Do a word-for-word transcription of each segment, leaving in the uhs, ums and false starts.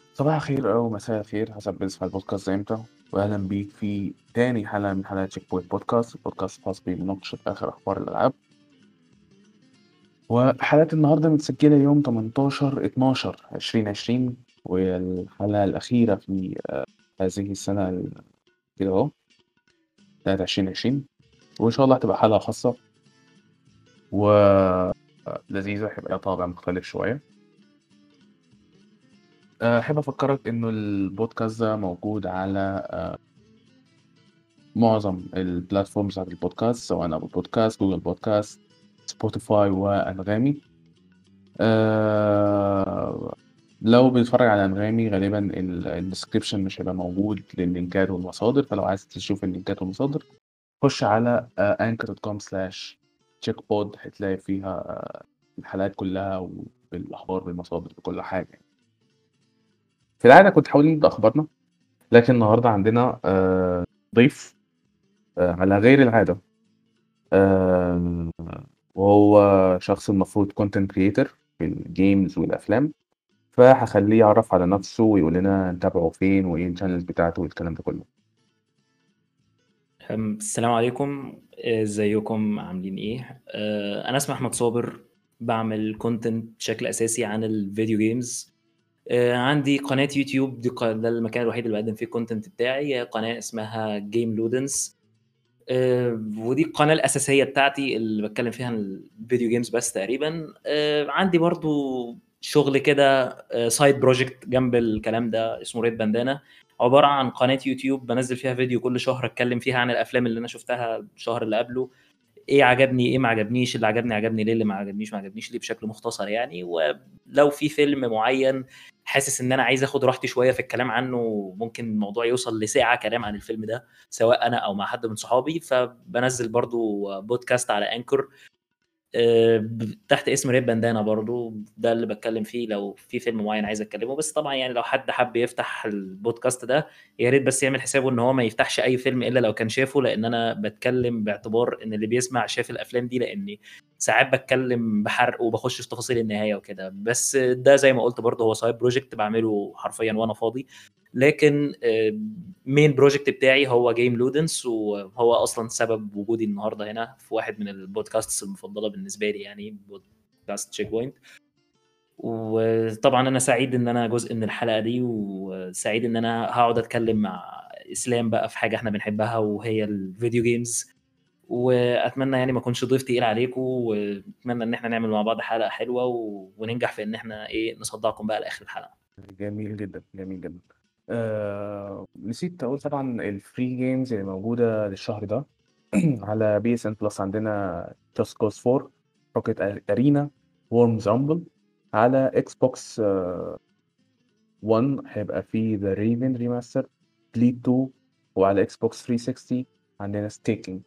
صباح الخير أو مساء الخير حسب بنسمع البودكاست ده امتى، وأهلا بيك في تاني حلقة من حلقات تشيك بوينت بودكاست، البودكاست الخاص بمناقشة آخر أخبار الألعاب. وحلقة النهاردة متسجلة يوم تمنتاشر اتناشر عشرين عشرين، والحلقة الأخيرة في آه، هذه السنة ال- كده أهو بتاعت عشرين عشرين، وإن شاء الله هتبقى حلقة خاصة ولذيذة، هيبقى لها طابع مختلف شوية. آه، أحب أفكرك إنه البودكاست ده موجود على معظم البلاتفورمز بتاعت البودكاست، سواء ابل بودكاست، جوجل بودكاست، سبوتيفاي وانغامي. آه لو بتتفرج على انغامي غالبا الديسكريبشن مش هيبقى موجود لللينكات والمصادر، فلو عايز تشوف اللينكات والمصادر خش على انكر دوت كوم سلاش تشيك بود، هتلاقي فيها آه، الحلقات كلها وبالاخبار بالمصادر بكل حاجه يعني. في العاده كنت حاولت نبدا اخبارنا، لكن النهارده عندنا آه، ضيف آه، على غير العاده. آه، وهو شخص المفروض كونتنت كريتور في الجيمز والافلام، فهخليه يعرف على نفسه ويقول لنا نتابعه فين وايه الشانلز بتاعته والكلام ده كله. أم، السلام عليكم. ازيكم عاملين ايه؟ أه، انا اسمي احمد صابر، بعمل كونتنت بشكل اساسي عن الفيديو جيمز. أه، عندي قناة يوتيوب، دي ق- ده المكان الوحيد اللي بقدم فيه الكونتنت بتاعي. هي قناة اسمها جيم لودنس. أه، ودي القناة الأساسية بتاعتي اللي بتكلم فيها عن الفيديو جيمز بس تقريبا. أه، عندي برضو شغل كده، سايد بروجكت جنب الكلام ده، اسمه ريد باندانا. عبارة عن قناة يوتيوب بنزل فيها فيديو كل شهر، اتكلم فيها عن الافلام اللي انا شفتها الشهر اللي قبله، ايه عجبني ايه ما عجبنيش، اللي عجبني عجبني ليه، اللي ما عجبنيش ما عجبنيش ليه، بشكل مختصر يعني. ولو في فيلم معين حاسس ان انا عايز اخد راحتي شويه في الكلام عنه، ممكن الموضوع يوصل لساعه كلام عن الفيلم ده، سواء انا او مع حد من صحابي، فبنزل برضو بودكاست على انكر آه، ب- تحت اسم ريد باندانا. برضو ده اللي بتكلم فيه لو في فيلم معين عايز اتكلمه. بس طبعا يعني لو حد حب يفتح البودكاست ده، يا ريت بس يعمل حسابه ان هو ما يفتحش اي فيلم الا لو كان شافه، لان انا بتكلم باعتبار ان اللي بيسمع شاف الافلام دي، لاني ساعات بتكلم بحرق وبخش في تفاصيل النهايه وكده. بس ده زي ما قلت برضه هو سايد بروجكت بعمله حرفيا وانا فاضي. لكن مين بروجكت بتاعي هو جيم لودنس، وهو اصلا سبب وجودي النهارده هنا في واحد من البودكاست المفضله بالنسبه لي، يعني بودكاست تشيك بوينت. وطبعا انا سعيد ان انا جزء من الحلقه دي، وسعيد ان انا هقعد اتكلم مع اسلام بقى في حاجه احنا بنحبها وهي الفيديو جيمز. واتمنى يعني ما اكونش ضيف تقيل عليكم، واتمنى ان احنا نعمل مع بعض حلقه حلوه و... وننجح في ان احنا ايه نصدعكم بقى لاخر الحلقه. جميل جدا جميل جدا. آه نسيت اقول طبعا الفري جيمز اللي موجوده للشهر ده على بي اس ان بلس. عندنا جاست كوز فور، روكيت ارينا، وورمز رامبل. على اكس بوكس واحد هيبقى فيه ذا ريفن ريماستر، بليد تو. وعلى اكس بوكس ثلاثمية وستين عندنا ستيكينج.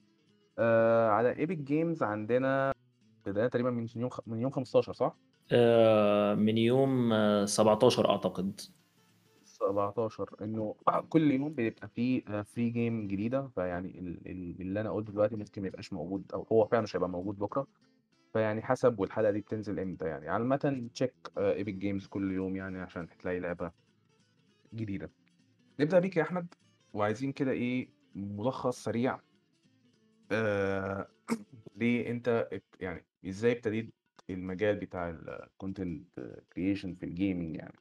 آه على ايبك جيمز عندنا بداية تقريبا من يوم خ... من يوم خمستاشر، صح؟ آه، من يوم آه، سبعتاشر اعتقد. سبعتاشر، انه كل يوم بيبقى فيه فري جيم جديدة، فيعني ال- ال- اللي انا قلته دلوقتي ممكن ما يبقاش موجود، او هو فعلا مش هيبقى موجود بكرة. فيعني حسب، والحلقة دي بتنزل امتى يعني. عامة تشيك ايبك جيمز كل يوم يعني عشان تلاقي لعبة جديدة. نبدأ بيك يا احمد، وعايزين كده ايه ملخص سريع. آه ليه انت ات- يعني ازاي ابتديت المجال بتاع الكونتنت كرييشن في الجيمنج يعني.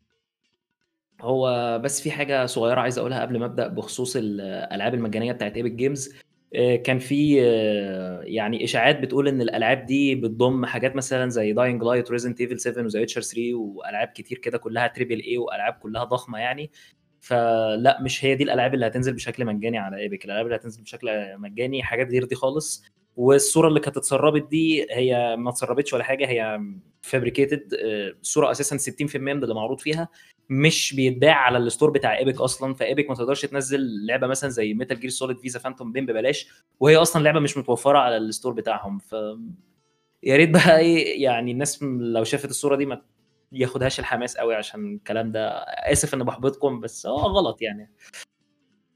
هو بس في حاجة صغيرة عايز أقولها قبل ما أبدأ بخصوص الألعاب المجانية بتاعت ايبك جيمز. كان في آه، يعني إشاعات بتقول إن الألعاب دي بتضم حاجات مثلا زي داينج لايت وريزنت ايفل سفن وذا ويتشر ثري وألعاب كتير كده كلها تريبل اي وألعاب كلها ضخمة يعني. فلا، مش هي دي الألعاب اللي هتنزل بشكل مجاني على ايبك. الألعاب اللي هتنزل بشكل مجاني حاجات غير دي خالص. والصورة اللي كانت اتسربت دي هي ما اتسربتش ولا حاجة، هي فابريكيتد. الصورة أساسا ستين في المية من اللي معروض فيها مش بيتباع على الستور بتاع ايبك اصلا. فايبك ما تقدرش تنزل لعبه مثلا زي ميتال جير سوليد فيزا فانتوم بين ببلاش، وهي اصلا لعبه مش متوفره على الستور بتاعهم. ف يا ريت بقى ايه يعني الناس لو شافت الصوره دي ما ياخدهاش الحماس قوي عشان الكلام ده. اسف ان بحبطكم، بس هو غلط يعني.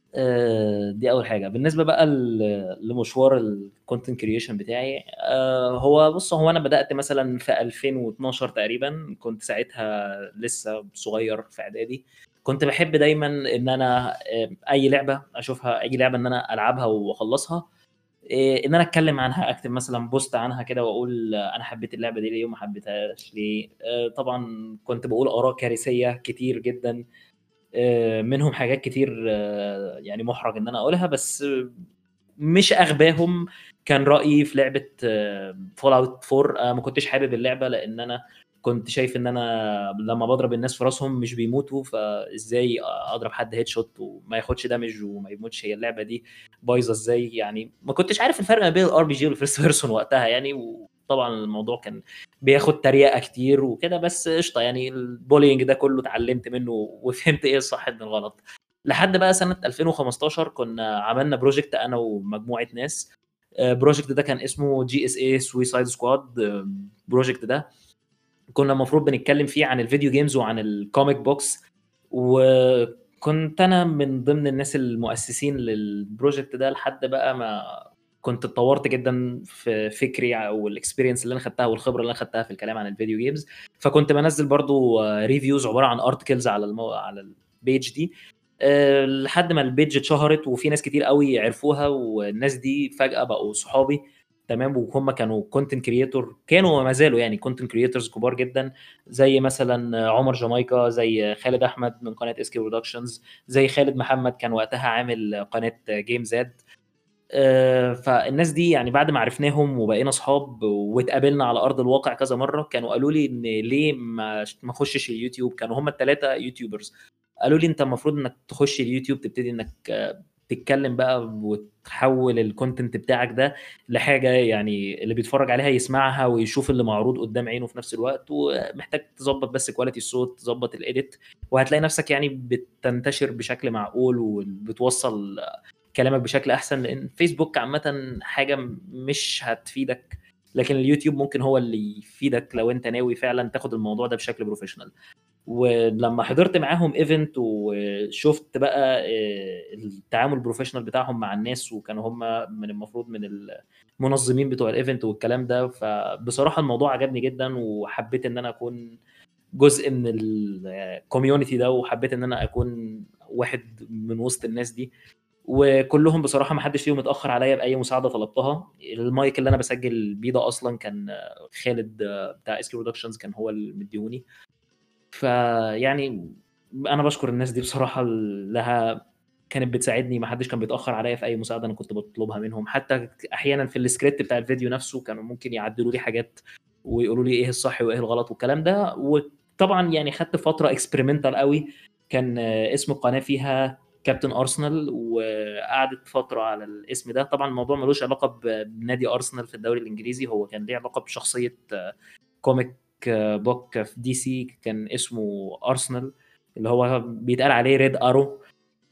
آه، دي اول حاجه. بالنسبه بقى ل- لمشوار الكونتنت كرييشن بتاعي، آه، هو بص، هو انا بدات مثلا في ألفين واتناشر تقريبا، كنت ساعتها لسه صغير في اعدادي. كنت بحب دايما ان انا آه، اي لعبه اشوفها، اي لعبه ان انا العبها واخلصها، إيه، ان انا اتكلم عنها، اكتب مثلا بوست عنها كده واقول آه، انا حبيت اللعبه دي ليه وما حبيتهاش ليه. آه، طبعا كنت بقول اراء كارثيه كتير جدا، آه، منهم حاجات كتير آه، يعني محرج ان انا اقولها، بس آه، مش اغباهم كان رايي في لعبه فول اوت فور. آه، ما كنتش حابب اللعبه لان انا كنت شايف ان انا لما بضرب الناس في راسهم مش بيموتوا، فازاي اضرب حد هيد شوت وما ياخدش دامج وما يموتش؟ هي اللعبه دي بايظه ازاي يعني؟ ما كنتش عارف الفرق ما بين الار بي جي والفيرست بيرسون وقتها يعني. وطبعا الموضوع كان بياخد تريقه كتير وكده، بس قشطه يعني. البولينج ده كله اتعلمت منه وفهمت ايه الصح من الغلط. لحد بقى سنه ألفين وخمستاشر كنا عملنا بروجكت انا ومجموعه ناس. البروجكت ده كان اسمه جي اس اي سويسايد سكواد. البروجكت ده كنا المفروض بنتكلم فيه عن الفيديو جيمز وعن الكوميك بوكس، وكنت انا من ضمن الناس المؤسسين للبروجكت ده. لحد بقى ما كنت اتطورت جدا في فكري او الاكسبيرينس اللي انا خدتها والخبره اللي انا خدتها في الكلام عن الفيديو جيمز. فكنت بنزل برضو ريفيوز عباره عن ارتكلز على المو... على البيج دي. أه لحد ما البيج اتشهرت وفي ناس كتير قوي عرفوها، والناس دي فجاه بقوا صحابي. تمام. وهم كانوا كونتنت كريتور، كانوا وما زالوا يعني كونتنت كريتورز كبار جدا، زي مثلا عمر جامايكا، زي خالد احمد من قناه اس كي برودكشنز، زي خالد محمد كان وقتها عامل قناه جيم زاد. آه، فالناس دي يعني بعد ما عرفناهم وبقينا اصحاب واتقابلنا على ارض الواقع كذا مره، كانوا قالوا لي ان ليه ما ما اخشش اليوتيوب. كانوا هم الثلاثه يوتيوبرز. قالوا لي انت المفروض انك تخش اليوتيوب، تبتدي انك آه، تتكلم بقى وتحول الكونتنت بتاعك ده لحاجه يعني اللي بيتفرج عليها يسمعها ويشوف اللي معروض قدام عينه في نفس الوقت. ومحتاج تظبط بس كواليتي الصوت، تظبط الايديت، وهتلاقي نفسك يعني بتنتشر بشكل معقول وبتوصل كلامك بشكل احسن. لان فيسبوك عامه حاجه مش هتفيدك، لكن اليوتيوب ممكن هو اللي يفيدك لو انت ناوي فعلا تاخد الموضوع ده بشكل بروفيشنال. ولما حضرت معاهم ايفنت وشفت بقى آه، التعامل البروفيشنال بتاعهم مع الناس، وكانوا هم من المفروض من المنظمين بتوع الايفنت والكلام ده، فبصراحة الموضوع عجبني جدا وحبيت ان انا اكون جزء من الكوميونتي ده، وحبيت ان انا اكون واحد من وسط الناس دي. وكلهم بصراحة ما حدش فيهم اتأخر عليا بأي مساعدة طلبتها. المايك اللي أنا بسجل بيه ده أصلا كان خالد بتاع اسكي برودكشنز كان هو اللي مديهوني. فيعني انا بشكر الناس دي بصراحه، لها كانت بتساعدني. ما حدش كان بيتاخر عليا في اي مساعده انا كنت بطلبها منهم. حتى احيانا في السكريبت بتاع الفيديو نفسه كانوا ممكن يعدلوا لي حاجات ويقولوا لي ايه الصح وايه الغلط والكلام ده. وطبعا يعني خدت فتره اكسبيرمنتال قوي. كان آه، اسم القناه فيها كابتن ارسنال، وقعدت فتره على الاسم ده. طبعا الموضوع ملوش علاقه ب- بنادي ارسنال في الدوري الانجليزي، هو كان ليه علاقه بشخصيه آه، كوميك بوك في دي سي كان اسمه ارسنال، اللي هو بيتقال عليه ريد ارو.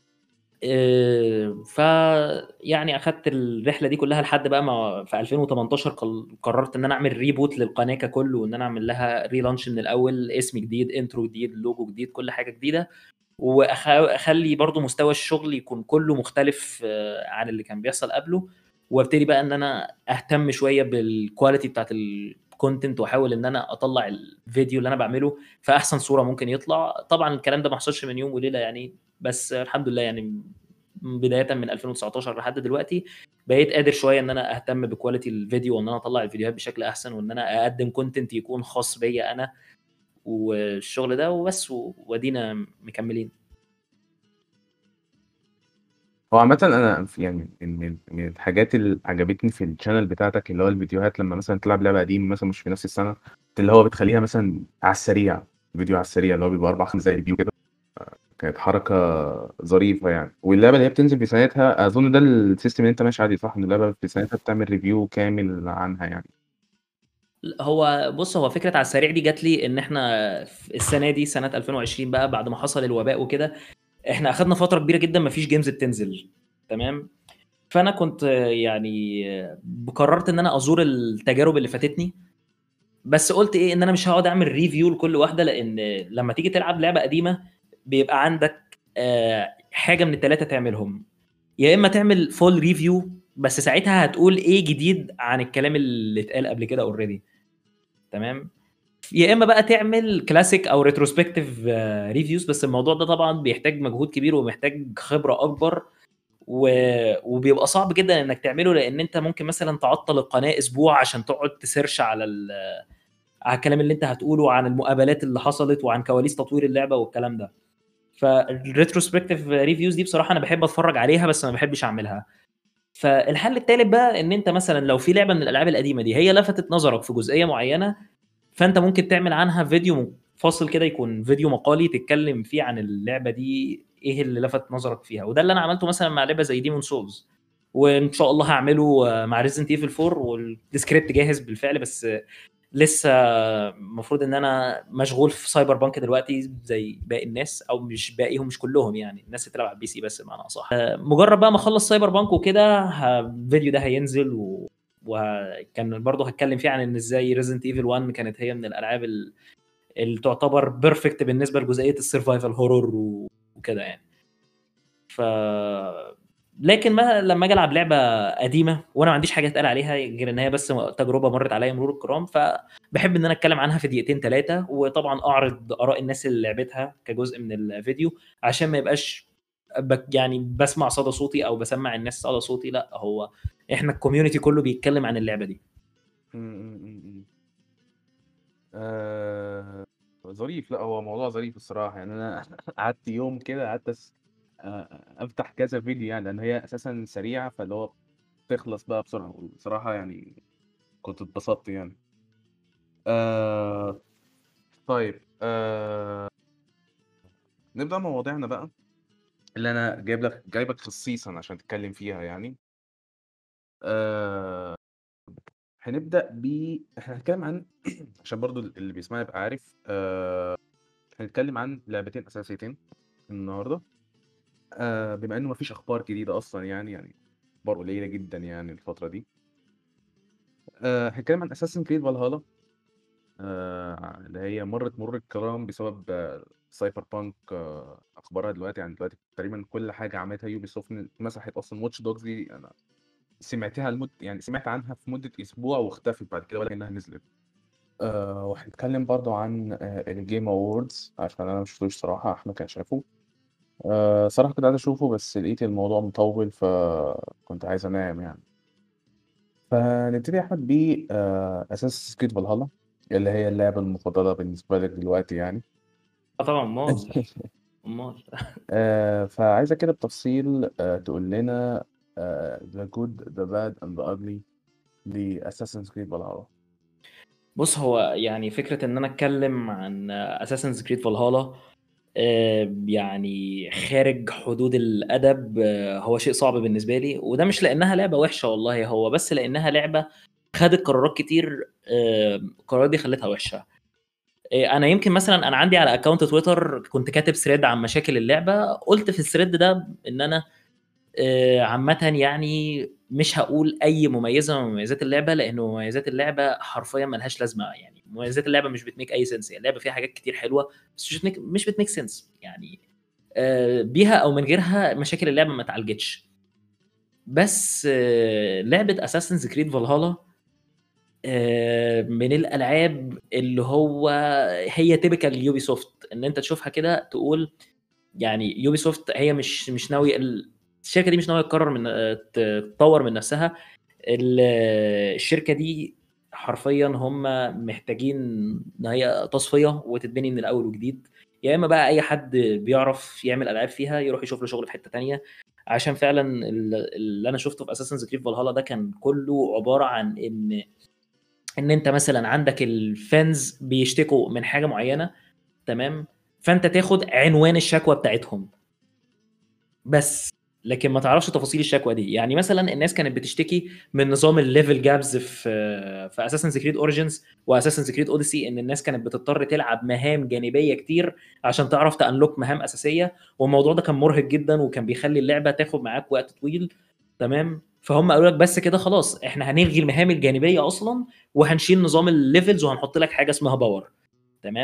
ف يعني اخدت الرحله دي كلها لحد بقى ما في ألفين وتمنتاشر قل- قررت ان انا اعمل ريبوت للقناه ككل، وان انا اعمل لها ريلانش من الاول، اسم جديد، انترو جديد، لوجو جديد، كل حاجه جديده. واخلي برضو مستوى الشغل يكون كله مختلف آه، عن اللي كان بيحصل قبله. وابتدي بقى ان انا اهتم شويه بالكواليتي بتاعت الكونتنت، واحاول ان انا اطلع الفيديو اللي انا بعمله في احسن صوره ممكن يطلع. طبعا الكلام ده ما حصلش من يوم وليله يعني، بس الحمد لله يعني بدايه من ألفين وتسعتاشر لحد دلوقتي بقيت قادر شويه ان انا اهتم بكواليتي الفيديو، وان انا اطلع الفيديوهات بشكل احسن، وان انا اقدم كونتنت يكون خاص بيا انا والشغل ده وبس. وادينا مكملين. هو عامة أنا ف يعني من من الحاجات اللي عجبتني في الchannel بتاعتك، اللي هو الفيديوهات لمّا مثلًا تلعب لعبة قديمة مثلًا مش في نفس السنة، اللي هو بتخلّيها مثلًا على السريع، فيديو على السريع اللي هو بيبقى أربع، خمس دقايق review كده. كانت حركة ظريفة يعني. واللعبة اللي هي بتنزل في ساعتها أظن ده الsystem اللي أنت ماشي عليه صح؟ إن اللعبة في ساعتها بتعمل review كامل عنها يعني. هو بُص، هو فكرة على السريع دي جات لي إن إحنا ف السنة دي سنة ألفين وعشرين بقى بعد ما حصل الوباء وكده، إحنا أخدنا فترة كبيرة جدًا ما فيش games بتنزل. تمام. فأنا كنت يعني ب قررت إن أنا أزور التجارب اللي فاتتني، بس قُلت إيه، إن أنا مش هاقعد أعمل review لكل واحدة، لإن لمّا تيجي تلعب لعبة قديمة بيبقى عندك آه حاجه من الثلاثه تعملهم. يا اما تعمل فول ريفيو بس ساعتها هتقول ايه جديد عن الكلام اللي اتقال قبل كده اوريدي، تمام. يا اما بقى تعمل كلاسيك او ريتروسبكتيف ريفيوز، بس الموضوع ده طبعا بيحتاج مجهود كبير ومحتاج خبره اكبر و... وبيبقى صعب جدا انك تعمله، لان انت ممكن مثلا تعطل القناه اسبوع عشان تقعد تسيرش على ال... على الكلام اللي انت هتقوله عن المقابلات اللي حصلت وعن كواليس تطوير اللعبه والكلام ده. فالريتروسبكتيف ريفيوز دي بصراحه انا بحب اتفرج عليها بس ما بحبش اعملها. فالحل الثالث بقى ان انت مثلا لو في لعبه من الالعاب القديمه دي هي لفتت نظرك في جزئيه معينه، فانت ممكن تعمل عنها فيديو فاصل كده، يكون فيديو مقالي تتكلم فيه عن اللعبه دي ايه اللي لفت نظرك فيها. وده اللي انا عملته مثلا مع لعبه زي ديمون سولز، وان شاء الله هعمله مع ريزنت ايفل فور، والسكريبت جاهز بالفعل، بس لسه المفروض ان انا مشغول في سايبر بانك دلوقتي زي باقي الناس، او مش باقيهم، مش كلهم يعني، الناس اللي بتلعب على البي سي بس بمعنى اصح. مجرد بقى ما اخلص سايبر بانك وكده الفيديو ده هينزل و... وكان برضه هتكلم فيه عن ان ازاي ريزنت ايفل واحد كانت هي من الالعاب اللي تعتبر بيرفكت بالنسبه لجزئيه السرفايفل هورور وكده يعني. ف لكن ما لما اجي العب لعبه قديمه وانا ما عنديش حاجه اتقال عليها غير ان هي بس تجربه مرت عليا مرور الكرام، فبحب ان انا اتكلم عنها في دقيقتين ثلاثه، وطبعا اعرض اراء الناس اللي لعبتها كجزء من الفيديو عشان ما يبقاش يعني بسمع صدى صوتي او بسمع الناس صدى صوتي، لا هو احنا الكوميونتي كله بيتكلم عن اللعبه دي. امم آه... ظريف. لا هو موضوع ظريف الصراحه يعني. انا قعدت يوم كده قعدت أس... آه، افتح كذا فيديو يعني، لان هي اساسا سريعه، فاللي هو تخلص بقى بسرعه بصراحه يعني. كنت اتبسطت يعني. آه... طيب آه... نبدا مواضيعنا بقى اللي انا جايب لك جايبك خصيصا عشان تتكلم فيها يعني. آه... هنبدا ب احنا هنتكلم عن عشان برضو اللي بيسمعنا يبقى عارف. آه... هنتكلم عن لعبتين اساسيتين النهارده. آه بما انه مفيش اخبار جديده اصلا يعني يعني اخبار قليله جدا يعني الفتره دي. آه هنتكلم عن اساسن كريد فالهالا، آه اللي هي مرت مرور الكرام بسبب آه سايبر بانك. آه اخبارها دلوقتي يعني دلوقتي تقريبا كل حاجه عملتها يوبي سوفت مسحت اصلا. واتش دوجز دي انا سمعتها المد... يعني سمعت عنها في مده اسبوع واختفت بعد كده ولا كانها نزلت. آه وهنتكلم برضو عن آه الجيم اووردز عشان انا مش شفتوش صراحه، احمد كان شافه. أه صراحة كنت عايز أشوفه بس لقيت الموضوع مطول فكنت عايز أنام يعني. فنبتدي يا أحمد ب أساس كريد فالهالا اللي هي اللعبة المفضلة بالنسبة لك دلوقتي يعني. اه طبعا امال امال أه فعايزك كده بتفصيل أه تقول لنا أه The Good, The Bad and The Ugly لأساسنز كريد فالهالا. بص، هو يعني فكره ان انا اتكلم عن اساسنز كريد فالهالا يعني خارج حدود الادب، آه، هو شيء صعب بالنسبه لي، وده مش لانها لعبه وحشه والله، هو بس لانها لعبه خدت قرارات كتير، آه، القرارات دي خلتها وحشه. آه، انا يمكن مثلا انا عندي على اكونت تويتر كنت كاتب ثريد عن مشاكل اللعبه، قلت في الثريد ده ان انا آه، عامه يعني مش هقول اي مميزه من مميزات اللعبه، لانه مميزات اللعبه حرفيا ملهاش لازمه. يعني مميزات اللعبه مش بتميك اي سنس، يعني اللعبه فيها حاجات كتير حلوه بس مش بتميك مش بتميك سنس يعني. آه، بيها او من غيرها مشاكل اللعبه ما اتعالجتش. بس آه، لعبه اساسنز كريد فالهالا من الالعاب اللي هو هي تيبيكال يوبي سوفت، ان انت تشوفها كده تقول يعني يوبي سوفت هي مش مش ناوي، الشركه دي مش ناويه تكرر من تطور من نفسها. الشركه دي حرفيا هم محتاجين ان هي تصفيه وتتبني من الاول وجديد، يا اما بقى اي حد بيعرف يعمل العاب فيها يروح يشوف له شغل في حته تانية. عشان فعلا اللي انا شفته في اساسنز كريد فالهالا ده كان كله عباره عن ان ان انت مثلا عندك الفانز بيشتكوا من حاجه معينه، تمام، فانت تاخد عنوان الشكوى بتاعتهم بس، لكن ما تعرفش تفاصيل الشكوى دي. يعني مثلا الناس كانت بتشتكي من نظام الليفل جابز في في اساسنز كريد اوريجينز واساسنز كريد اوديسي، ان الناس كانت بتضطر تلعب مهام جانبيه كتير عشان تعرف تانلوك مهام اساسيه، والموضوع ده كان مرهق جدا وكان بيخلي اللعبه تاخد معاك وقت طويل، تمام. فهم قالوا لك بس كده خلاص احنا هنلغي المهام الجانبيه اصلا وهنشيل نظام الليفلز وهنحط لك حاجه اسمها باور، تمام.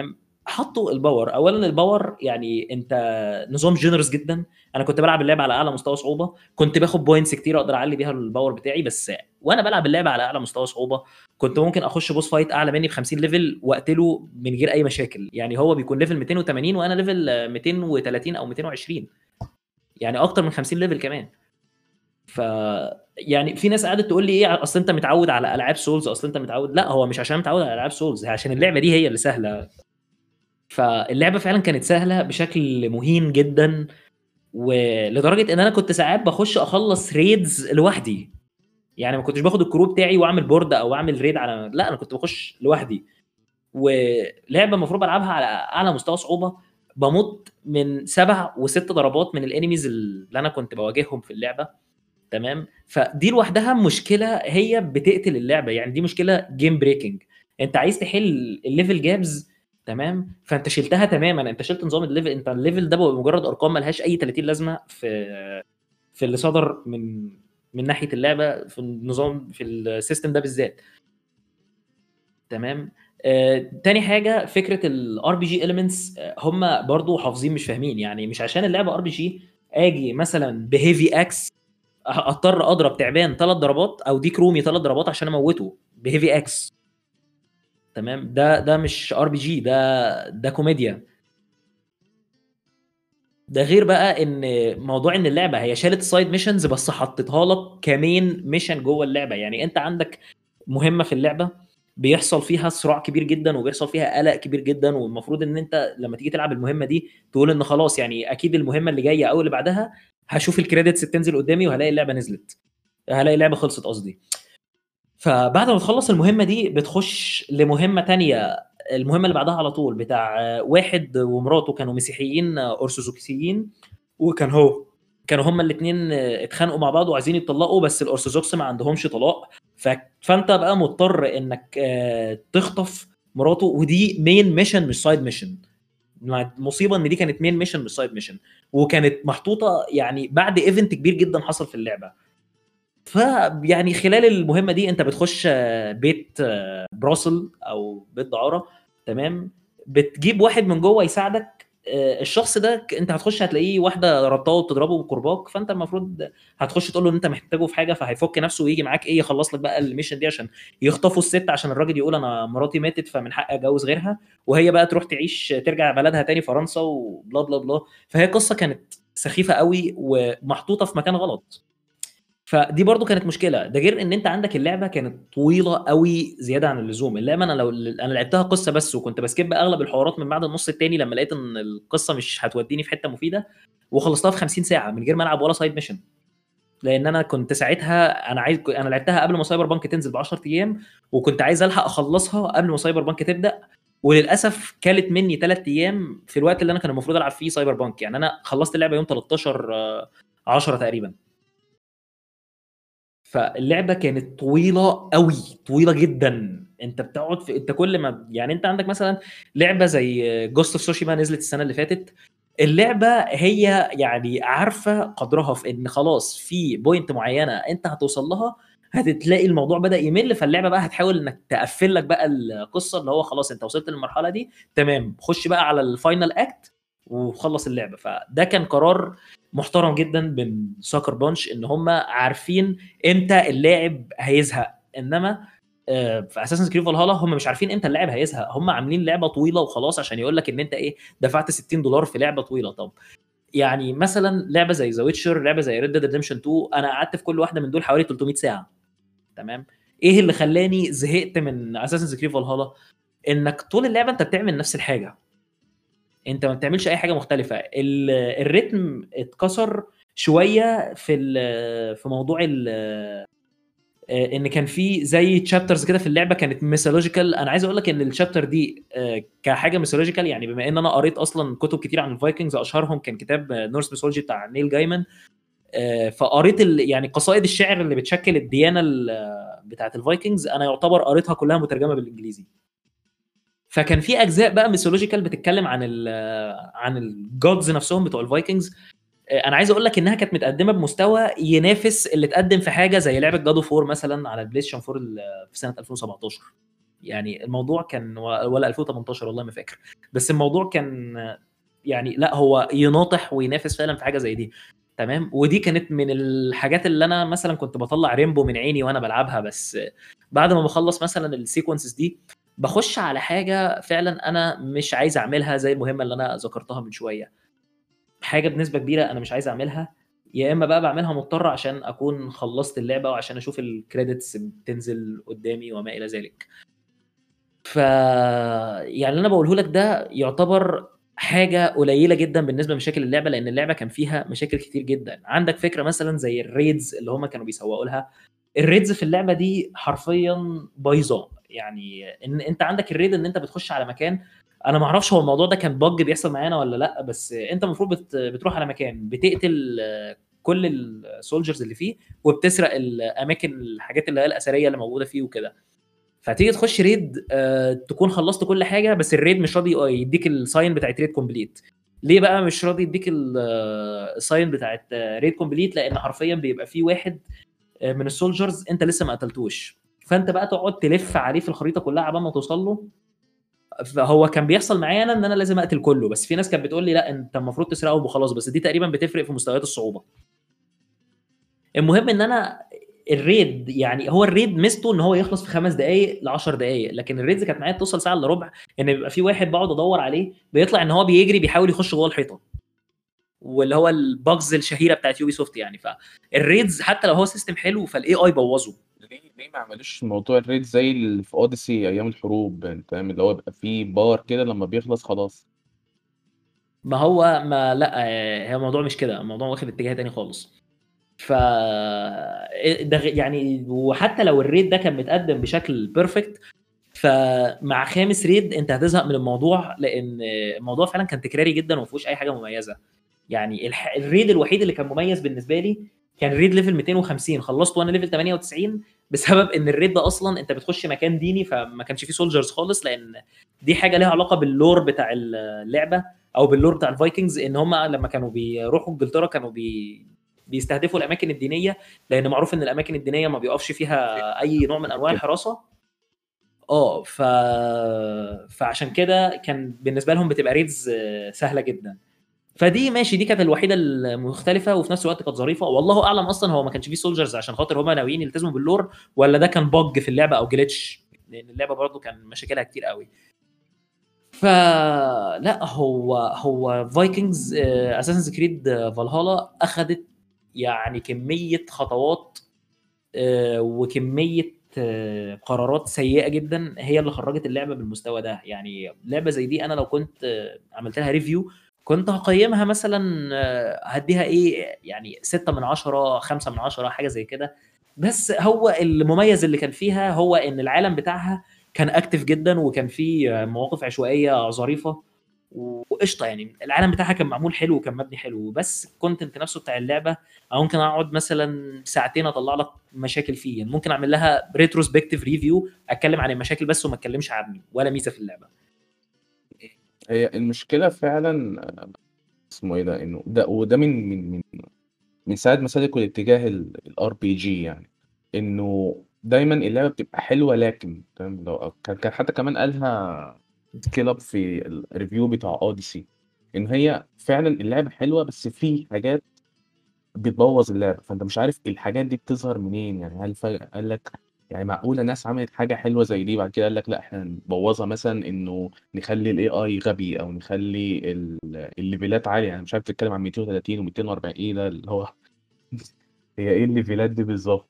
حطوا الباور. اولا الباور يعني انت نظام جنرس جدا. انا كنت بلعب اللعبه على اعلى مستوى صعوبه، كنت باخد بوينتس كتير اقدر اعلي بيها الباور بتاعي، بس وانا بلعب اللعبه على اعلى مستوى صعوبه كنت ممكن اخش بوس فايت اعلى مني ب خمسين ليفل واقتله من غير اي مشاكل. يعني هو بيكون ليفل مئتين وثمانين وانا ليفل مئتين وثلاثين او مئتين وعشرين، يعني اكتر من خمسين ليفل كمان. ف يعني في ناس قعدت تقول لي ايه، اصل انت متعود على العاب سولز، اصل انت متعود. لا، هو مش عشان متعود على العاب سولز، عشان اللعبه دي هي اللي سهله. فاللعبه فعلا كانت سهله بشكل مهين جدا، ولدرجه ان انا كنت ساعات بخش اخلص ريدز لوحدي. يعني ما كنتش باخد الكرو بتاعي واعمل بورد او اعمل ريد على، لا انا كنت بخش لوحدي. ولعبه المفروض العبها على اعلى مستوى صعوبه، بموت من سبع وست ضربات من الانيميز اللي انا كنت بواجههم في اللعبه. تمام، فدي لوحدها مشكله هي بتقتل اللعبه، يعني دي مشكله جيم بريكنج. انت عايز تحل الليفل جابز، تمام، فانت شلتها تماما. انت شلت نظام الليفل، انت الليفل ده بقى مجرد ارقام ملهاش اي ثلاثين لازمه في في اللي صدر من من ناحيه اللعبه في النظام في السيستم ده بالذات. تمام. آه، تاني حاجه فكره الار بي جي اليمنتس، هم برضو حافظين مش فاهمين. يعني مش عشان اللعبه ار بي جي اجي مثلا بهيفي اكس اضطر اضرب تعبان ثلاث ضربات او ديك رومي ثلاث ضربات عشان اموته بهيفي اكس. تمام، ده ده مش ار بي جي، ده ده كوميديا. ده غير بقى ان موضوع ان اللعبه هي شالت السايد ميشنز بس حطيتها لك كمين ميشن جوه اللعبه. يعني انت عندك مهمه في اللعبه بيحصل فيها صراع كبير جدا وبيحصل فيها قلق كبير جدا، والمفروض ان انت لما تيجي تلعب المهمه دي تقول ان خلاص يعني اكيد المهمه اللي جايه او اللي بعدها هشوف الكريدتس تنزل قدامي وهلاقي اللعبه نزلت، هلاقي اللعبه خلصت قصدي. فبعد ما تخلص المهمه دي بتخش لمهمه تانية، المهمه اللي بعدها على طول بتاع واحد ومراته كانوا مسيحيين ارثوذكسيين، وكان هو كانوا هما الاثنين اتخانقوا مع بعض وعايزين يتطلقوا، بس الارثوذكس ما عندهمش طلاق. ف... فانت بقى مضطر انك تخطف مراته، ودي مين ميشن مش سايد ميشن. المصيبه ان دي كانت مين ميشن مش سايد ميشن، وكانت محطوطه يعني بعد ايفنت كبير جدا حصل في اللعبه. فيعني خلال المهمه دي انت بتخش بيت براسل او بيت دعاره، تمام، بتجيب واحد من جوه يساعدك. الشخص ده انت هتخش هتلاقيه واحده ربطاه وبتضربه بالكرباج، فانت المفروض هتخش تقول له ان انت محتاجه في حاجه، فهيفك نفسه ويجي معاك ايه يخلص لك بقى الميشن دي عشان يخطفوا الست، عشان الراجل يقول انا مراتي ماتت فمن حقي اتجوز غيرها، وهي بقى تروح تعيش ترجع بلدها تاني فرنسا وبلا بلا بلا. فهي قصه كانت سخيفه قوي ومحطوطه في مكان غلط. فدي برضو كانت مشكله. ده غير ان انت عندك اللعبه كانت طويله قوي زياده عن اللزوم. اللعبه انا لو انا لعبتها قصه بس وكنت بسكيب اغلب الحوارات من بعد النص الثاني لما لقيت ان القصه مش هتوديني في حته مفيده، وخلصتها في خمسين ساعه من غير ما العب ولا سايد ميشن. لان انا كنت ساعتها انا عايز انا لعبتها قبل ما سايبر بانك تنزل ب عشرة ايام، وكنت عايز الحق اخلصها قبل ما سايبر بانك تبدا، وللاسف كلت مني ثلاث ايام في الوقت اللي انا كان المفروض العب فيه سايبر بانك. يعني انا خلصت اللعبه يوم تلتاشر عشرة تقريبا. فاللعبه كانت طويله قوي، طويله جدا. انت بتقعد في انت كل ما يعني انت عندك مثلا لعبه زي جوست اوف سوشيما نزلت السنه اللي فاتت، اللعبه هي يعني عارفه قدرها في ان خلاص في بوينت معينه انت هتوصل لها هتلاقي الموضوع بدا يمل، فاللعبه بقى هتحاول انك تقفل لك بقى القصه اللي هو خلاص انت وصلت للمرحله دي، تمام، خش بقى على الفاينل اكت وخلص اللعبه. فده كان قرار محترم جدا من ساكر بانش ان هم عارفين امتى اللاعب هيزهق. انما في اساسن كريد فالهالا هم مش عارفين امتى اللاعب هيزهق، هم عاملين لعبه طويله وخلاص عشان يقول لك ان انت ايه دفعت ستين دولار في لعبه طويله. طب يعني مثلا لعبه زي ذا ويتشر، لعبه زي ريد ديد ريدمشن اتنين، انا قعدت في كل واحده من دول حوالي تلتمية ساعه. تمام، ايه اللي خلاني زهقت من اساسن كريد فالهالا؟ انك طول اللعبه انت بتعمل نفس الحاجه، انت ما بتعملش اي حاجه مختلفه. الريتم اتكسر شويه في في موضوع ان كان في زي تشابترز كده في اللعبه كانت ميثولوجيكال. انا عايز اقول لك ان الشابتر دي كحاجه ميثولوجيكال، يعني بما ان انا قريت اصلا كتب كتير عن الفايكنجز، اشهرهم كان كتاب نورس ميثولوجي بتاع نيل جايمان، فقريت يعني قصائد الشعر اللي بتشكل الديانه بتاعه الفايكنجز انا يعتبر قريتها كلها مترجمه بالانجليزي. فكان في اجزاء بقى ميثولوجيكال بتتكلم عن ال عن الجودز نفسهم بتوع الفايكنجز. انا عايز اقول لك انها كانت متقدمه بمستوى ينافس اللي اتقدم في حاجه زي لعبه جاد اوف وور مثلا على البلاي ستيشن اربعة في سنه ألفين وسبعتاشر. يعني الموضوع كان ولا ألفين وتمنتاشر والله ما فاكر، بس الموضوع كان يعني لا هو يناطح وينافس فعلا في حاجه زي دي. تمام. ودي كانت من الحاجات اللي انا مثلا كنت بطلع ريمبو من عيني وانا بلعبها، بس بعد ما بخلص مثلا السيكونسز دي بخش على حاجه فعلا انا مش عايز اعملها، زي المهمه اللي انا ذكرتها من شويه، حاجه بنسبه كبيره انا مش عايز اعملها، يا اما بقى بعملها مضطر عشان اكون خلصت اللعبه وعشان اشوف الكريدتس بتنزل قدامي وما الى ذلك. ف يعني اللي انا بقوله لك ده يعتبر حاجه قليله جدا بالنسبه لمشاكل اللعبه، لان اللعبه كان فيها مشاكل كتير جدا. عندك فكره مثلا زي الريدز اللي هم كانوا بيسوقوا لها، الريدز في اللعبه دي حرفيا بايظه. يعني ان انت عندك الريد ان انت بتخش على مكان، انا ما اعرفش هو الموضوع ده كان بج بيحصل معانا ولا لا، بس انت المفروض بت... بتروح على مكان بتقتل كل السولجرز اللي فيه وبتسرق الاماكن الحاجات اللي هي الاثريه اللي موجوده فيه وكده. فتيجي تخش ريد آه تكون خلصت كل حاجه، بس الريد مش راضي يديك الساين بتاعت ريد كومبليت. ليه بقى مش راضي يديك الساين بتاعت ريد كومبليت؟ لان حرفيا بيبقى فيه واحد من السولجرز انت لسه ما قتلتوش، فانت بقى تقعد تلف عليه في الخريطه كلها عبال ما توصل له. فهو كان بيحصل معايا انا ان انا لازم اقتل كله، بس في ناس كانت بتقول لي لا انت المفروض تسرقه وخلاص، بس دي تقريبا بتفرق في مستويات الصعوبه. المهم ان انا الريد يعني هو الريد ميزته ان هو يخلص في خمس دقائق ل عشر دقائق، لكن الريدز كانت معايا توصل ساعه الا ربع، ان بيبقى في واحد بقعد ادور عليه بيطلع ان هو بيجري بيحاول يخش جوه الحيطه، واللي هو الباجز الشهيره بتاعت يوبي سوفت يعني. فالريدز حتى لو هو سيستم حلو فالاي اي بوظه. ليه ليه ما عملوش موضوع الريد زي اللي في اوديسي ايام الحروب؟ انت فاهم اللي هو يبقى فيه باور كده لما بيخلص خلاص. ما هو ما لا هي الموضوع مش كده، الموضوع واخد اتجاه تاني خالص. ف ده غ- يعني وحتى لو الريد ده كان متقدم بشكل بيرفكت، فمع خامس ريد انت هتزهق من الموضوع، لان الموضوع فعلا كان تكراري جدا وما فيهوش اي حاجه مميزه. يعني الح... الريد الوحيد اللي كان مميز بالنسبه لي كان ريد ليفل مئتين وخمسين، خلصته وانا ليفل ثمانية وتسعين، بسبب ان الريد ده اصلا انت بتخش مكان ديني فما كانش فيه سولجرز خالص، لان دي حاجه ليها علاقه باللور بتاع اللعبه او باللور بتاع الفايكنجز، ان هم لما كانوا بيروحوا انجلترا كانوا بي بيستهدفوا الاماكن الدينيه، لان معروف ان الاماكن الدينيه ما بيقفش فيها اي نوع من انواع كده. الحراسه. اه ف فعشان كده كان بالنسبه لهم بتبقى ريدز سهله جدا. فدي ماشي، دي كانت الوحيده المختلفه وفي نفس الوقت كانت ظريفه، والله اعلم اصلا هو ما كانش فيه سولجرز عشان خاطر هما ناويين يلتزموا باللور، ولا ده كان بج في اللعبه او جليتش، لان اللعبه برضو كان مشاكلها كتير قوي. فلا هو هو فايكنجز اساسنز كريد فالهالا اخذت يعني كميه خطوات آه، وكميه آه، قرارات سيئه جدا هي اللي خرجت اللعبه بالمستوى ده. يعني لعبه زي دي انا لو كنت آه، عملت لها ريفيو كنت هقيمها مثلا آه، هديها ايه يعني ستة من عشرة، خمسة من عشرة، حاجه زي كده. بس هو المميز اللي كان فيها هو ان العالم بتاعها كان اكتف جدا، وكان فيه آه، مواقف عشوائيه ظريفه وقشطه. يعني العالم بتاعها كان معمول حلو وكان مبني حلو، بس الكونتنت نفسه بتاع اللعبه أنا ممكن اقعد مثلا ساعتين اطلع لك مشاكل فيه. يعني ممكن اعمل لها ريتروسبكتيف ريفيو اتكلم عن المشاكل بس وما اتكلمش عني ولا ميزه في اللعبه. هي المشكله فعلا اسمه ايه ده، انه ده وده من من من من ساعه ما سلكوا الاتجاه الار بي جي، يعني انه دايما اللعبه بتبقى حلوه، لكن فاهم لو كان كان حتى كمان قالها سكيل اب في الريفيو بتاع اوديسي، ان هي فعلا اللعبه حلوه بس في حاجات بتبوظ اللعبه، فانت مش عارف الحاجات دي بتظهر منين. يعني هل فجأة قال لك يعني معقوله ناس عملت حاجه حلوه زي دي بعد كده قال لك لا احنا نبوظها، مثلا انه نخلي الاي اي غبي او نخلي ال- الليفلات عاليه. يعني مش عارف تتكلم عن مئتين وثلاثين و240 ايه ده اللي هو هي ايه الليفلات دي بالظبط؟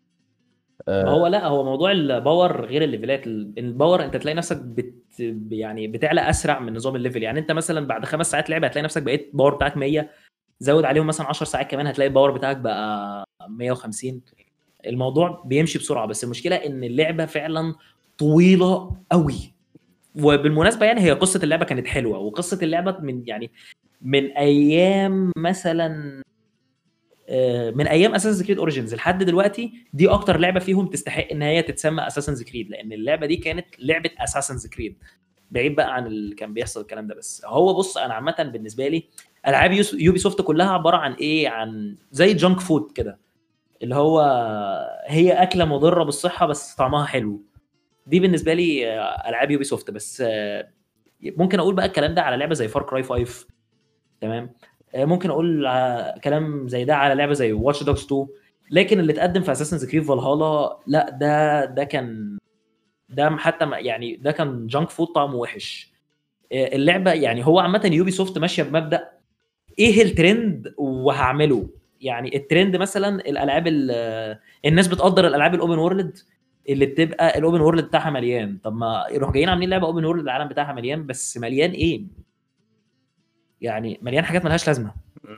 ما آه هو لا هو موضوع الباور غير الليفلات. الباور انت تلاقي نفسك بت يعني بتعلى اسرع من نظام الليفل. يعني انت مثلا بعد خمس ساعات لعبه هتلاقي نفسك بقيت باور بتاعك مية، زود عليهم مثلا عشر ساعات كمان هتلاقي الباور بتاعك بقى مية وخمسين. الموضوع بيمشي بسرعه، بس المشكله ان اللعبه فعلا طويله قوي. وبالمناسبه يعني هي قصه اللعبه كانت حلوه، وقصه اللعبه من يعني من ايام مثلا آه، من ايام اساسنز كريد اوريجينز لحد دلوقتي دي اكتر لعبه فيهم تستحق ان هي تتسمى اساسنز كريد، لان اللعبه دي كانت لعبه اساسنز كريد بعيد بقى عن اللي كان بيحصل الكلام ده. بس هو بص انا عامه بالنسبه لي العاب يوس- يوبي سوفت كلها عباره عن ايه، عن زي جانك فود كده، اللي هو هي اكله مضره بالصحه بس طعمها حلو. دي بالنسبه لي آه، العاب يوبي سوفت. بس آه، ممكن اقول بقى الكلام ده على لعبه زي فار كراي خمسة. تمام. آه، ممكن اقول آه، كلام زي ده على لعبه زي واتش دوجز اتنين. لكن اللي اتقدم في اساسن كريد فالهالا لا، ده ده كان ده حتى ما- يعني ده كان جانك فود طعمه وحش. آه، اللعبه يعني هو عامه يوبي سوفت ماشيه بمبدا ايه الترند وهعمله. يعني الترند مثلا الالعاب ال- الناس بتقدر الالعاب الاوبن وورلد اللي بتبقى الاوبن وورلد بتاعها مليان. طب ما يروحوا جايين عاملين لعبه اوبن وورلد العالم بتاعها مليان، بس مليان ايه؟ يعني مليان حاجات ملهاش لازمه.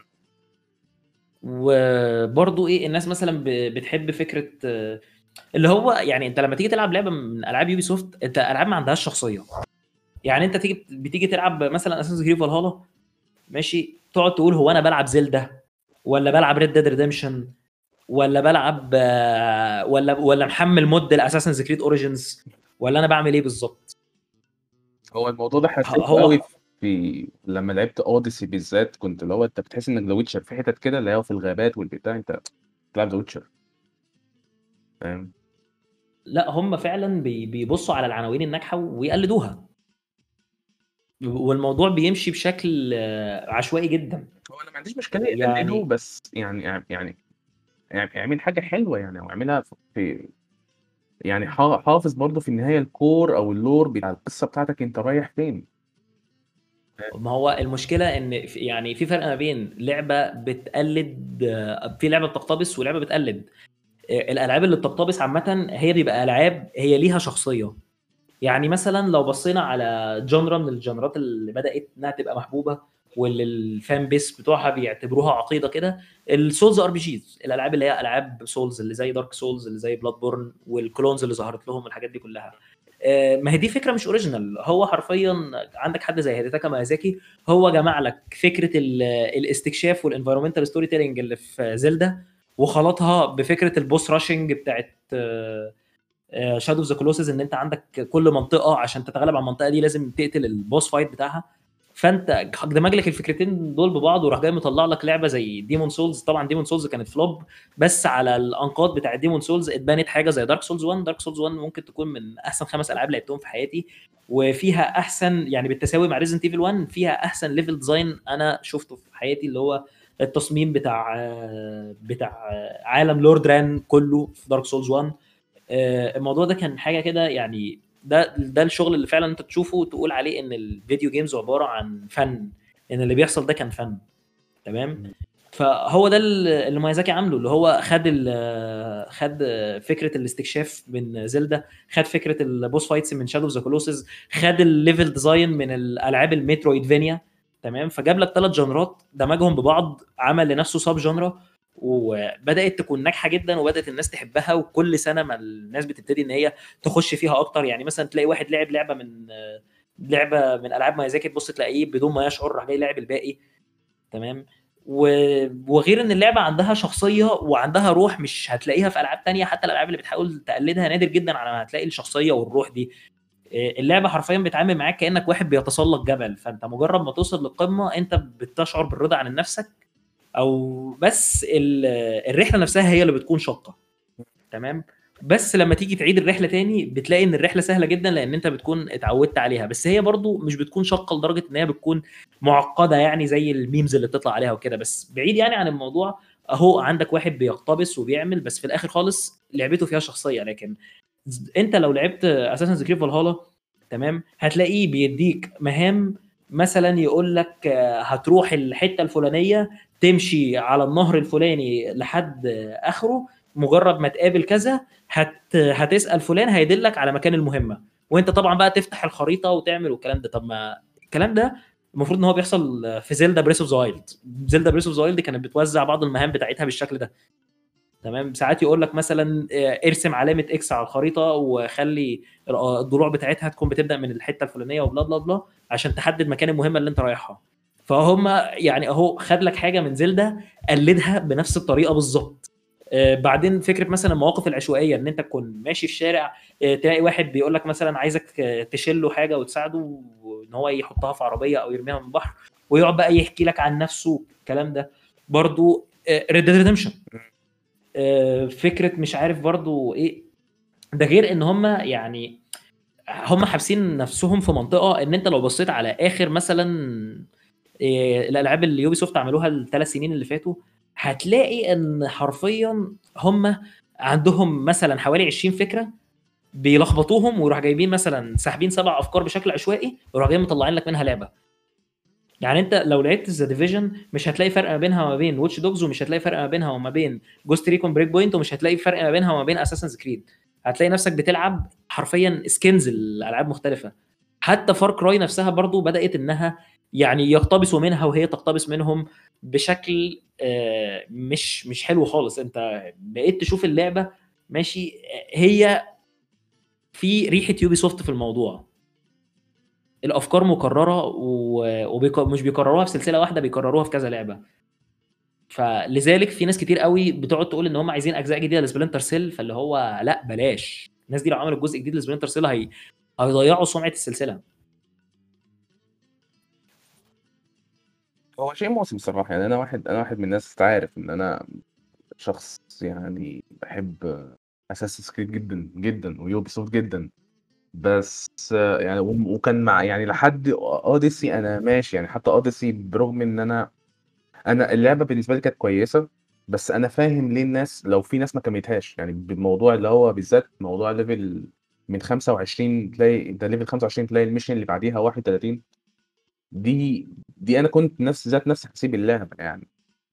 وبرضو ايه الناس مثلا ب- بتحب فكره آه، اللي هو يعني انت لما تيجي تلعب لعبه من العاب يوبي سوفت، انت العاب ما عندهاش شخصيه. يعني انت تيجي بتيجي تلعب مثلا اساسن كريد فالهالا، ماشي، تقعد تقول هو انا بلعب زيلدا ولا بلعب ريد ديد ريديمشن ولا بلعب آه، ولا ولا محمل مود الاساسنز كريد اوريجينز، ولا انا بعمل ايه بالظبط؟ هو الموضوع ده حسيته قوي هو في لما لعبت اوديسي بالذات، كنت اللي هو انت بتحس انك ذا ويتشر في حتت كده اللي هو في الغابات والبتاع، انت بتلعب ذا ويتشر، فاهم؟ لا، هم فعلا بي- بيبصوا على العناوين الناجحه ويقلدوها، والموضوع بيمشي بشكل آه، عشوائي جدا. هو انا ما عنديش مشكله يقلده، يعني بس يعني يعني يعني اعمل حاجه حلوه يعني، او اعملها في يعني حا- حافظ برضه في النهايه الكور او اللور بتاع القصه بتاعتك، انت رايح فين. ما هو المشكله ان في- يعني في فرق ما بين لعبه بتقلد آه، في لعبه بتقتبس ولعبه بتقلد. آه، الالعاب اللي بتقتبس عامه هي بيبقى العاب هي ليها شخصيه. يعني مثلا لو بصينا على جونرا من الجنرات اللي بدات انها تبقى محبوبه واللي الفان بيس بتوعها بيعتبروها عقيده كده، السولز ار بي جيز، الالعاب اللي هي العاب سولز اللي زي دارك سولز اللي زي بلاد بورن والكلونز اللي ظهرت لهم الحاجات دي كلها. آه، ما هي دي فكره مش اوريجينال. هو حرفيا عندك حد زي هيديتاكا ميازاكي، هو جمع لك فكره ال- الاستكشاف والانفيرومنتال ستوري تيلينج اللي في زيلدا، وخلطها بفكره البوس راشنج بتاعت شادو اوف ذا كولوسز، ان انت عندك كل منطقه عشان تتغلب على المنطقه دي لازم تقتل البوس فايت بتاعها. فانت دمج لك الفكرتين دول ببعض وراح جاي مطلع لك لعبه زي ديمون سولز. طبعا ديمون سولز كانت فلوب، بس على الانقاض بتاع ديمون سولز اتبنت حاجه زي دارك سولز واحد. دارك سولز واحد ممكن تكون من احسن خمس العاب لعبتهم في حياتي، وفيها احسن يعني بالتساوي مع ريزنت ايفل واحد، فيها احسن ليفل ديزاين انا شفته في حياتي، اللي هو التصميم بتاع بتاع عالم لورد ران كله في دارك سولز واحد. آه، الموضوع ده كان حاجه كده يعني. ده ده الشغل اللي فعلا انت تشوفه وتقول عليه ان الفيديو جيمز عباره عن فن، ان اللي بيحصل ده كان فن. تمام. فهو ده اللي ميازاكي عامله، اللي هو خد ال- خد فكره الاستكشاف من زيلدا، خد فكره البوس فايتس من شادو اوف ذا كولوسز، خد الليفل ديزاين من الالعاب المترويدفينيا. تمام. فجاب لك ثلاث جنرات دمجهم ببعض، عمل لنفسه ساب جنرا، وبدات تكون ناجحه جدا وبدات الناس تحبها. وكل سنه ما الناس بتبتدي ان هي تخش فيها اكتر، يعني مثلا تلاقي واحد لعب لعبه من لعبه من العاب ميازاكي، تبص تلاقيه بدون ما يشعر راح جاي لعب الباقي. تمام. و- وغير ان اللعبه عندها شخصيه وعندها روح مش هتلاقيها في العاب تانية. حتى الالعاب اللي بتحاول تقلدها نادر جدا على ما هتلاقي الشخصيه والروح دي. إيه، اللعبه حرفيا بتعامل معاك كانك واحد بيتسلق جبل، فانت مجرد ما توصل للقمه انت بتشعر بالرضا عن نفسك. او بس ال- الرحله نفسها هي اللي بتكون شاقه. تمام. بس لما تيجي تعيد الرحله تاني بتلاقي ان الرحله سهله جدا لان انت بتكون اتعودت عليها، بس هي برضو مش بتكون شاقه لدرجه ان هي بتكون معقده يعني زي الميمز اللي بتطلع عليها وكده. بس بعيد يعني عن الموضوع، اهو عندك واحد بيقتبس وبيعمل، بس في الاخر خالص لعبته فيها شخصيه. لكن انت لو لعبت اساسن كريد فالهالا، تمام، هتلاقيه بيديك مهام. مثلا يقول لك آه، هتروح الحته الفلانيه، تمشي على النهر الفلاني لحد آه، اخره، مجرد ما تقابل كذا هت... هتسال فلان هيدلك على مكان المهمه. وانت طبعا بقى تفتح الخريطه وتعمل والكلام ده. طب ما الكلام ده المفروض ان هو بيحصل في زيلدا بريس اوف ذا وايلد. زيلدا بريس اوف ذا وايلد كانت بتوزع بعض المهام بتاعتها بالشكل ده. تمام. ساعات يقول لك مثلا آه، ارسم علامه اكس على الخريطه وخلي الضلوع بتاعتها تكون بتبدا من الحته الفلانيه وبلا بلا بلا عشان تحدد مكان المهمه اللي انت رايحها. فهم يعني اهو خد لك حاجه من زيلدا قلدها بنفس الطريقه بالظبط. آه، بعدين فكره مثلا المواقف العشوائيه ان انت تكون ماشي في الشارع، آه، تلاقي واحد بيقول لك مثلا عايزك آه، تشيل له حاجه وتساعده ان هو يحطها في عربيه او يرميها من البحر، ويقعد بقى يحكي لك عن نفسه الكلام ده. برضو ريد ديد ريدمشن فكره مش عارف برضو ايه، ده غير ان هم يعني هم حابسين نفسهم في منطقه ان انت لو بصيت على اخر مثلا إيه، الالعاب اللي يوبي سوفت عملوها الثلاث سنين اللي فاتوا، هتلاقي ان حرفيا هم عندهم مثلا حوالي عشرين فكره، بيلخبطوهم ويروح جايبين مثلا ساحبين سبع افكار بشكل عشوائي ويروح جايين مطلعين لك منها لعبه. يعني انت لو لعبت ذا ديفيجن مش هتلاقي فرق ما بينها وما بين واتش دوجز، ومش هتلاقي فرق ما بينها وما بين جوست ريكون بريك بوينت، ومش هتلاقي فرق ما بينها وما بين اساسنز كريد. هتلاقي نفسك بتلعب حرفيا سكنز الالعاب مختلفه. حتى فار كراي نفسها برضو بدات انها يعني يقتبسوا منها وهي تقتبس منهم بشكل آه، مش مش حلو خالص. انت بقيت تشوف اللعبه ماشي آه، هي في ريحه يوبي سوفت في الموضوع. الافكار مكرره ومش بيكرروها في سلسله واحده، بيكرروها في كذا لعبه. فلذلك في ناس كتير قوي بتقعد تقول ان هم عايزين اجزاء جديده لسبلنتر سيل، فاللي هو لا بلاش. الناس دي لو عملوا جزء جديد لسبلنتر سيل هي هيضيعوا سمعه السلسله. هو شيء مؤسف بصراحة. يعني أنا واحد أنا واحد من الناس تعرف إن أنا شخص يعني بحب اساسس كريد جدا جدا ويوبي سوفت جدا. بس آه، يعني وم- وكان مع يعني لحد اوديسي انا ماشي. يعني حتى اوديسي برغم ان انا انا اللعبه بالنسبه لي كانت كويسه، بس انا فاهم ليه الناس لو في ناس ما كملتهاش. يعني بالموضوع اللي هو بالذات موضوع ليفل من خمسة وعشرين، تلاقي انت ليفل خمسة وعشرين تلاقي الميشن اللي بعديها واحد وثلاثين. دي دي انا كنت نفس ذات نفسي هسيب اللعبه يعني.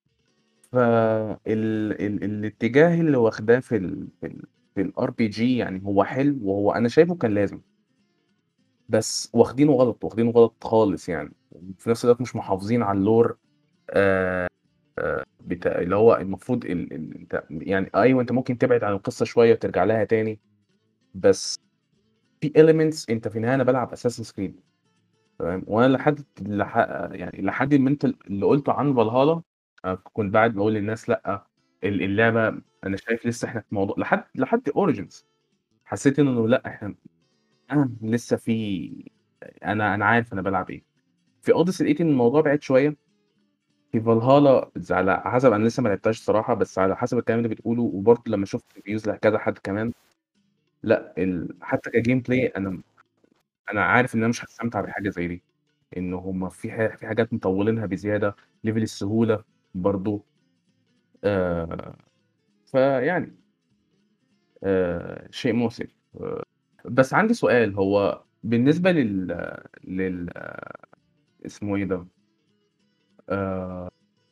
فالاتجاه اللي واخداه في ال في ال في الار بي جي يعني هو حلو، وهو انا شايفه كان لازم، بس واخدينه غلط، واخدينه غلط خالص يعني. وفي نفس الوقت مش محافظين على اللور آه آه بتاع اللي هو المفروض ال... ال... انت يعني ايوه انت ممكن تبعد عن القصه شويه وترجع لها تاني، بس في elements. انت في النهايه انا بلعب اساسن كريد تمام. وانا لحد لح... يعني لحد ما انت اللي قلته عن فالهالا آه، كنت بعد بقول للناس لا، ال- اللعبه انا شايف لسه احنا في موضوع لحد لحد اوريجينز. حسيت انه لا احنا آه لسه في. انا انا عارف انا بلعب ايه. في اوديسي لقيت ان الموضوع بعيد شويه. في فالهالا على حسب انا لسه ما لعبتهاش صراحه، بس على حسب الكلام اللي بتقوله وبرضه لما شفت ريفيوز لكذا حد كمان، لا ال... حتى كجيم بلاي انا انا عارف ان انا مش هستمتع بحاجه زي دي. ان هم في ح... في حاجات مطولينها بزياده، ليفل السهوله برضو آه فيعني آه شيء مؤسف. آه بس عندي سؤال. هو بالنسبه لل لل اسمه ايه ده آه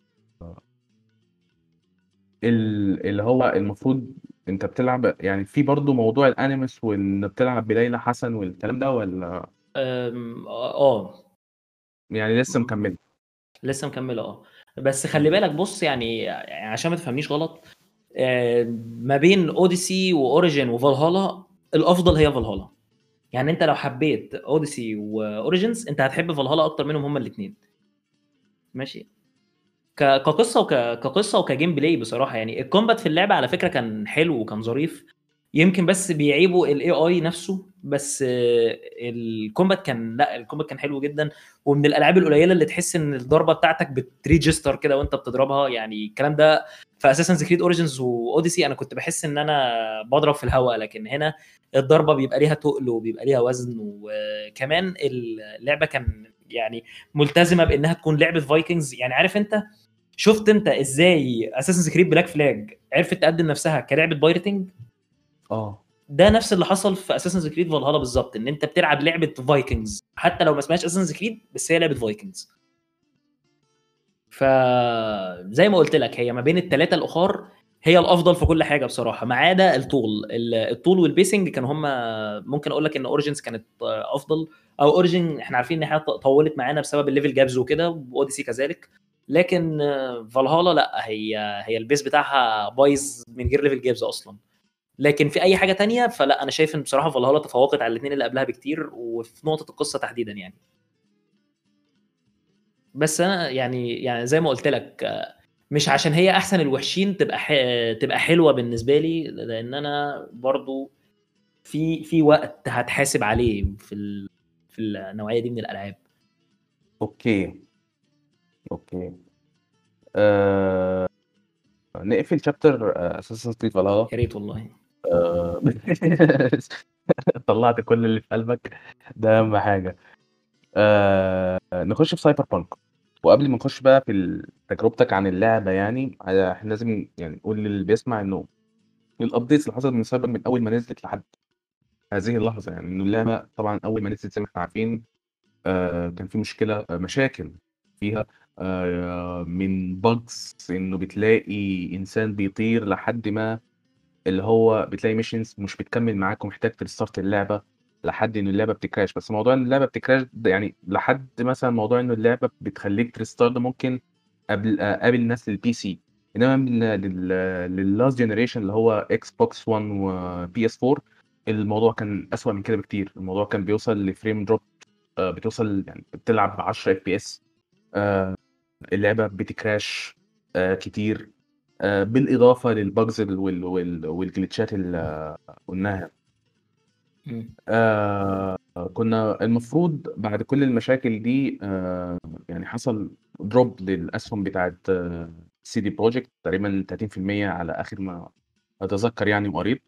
ال- اللي هو المفروض انت بتلعب يعني في برضو موضوع الانيمس وان بتلعب بليلى حسن والكلام ده، ولا أم، اه يعني لسه مكمل؟ لسه مكمله اه. بس خلي بالك بص يعني عشان ما تفهمنيش غلط، آه، ما بين اوديسي واوريجين وفالهالا الافضل هي فالهالا. يعني انت لو حبيت اوديسي واوريجينز انت هتحب فالهالا اكتر منهم هما الاثنين. ماشي. ك- كقصه وك... كقصه وكجيم بلاي بصراحه يعني الكومبات في اللعبه على فكره كان حلو وكان ظريف. يمكن بس بيعيبوا الاي اي نفسه بس آه، الكومبات كان لا الكومبات كان حلو جدا. ومن الالعاب القليله اللي تحس ان الضربه بتاعتك بتريجستر كده وانت بتضربها. يعني الكلام ده في اساسن كريد اوريجينز واوديسي انا كنت بحس ان انا بضرب في الهواء، لكن هنا الضربه بيبقى ليها تقل وبيبقى ليها وزن. وكمان اللعبه كان يعني ملتزمه بانها تكون لعبه فايكنجز. يعني عارف انت شفت انت ازاي اساسن كريد بلاك فلاج عرفت تقدم نفسها كلعبه بايرتنج؟ اه ده نفس اللي حصل في اساسن كريد فالهالا بالظبط، ان انت بتلعب لعبه فايكنجز حتى لو ما اسمهاش اساسن كريد بس هي لعبه فايكنجز. فزي ما قلت لك هي ما بين الثلاثه الاخر هي الافضل في كل حاجه بصراحه، ما عدا الطول. ال- الطول والبيسنج كانوا هم. ممكن اقول لك ان اوريجينز كانت افضل، او اوريجين احنا عارفين ان هي طولت معانا بسبب الليفل جابز وكده، واوديسي كذلك. لكن فالهالا لا، هي هي البيس بتاعها بايظ من غير ليفل جابز اصلا. لكن في اي حاجه تانية فلا، انا شايف ان بصراحه فالهالا تفوقت على الاثنين اللي قبلها بكتير وفي نقطه القصه تحديدا يعني. بس انا يعني يعني زي ما قلت لك آه، مش عشان هي احسن الوحشين تبقى ح... تبقى حلوه بالنسبه لي، لان انا برضو في في وقت هتحاسب عليه في ال... في النوعيه دي من الالعاب. اوكي اوكي آه... نقفل شابتر اساسن كريد فالهالا. يا ريت والله. آآ طلّعت كل اللي في قلبك، ده أهم حاجة. آآ نخش في Cyberpunk، وقبل ما نخش بقى في ال تجربتك عن اللعبة يعني، آآ إحنا لازم يعني نقول للي بيسمع إنه الupdates اللي حصلت من Cyber من أول ما نزلت لحد هذه اللحظة، يعني إنه اللعبة طبعًا أول ما نزلت زي ما إحنا عارفين آآ كان في مشكلة مشاكل فيها، آآ من bugs إنه بتلاقي إنسان بيطير لحد ما اللي هو بتلاقي missions مش بتكمّل معاك ومحتاج تrestart اللعبة لحد إن اللعبة بتcrash. بس موضوع إن اللعبة بتcrash ده يعني لحد مثلًا موضوع إنه اللعبة بتخلّيك تrestart ده ممكن قبل آآ قابل ناس للPC، إنما من لل للlast generation اللي هو Xbox One وPS four الموضوع كان أسوأ من كده بكتير. الموضوع كان بيوصل لframe drop، آآ بتوصل يعني بتلعب بعشرة إف بي إس، آآ اللعبة بتcrash آآ كتير، آآ بالإضافة للbugs ال وال وال والجليتشات اللي قُلناها. إمم. آآ كنا المفروض بعد كل المشاكل دي آآ يعني حصل drop للأسهم بتاعة سي دي Projekt تقريبًا تلاتين في المِيّة على آخر ما أتذكر يعني وقريت.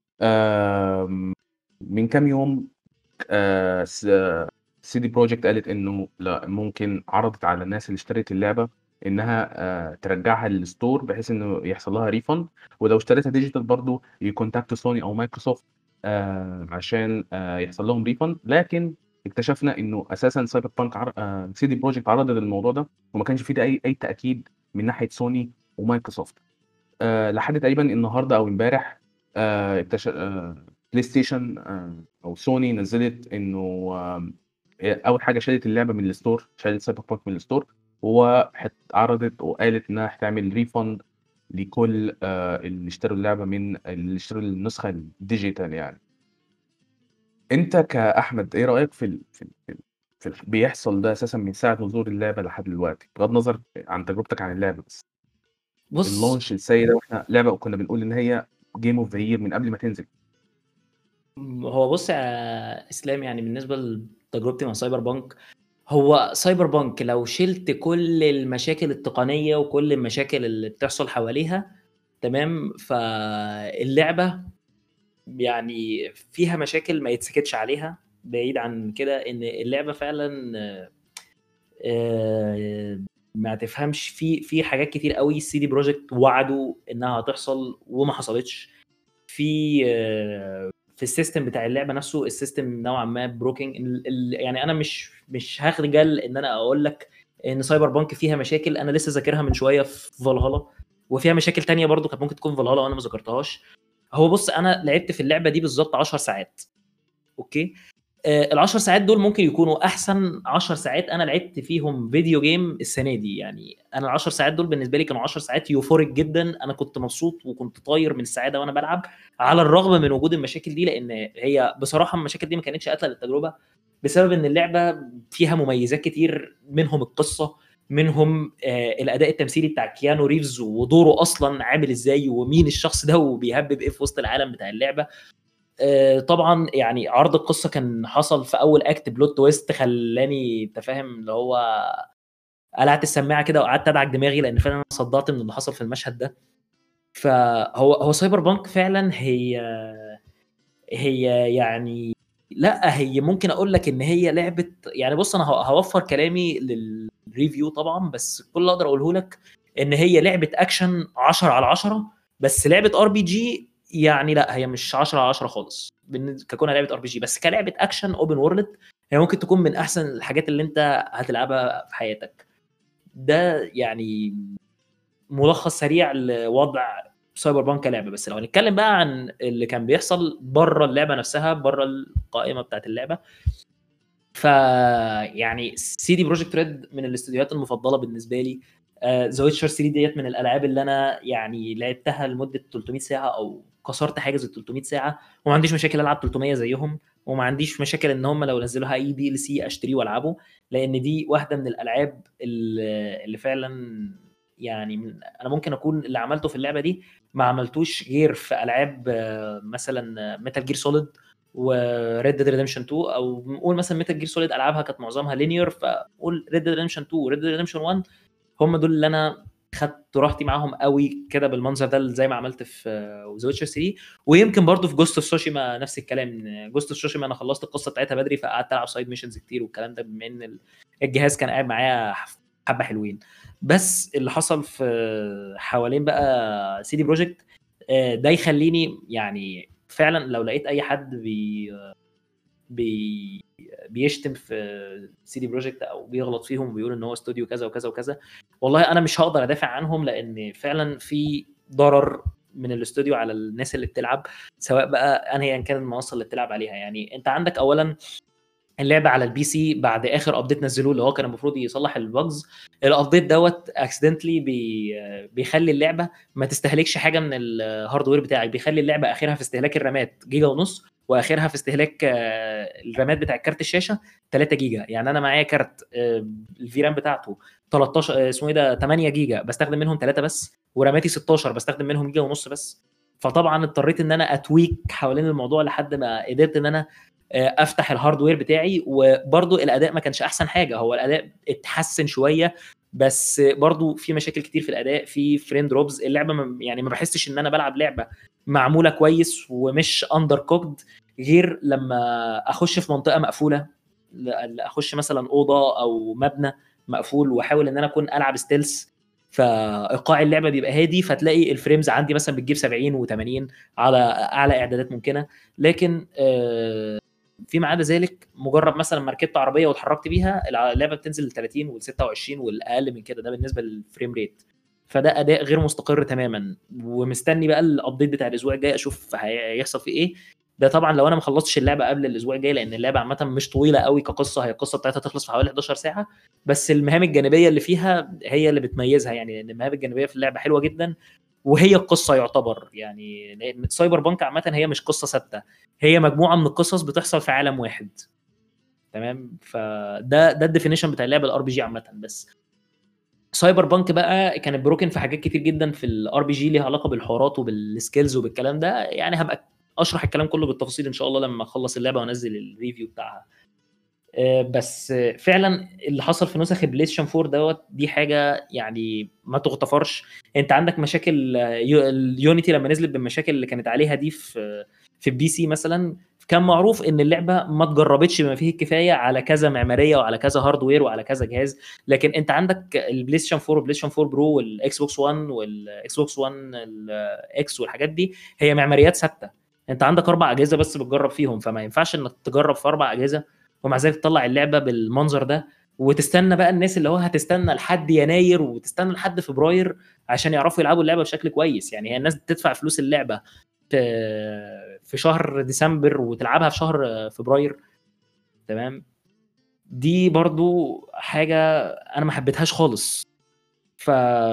آمم من كام يوم آآ س سي دي Projekt قالت إنه لأ، ممكن عرضت على الناس اللي اشترت اللعبة إنها آآ ترجّعها للstore بحيث إنه يحصل لها refund، ولو اشتريتها digital برضه يكونتاكتوا Sony أو Microsoft آآ عشان آآ يحصل لهم refund. لكن اكتشفنا إنه أساسًا Cyberpunk عر آآ سي دي Projekt عرضت الموضوع ده وما كانش في أي أي تأكيد من ناحية Sony وMicrosoft. آآ لحد تقريبًا النهارده أو امبارح آآ اكتش آآ PlayStation آآ أو Sony نزّلت إنه آمم آآ أول حاجة شالت اللعبة من الstore، شالت Cyberpunk من الstore، وحت عرضت وقالت إنها هتعمل refund لكل آآ اللي اشتروا اللعبة من اللي اشتروا النسخة الdigital يعني. أنت كأحمد إيه رأيك في ال في ال في ال في اللي بيحصل ده أساسًا من ساعة نزول اللعبة لحد دلوقتي، بغض النظر عن تجربتك عن اللعبة بس؟ بُص الlaunch السيء ده، وإحنا لعبة وكنا بنقول إن هي game of the year من قبل ما تنزل. م هو بُص يا إسلام، يعني بالنسبة لتجربتي مع Cyberpunk، هو Cyberpunk لو شِلت كل المشاكل التقنية وكل المشاكل اللي بتحصل حواليها، تمام، فاللعبة يعني فيها مشاكل ما يتسكتش عليها. بعيد عن كده إن اللعبة فعلًا آآ ما تفهمش في في حاجات كتير أوي CD Projekt وعدوا إنها هتحصل وما حصلتش. في آه، في الsystem بتاع اللعبة نفسه، الsystem نوعًا ما broken. ال ال يعني أنا مش مش هاخجل إن أنا أقول لك إن Cyberpunk فيها مشاكل أنا لسه ذاكرها من شوية في Valhalla، وفيها مشاكل تانية برضه كانت ممكن تكون في Valhalla وأنا ما ذكرتهاش. هو بُص، أنا لعبت في اللعبة دي بالضبط عشر ساعات، أوكي؟ آآ ال10 ساعات دول ممكن يكونوا أحسن عشر ساعات أنا لعبت فيهم فيديو جيم السنة دي. يعني أنا العشر ساعات دول بالنسبة لي كانوا عشر ساعات euphoric جدًا. أنا كنت مبسوط وكنت طاير من السعادة وأنا بالعب، على الرغم من وجود المشاكل دي، لإن هي بصراحة المشاكل دي ما كانتش قاتلة للتجربة، بسبب إن اللعبة فيها مميزات كتير، منهم القصة، منهم آآ الأداء التمثيلي بتاع كيانو ريفز ودوره أصلًا عامل إزاي، ومين الشخص ده وبيهبب إيه في وسط العالم بتاع اللعبة. آآ طبعًا يعني عرض القصة كان حصل في أول act plot twist خلّاني أنت فاهم اللي هو قلعت السماعة كده وقعدت أدعك دماغي، لإن فعلًا أنا صدّعت من اللي حصل في المشهد ده. فهو هو Cyberpunk فعلًا هي هي يعني لأ، هي ممكن أقول لك إن هي لعبة. يعني بُص، أنا ه هاوفّر كلامي للreview طبعًا، بس كل اللي أقدر أقوله لك إن هي لعبة أكشن عشرة على عشرة، بس لعبة آر بي جي يعني لأ، هي مش عشرة على عشرة خالص بالنس ككونها لعبة آر بي جي، بس كلعبة أكشن open world هي ممكن تكون من أحسن الحاجات اللي أنت هتلعبها في حياتك. ده يعني ملخص سريع لوضع Cyberpunk كلعبة. بس لو هنتكلم بقى عن اللي كان بيحصل برّه اللعبة نفسها، برّه القائمة بتاعة اللعبة، فيعني CD Projekt Red من الاستديوهات المفضلة بالنسبة لي. آآ The Witcher ثري ديّة من الألعاب اللي أنا يعني لعبتها لمدة تلتمية ساعة أو كسرت حاجز التلتمية ساعة، وما عنديش مشاكل ألعب تلتمية زيّهم، وما عنديش مشاكل إن هم لو نزّلوا أي دي إل سي أشتريه وألعبه، لإن دي واحدة من الألعاب ال اللي فعلًا يعني من أنا ممكن أكون اللي عملته في اللعبة دي ما عملتوش غير في ألعاب مثلًا Metal Gear Solid وRed Dead Redemption تو، أو نقول مثلًا Metal Gear Solid ألعابها كانت معظمها linear، فقُل Red Dead Redemption تو وRed Dead Redemption ون هم دول اللي أنا خدت راحتي معاهم قوي كده بالمنظر ده زي ما عملت في ذا ويتشر ثري. ويمكن برضو في جوست اوف سوشيما نفس الكلام. جوست اوف سوشيما انا خلصت القصه بتاعتها بدري فقعدت العب سايد ميشنز كتير والكلام ده بما ان الجهاز كان قاعد معايا حبه حلوين. بس اللي حصل في حوالين بقى سي دي بروجكت ده يخليني يعني فعلا لو لقيت اي حد بي بي بيشتم في سي دي بروجكت او بيغلط فيهم وبيقول ان هو استوديو كذا وكذا وكذا، والله انا مش هقدر ادافع عنهم لان فعلا في ضرر من الاستوديو على الناس اللي بتلعب، سواء بقى انهي كان المنصه اللي بتلعب عليها. يعني انت عندك اولا اللعبه على البي سي بعد اخر ابديت نزلوه اللي هو كان المفروض يصلح البجز، الابديت دوت اكسيدنتلي بي بيخلي اللعبه ما تستهلكش حاجه من الهاردوير بتاعك، بيخلي اللعبه اخرها في استهلاك الرامات جيجا ونص واخرها في استهلاك الرامات بتاع كارت الشاشه ثلاثة جيجا. يعني انا معايا كارت الفي رام بتاعته تلتاشر اسمه ايه ده ثمانية جيجا بستخدم منهم ثلاثة بس، وراماتي ستاشر بستخدم منهم جيجا ونص بس. فطبعا اضطريت ان انا اتويك حوالين الموضوع لحد ما قدرت ان انا افتح الهاردوير بتاعي. وبرضو الاداء ما كانش احسن حاجه، هو الاداء اتحسن شويه بس برضو في مشاكل كتير في الاداء، في فريم دروبز، اللعبه يعني ما بحسش ان انا بلعب لعبه معموله كويس ومش اندر كوكد غير لما اخش في منطقه مقفوله، اخش مثلا اوضه او مبنى مقفول واحاول ان انا اكون العب ستيلز، فايقاع اللعبه بيبقى هادي فتلاقي الفريمز عندي مثلا بتجيب سبعين وثمانين على اعلى اعدادات ممكنه. لكن آه فيما عدا ذلك مجرد مثلا ما ركبت عربيه واتحركت بيها اللعبه بتنزل ل ثلاثين وال ستة وعشرين والاقل من كده، ده بالنسبه للفريم ريت. فده اداء غير مستقر تماما، ومستني بقى الابديت بتاع الاسبوع الجاي اشوف هيحصل فيه ايه. ده طبعا لو انا ما خلصتش اللعبه قبل الاسبوع الجاي، لان اللعبه عامه مش طويله قوي كقصه، هي القصه بتاعتها تخلص في حوالي حداشر ساعه، بس المهام الجانبيه اللي فيها هي اللي بتميزها. يعني لان المهام الجانبيه في اللعبه حلوه جدا وهي القصه يعتبر، يعني لان سايبر بانك عامه هي مش قصه ثابته، هي مجموعه من القصص بتحصل في عالم واحد. تمام، فده ده الديفينيشن بتاع اللعبه الار بي جي عامه. بس سايبر بانك بقى كانت بروكن في حاجات كتير جدا في الار بي جي ليها علاقه بالحوارات وبالسكيلز وبالكلام ده، يعني هبقى اشرح الكلام كله بالتفاصيل ان شاء الله لما اخلص اللعبه وانزل الريفيو بتاعها. بس فعلا اللي حصل في نسخ البلاي ستيشن فور دوت دي حاجه يعني ما تغتفرش. انت عندك مشاكل اليونيتي لما نزلت بالمشاكل اللي كانت عليها دي في في البي سي مثلا، كان معروف ان اللعبه ما تجربتش بما فيه الكفايه على كذا معماريه وعلى كذا هاردوير وعلى كذا جهاز. لكن انت عندك البلاي ستيشن فور والبلاي ستيشن فور برو والاكس بوكس واحد والاكس بوكس واحد الاكس والحاجات دي هي معماريات ثابته، انت عندك اربع اجهزه بس بتجرب فيهم، فما ينفعش انك تجرب في اربع اجهزه ومع ذلك تطلع اللعبه بالمنظر ده وتستنى بقى الناس اللي هو هتستنى لحد يناير وتستنى لحد فبراير عشان يعرفوا يلعبوا اللعبه بشكل كويس. يعني هي الناس بتدفع فلوس اللعبه في شهر ديسمبر وتلعبها في شهر فبراير. تمام، دي برضو حاجه انا ما حبيتهاش خالص. ف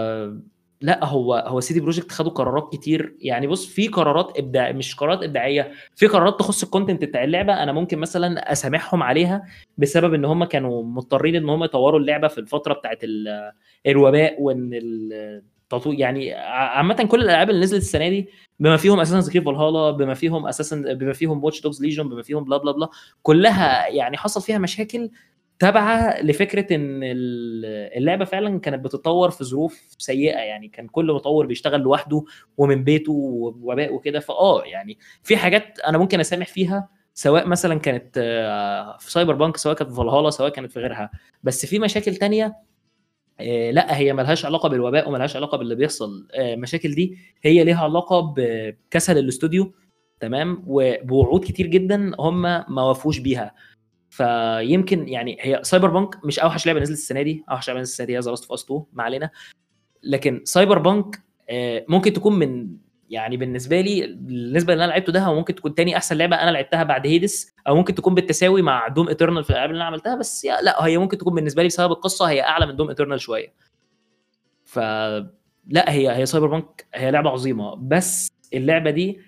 لا هو هو سي دي بروجكت خدوا قرارات كتير. يعني بص، في قرارات ابداع مش قرارات ابداعيه، في قرارات تخص الكونتنت بتاع اللعبه انا ممكن مثلا اسامحهم عليها بسبب ان هم كانوا مضطرين ان هم يطوروا اللعبه في الفتره بتاعه الوباء، وان التطوير يعني عامه كل الالعاب اللي نزلت السنه دي بما فيهم اساسا كريد فالهالا بما فيهم اساسا بما فيهم واتش دوجز ليجن بما فيهم بلا بلا بلا كلها يعني حصل فيها مشاكل تابعه لفكره ان اللعبه فعلا كانت بتتطور في ظروف سيئه. يعني كان كل مطور بيشتغل لوحده ومن بيته ووباء وكده، فاه يعني في حاجات انا ممكن اسامح فيها سواء مثلا كانت في سايبر بانك سواء كانت في فالهالا سواء كانت في غيرها. بس في مشاكل تانية لا هي ملهاش علاقه بالوباء وملهاش علاقه باللي بيحصل، المشاكل دي هي ليها علاقه بكسل الاستوديو. تمام، وبوعود كتير جدا هم ما وافوش بيها. فيمكن يعني هي سايبر بانك مش اوحش لعبه نزلت السنه دي، اوحش لعبه نزلت السنه دي هي ذا لاست اوف اس تو ما علينا. لكن سايبر بانك ممكن تكون من يعني بالنسبه لي بالنسبه اللي انا لعبته ده ممكن تكون تاني احسن لعبه انا لعبتها بعد هيدس، او ممكن تكون بالتساوي مع دوم ايترنال في الالعاب اللي انا عملتها. بس لا هي ممكن تكون بالنسبه لي بسبب القصه هي اعلى من دوم ايترنال شويه. ف لا هي هي سايبر بانك هي لعبه عظيمه، بس اللعبه دي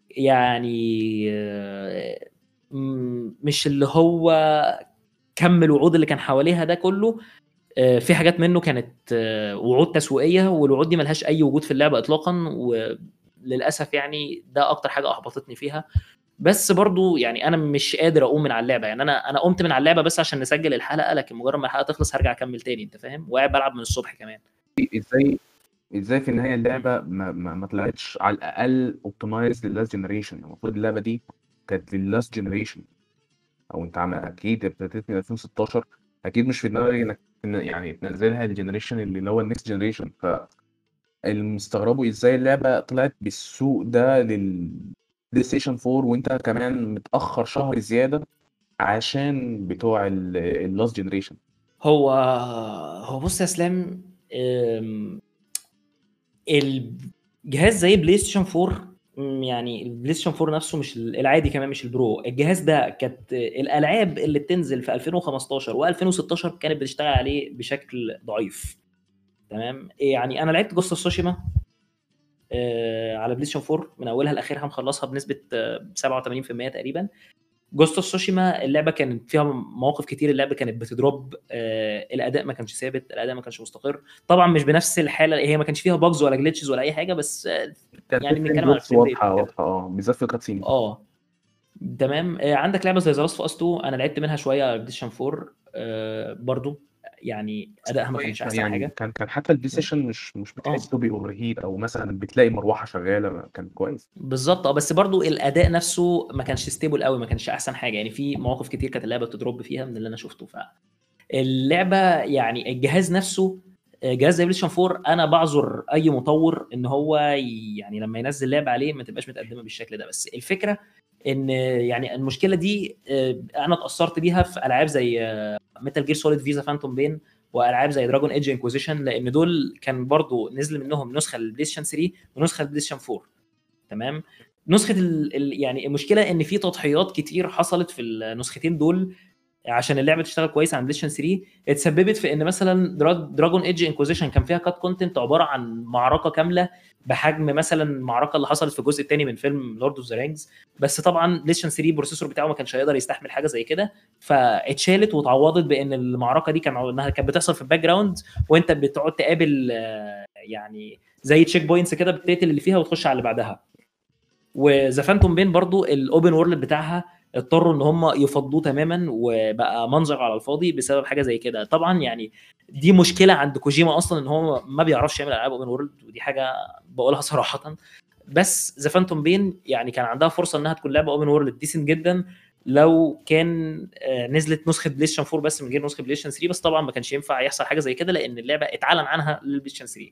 يعني مش اللي هو كم الوعود اللي كان حواليها ده كله. في حاجات منه كانت وعود تسويقيه والوعود دي ملهاش اي وجود في اللعبه اطلاقا، وللاسف يعني ده اكتر حاجه احبطتني فيها. بس برضو يعني انا مش قادر اقوم من على اللعبه، يعني انا انا قمت من على اللعبه بس عشان نسجل الحلقه، لكن مجرد ما الحلقه تخلص هرجع اكمل تاني انت فاهم، وقاعد بلعب من الصبح كمان. ازاي ازاي في النهايه مم. اللعبه ما, ما, ما طلعتش على الاقل اوبتمايز لللاست جنريشن؟ المفروض اللعبه دي كانت لللاست جنريشن، او انت عم اكيد ابتديت من ألفين وستاشر، اكيد مش في دماغك انك إن- يعني تنزلها الجنريشن اللي هو النكست جنريشن. فالمستغربوا ازاي اللعبه طلعت بالسوق ده للبلاي ستيشن فور وانت كمان متاخر شهر زياده عشان بتوع اللاست جنريشن. هو هو بص يا اسلام، أم، الجهاز زي بلاي ستيشن فور، أم، يعني البلاي ستيشن فور نفسه مش العادي كمان مش البرو، الجهاز ده كانت الالعاب اللي بتنزل في ألفين وخمستاشر و2016 كانت بتشتغل عليه بشكل ضعيف. تمام، يعني انا لعبت جوست اوف سوشيما آه، على بلاي ستيشن فور من اولها لاخرها، مخلصها بنسبه آه، سبعة وثمانين بالمية تقريبا. جوست اوف سوشيما اللعبه كانت فيها مواقف كتير، اللعبه كانت بتدروب، آه، الاداء ما كانش ثابت، الاداء ما كانش مستقر. طبعا مش بنفس الحاله، هي ما كانش فيها باجز ولا جلitches ولا اي حاجه، بس آه، كان في يعني فريم بنتكلم على دروبس الفريم ريت واضحه وكده. واضحه، اه بالذات في الكاتسين. اه تمام. آه، عندك لعبه زي ذا لاست اوف اس تو، انا لعبت منها شويه على بلاي ستيشن فور، آه، برضو يعني ادائها ما كانش كويسه احسن يعني، حاجه. كان كان حتى البلاي ستيشن مش مش اه بتحسه بيوفر هيت، او مثلا بتلاقي مروحه شغاله، كان كويس. بالظبط. اه بس برضو الاداء نفسه ما كانش ستيبل قوي، ما كانش احسن حاجه، يعني في مواقف كتير كانت اللعبه بتضرب فيها من اللي انا شفته. فاللعبه يعني الجهاز نفسه، آه، جهاز زي بلايستيشن فور، انا بعذر اي مطور ان هو ي- يعني لما ينزل لعبه عليه ما تبقاش متقدمه بالشكل ده. بس الفكره ان يعني المشكله دي آه، انا اتاثرت بيها في العاب زي ميتال جير سوليد فيزا فانتوم بين، والعاب زي دراجون ايدج انكوزيشن، لان دول كان برضو نزل منهم نسخه للبلاي ستيشن ثري ونسخه للبلاي ستيشن فور. تمام. نسخه ال... ال... يعني المشكله ان في تضحيات كتير حصلت في النسختين دول عشان اللعبه تشتغل كويس عن بلايستيشن ثري، اتسببت في ان مثلا دراجون ايدج انكوزيشن كان فيها كات كونتنت عباره عن معركه كامله بحجم مثلا المعركه اللي حصلت في الجزء الثاني من فيلم لورد اوف ذا رينجز، بس طبعا بلايستيشن ثري البروسيسور بتاعه ما كانش هيقدر يستحمل حاجه زي كده، فاتشالت واتعوضت بان المعركه دي كان انها كانت بتحصل في الباك جراوند، وانت بتقعد تقابل آه، يعني زي تشيك بوينتس كده، بتقتل اللي فيها وتخش على اللي بعدها. وذا فانتوم بين برضو الاوبن وورلد بتاعها اضطروا ان هم يفضوه تماما، وبقى منظر على الفاضي بسبب حاجه زي كده. طبعا يعني دي مشكله عند كوجيما اصلا، ان هو ما بيعرفش يعمل العاب اوبن وورلد، ودي حاجه بقولها صراحه. بس ذا فانتوم بين يعني كان عندها فرصه انها تكون لعبه اوبن وورلد ديسنت جدا لو كان آه، نزلت نسخه بلاي ستيشن فور بس من غير نسخه بلاي ستيشن ثري، بس طبعا ما كانش ينفع يحصل حاجه زي كده لان اللعبه اتعلن عنها للبلاي ستيشن ثري.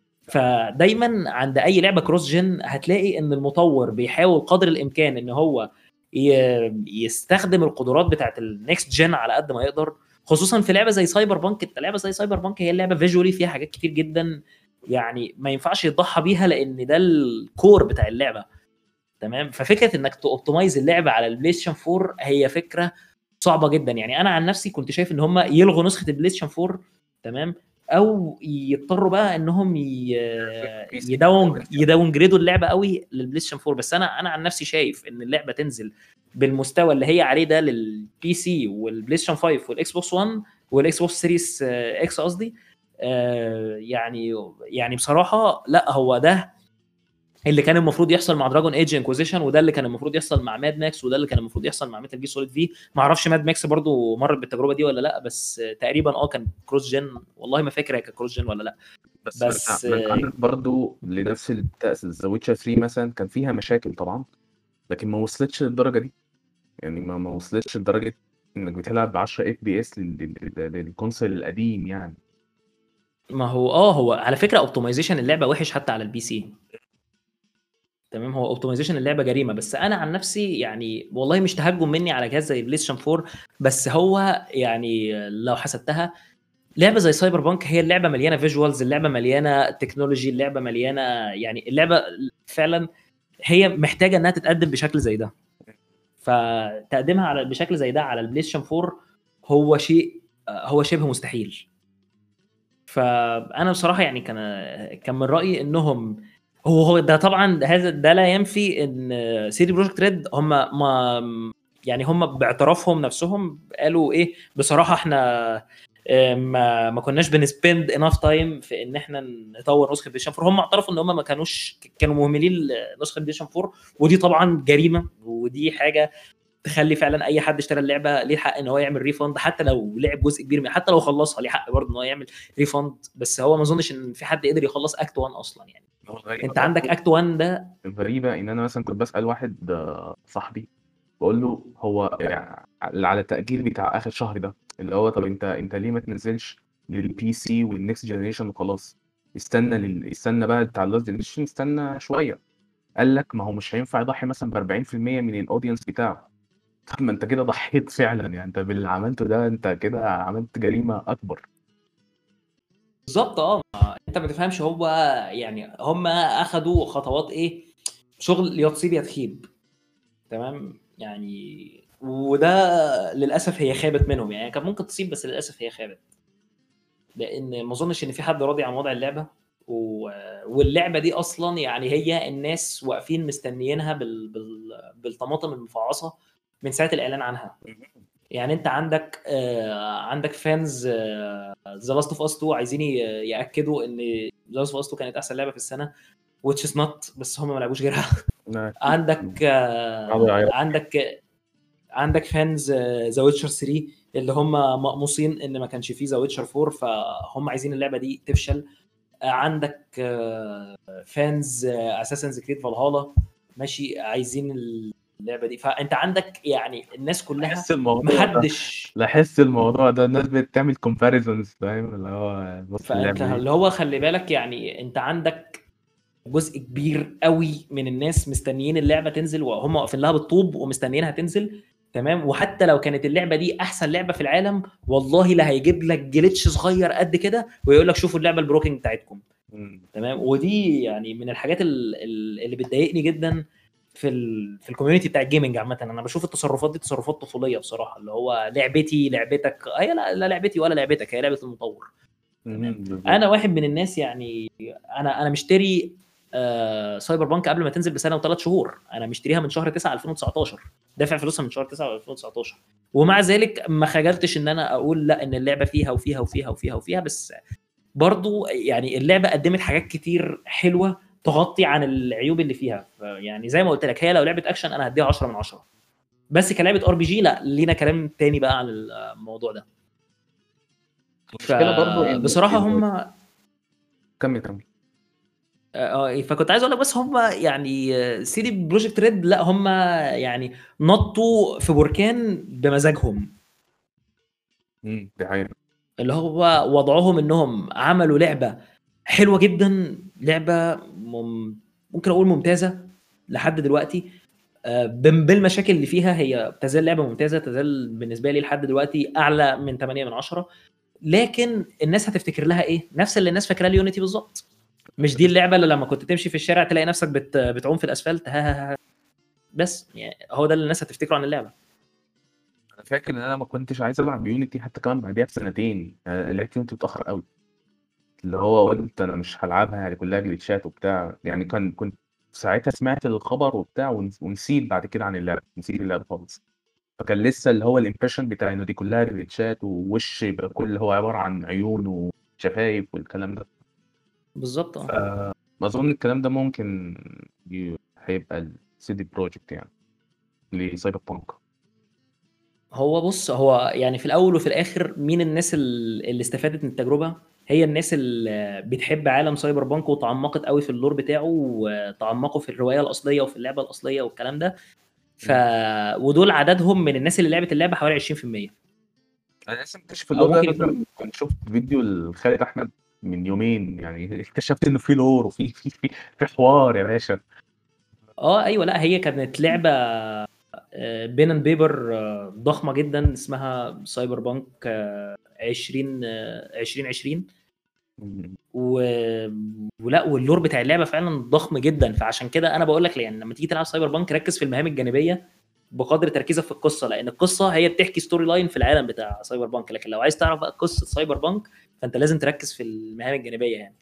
فدايما عند اي لعبه كروس جن هتلاقي ان المطور بيحاول قدر الامكان ان هو ي- يستخدم القدرات بتاعت النكست جن على قد ما يقدر، خصوصا في لعبه زي سايبر بانك. انت لعبه زي سايبر بانك هي اللعبه فيجولي فيها حاجات كتير جدا، يعني ما ينفعش يضحى بيها لان ده الكور بتاع اللعبه. تمام. ففكره انك توبتمايز اللعبه على البلاي ستيشن فور هي فكره صعبه جدا. يعني انا عن نفسي كنت شايف ان هم يلغوا نسخه البلاي ستيشن فور، تمام، او يضطروا بقى انهم ي- بي سي يداون يداون جريدوا اللعبه قوي للبلاي ستيشن فور. بس انا انا عن نفسي شايف ان اللعبه تنزل بالمستوى اللي هي عليه ده للبي سي والبلاي ستيشن فايف والاكس بوكس ون والاكس بوكس سيريس اكس قصدي. آه، يعني يعني بصراحه لا، هو ده اللي كان المفروض يحصل مع دراجون ايج انكوزيشن، وده اللي كان المفروض يحصل مع ماد ماكس، وده اللي كان المفروض يحصل مع ميتال جير سوليد في. ما اعرفش ماد ماكس برضو مرت بالتجربه دي ولا لا، بس تقريبا اه كان كروس جن، والله ما فاكر هي كانت كروس جن ولا لا. بس ما انت بس ما انت عندك برضه لنفس ذا ويتشر ثري مثلا كان فيها مشاكل طبعا، لكن ما وصلتش للدرجه دي. يعني ما ما وصلتش لدرجه انك بتلعب ب عشرة اف بي اس للكونسول القديم يعني. ما هو اه هو على فكره اوبتمايزيشن اللعبه وحش حتى على البي سي. تمام، هو اوبتمايزيشن اللعبه جريمه، بس انا عن نفسي يعني والله مش تهجم مني على جهاز زي بلاي ستيشن فور، بس هو يعني لو حسبتها لعبه زي سايبر بانك، هي اللعبه مليانه فيجوالز، اللعبه مليانه تكنولوجي، اللعبه مليانه يعني اللعبه فعلا هي محتاجه انها تتقدم بشكل زي ده. فتقديمها على بشكل زي ده على البلاي ستيشن فور هو شيء هو شبه مستحيل. فانا بصراحه يعني كان كان من رايي انهم هو هو ده طبعا هذا ده لا ينفي ان سيدي بروجكت ريد هم ما يعني هم باعترافهم نفسهم قالوا ايه بصراحه احنا آه، ما ما كناش بنسبند اناف تايم في ان احنا نطور نسخه بلايستيشن فور. هم اعترفوا ان هم ما كانوش كانوا مهملين نسخه بلايستيشن فور، ودي طبعا جريمه، ودي حاجه تخلي فعلا اي حد اشترى اللعبه ليه حق ان هو يعمل ريفند، حتى لو لعب جزء كبير من، حتى لو خلصها ليه حق برضه ان هو يعمل ريفند. بس هو ما اظنش ان في حد قدر يخلص اكت واحد اصلا يعني. هو غريبة انت عندك برضه اكت واحد ده غريبة إن أنا مثلا كنت بسأل واحد آه، صاحبي، بقول له هو يعني على التأجيل بتاع آخر شهر ده، اللي هو طب أنت أنت ليه ما تنزلش للبي سي والنكست جنريشن وخلاص؟ استنى لل... استنى بقى بتاع اللاست جنريشن، استنى شوية. قال لك ما هو مش هينفع يضحي مثلا ب أربعين في المية من الاودينس بتاعه. طب ما انت كده ضحيت فعلا، يعني انت باللي عملته ده انت كده عملت جريمة اكبر. بالظبط. اه ما انت ما تفهمش هو يعني هم اخدوا خطوات ايه، شغل يا تصيب يا تخيب. تمام يعني، وده للاسف هي خابت منهم يعني. كان ممكن تصيب بس للاسف هي خابت، لان ما اظنش ان في حد راضي عن وضع اللعبه و... واللعبه دي اصلا يعني هي الناس واقفين مستنيينها بال... بال... بالطماطم المفعصه من ساعه الاعلان عنها. يعني انت عندك آه عندك فانز ذا لاست اوف اس اتنين عايزين ي- ياكدوا ان ذا لاست اوف اس اتنين كانت احسن لعبه في السنه، which is not، بس هم ما لعبوش غيرها. لا، أكيد. عندك قعدوا آه يعيطوا. عندك عندك فانز ذا ويتشر ثلاثة اللي هم مقموصين ان ما كانش فيه ذا ويتشر أربعة، فهم عايزين اللعبه دي تفشل. آه، عندك فانز اساسنز كريد فالهالا ماشي عايزين اللعبه دي. فانت عندك يعني الناس كلها لاحظت الموضوع ده محدش. لاحظت الموضوع ده الناس بتعمل كومباريزونز، فاهم؟ اللي هو بص فانت اللعبة دي. اللي هو خلي بالك يعني انت عندك جزء كبير قوي من الناس مستنيين اللعبه تنزل وهم واقفين لها بالطوب ومستنيينها تنزل. تمام، وحتى لو كانت اللعبه دي احسن لعبه في العالم والله لا هيجيب لك جليتش صغير قد كده ويقول لك شوفوا اللعبه البروكينج بتاعتكم. مم. تمام، ودي يعني من الحاجات ال- ال- اللي بتضايقني جدا في ال في الكوميونتي بتاع الجيمنج عامه. انا بشوف التصرفات دي تصرفات طفوليه بصراحه، اللي هو لعبتي لعبتك، هي لا, لا لعبتي ولا لعبتك، هي لعبه المطور. تمام، مم، بالظبط. انا واحد من الناس يعني انا انا مشتري آه سايبر بانك قبل ما تنزل بسنه وثلاث شهور. انا مشتريها من شهر تسعة ألفين وتسعتاشر، دافع فلوسها من شهر تسعة ألفين وتسعتاشر، ومع ذلك ما خجلتش ان انا اقول لا ان اللعبه فيها وفيها وفيها وفيها وفيها. بس برضو يعني اللعبه قدمت حاجات كتير حلوه تغطي عن العيوب اللي فيها. يعني زي ما قلت لك هي لو لعبه اكشن انا هديها عشرة من عشرة، بس كلعبه ار بي جي لا، لينا كلام تاني بقى عن الموضوع ده. المشكلة برضو ان فبصراحه إن- هم كمل كمل. اه فكنت عايز اقول لك بس هم يعني سي دي بروجكت ريد لا هم يعني نطوا في بركان بمزاجهم، مم، دي حقيقة. اللي هو وضعهم انهم عملوا لعبه حلوه جدا، لعبه مم... ممكن اقول ممتازه لحد دلوقتي. آه، بم- بالمشاكل اللي فيها هي تزال لعبه ممتازه، تزال بالنسبه لي لحد دلوقتي اعلى من ثمانية من عشرة. لكن الناس هتفتكر لها ايه؟ نفس اللي الناس فاكراها اليونيتي بالظبط. مش دي اللعبه اللي لما كنت تمشي في الشارع تلاقي نفسك بت... بتعوم في الاسفلت ها ها ها. بس يعني هو ده اللي الناس هتفتكره عن اللعبه. انا فاكر ان انا ما كنتش عايز العب يونيتي حتى كمان بعديها بسنتين، يعني لعبت يونيتي متاخر قوي. اللي هو قلت انا مش هلعبها، يعني كلها جليتشات وبتاع، يعني كان كنت ساعتها سمعت الخبر وبتاع ونس- ونسيت بعد كده عن اللعبه، نسيت اللعبه خالص. فكان لسه اللي هو الامبريشن بتاع انه دي كلها جليتشات ووش يبقى كل اللي هو عباره عن عيون وشفايف والكلام ده. بالظبط اه. فما اظن الكلام ده ممكن ي- هيبقى السيدي بروجكت يعني لسايبر بانك. هو بص هو يعني في الاول وفي الاخر مين الناس ال- اللي استفادت من التجربه؟ هي الناس اللي بتحب عالم سايبر بانك وتعمقت قوي في اللور بتاعه وتعمقوا في الروايه الاصليه وفي اللعبه الاصليه والكلام ده. ف ودول عددهم من الناس اللي لعبت اللعبه حوالي عشرين في المية، انا لسه مكتشف او اللور ده، ممكن يكون. مثلا كنت شفت فيديو لخالد احمد من يومين، يعني اكتشفت انه في لور وفي في في في حوار يا باشا. اه ايوه، لا هي كانت لعبه بين اند بيبر ضخمه جدا اسمها سايبر بانك عشرين عشرين عشرين مم. و... ولا واللور بتاع اللعبه فعلا ضخم جدا. فعشان كده انا بقول لك يعني لما تيجي تلعب سايبر بانك ركز في المهام الجانبيه بقدر تركيزك في القصه، لان القصه هي بتحكي ستوري لاين في العالم بتاع سايبر بانك. لكن لو عايز تعرف بقى قصه سايبر بانك فانت لازم تركز في المهام الجانبيه يعني.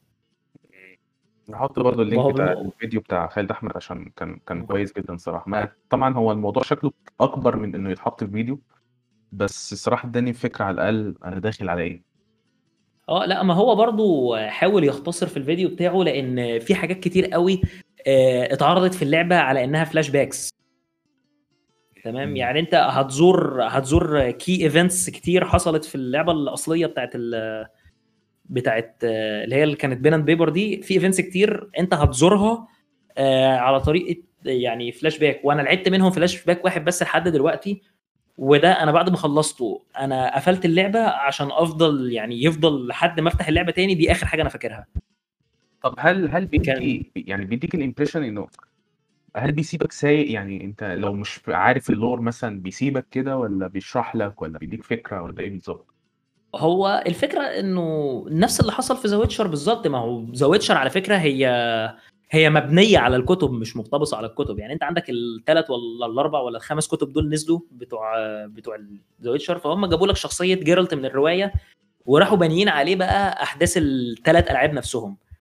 نحط برضو ما اللينك هو بتاع بالم... الفيديو بتاع خالد احمد عشان كان كان كويس جدا صراحه. ما طبعا هو الموضوع شكله اكبر من انه يتحط في فيديو، بس الصراحه اداني فكره على الاقل انا داخل على ايه. اه لا ما هو برضو حاول يختصر في الفيديو بتاعه لان في حاجات كتير قوي آه، اتعرضت في اللعبه على انها فلاش باكس. تمام. مم. يعني انت هتزور هتزور كي ايفنتس كتير حصلت في اللعبه الاصليه بتاعت ال بتاعت آه، اللي هي اللي كانت بين اند بيبر دي. في ايفنتس كتير انت هتزورها آه، على طريقه يعني فلاش باك، وانا لعبت منهم فلاش باك واحد بس لحد دلوقتي، وده انا بعد ما خلصته انا قفلت اللعبه عشان افضل يعني يفضل لحد ما افتح اللعبه تاني. دي اخر حاجه انا فاكرها. طب هل هل كان بيدي يعني بيديك الامبريشن انه هل بيسيبك سايق؟ يعني انت لو مش عارف اللور مثلا بيسيبك كده، ولا بيشرح لك، ولا بيديك فكرة، ولا ايه بالظبط؟ هو الفكره انه نفس اللي حصل في ذا ويتشر بالظبط. ما هو ذا ويتشر على فكره هي هي مبنيه على الكتب مش مقتبسه على الكتب. يعني انت عندك الثلاث ولا الاربع ولا الخمس كتب دول نزلوا بتوع بتوع ذا ويتشر، فهم جابوا لك شخصيه جيرالت من الروايه وراحوا بانيين عليه بقى احداث الثلاث العاب نفسهم.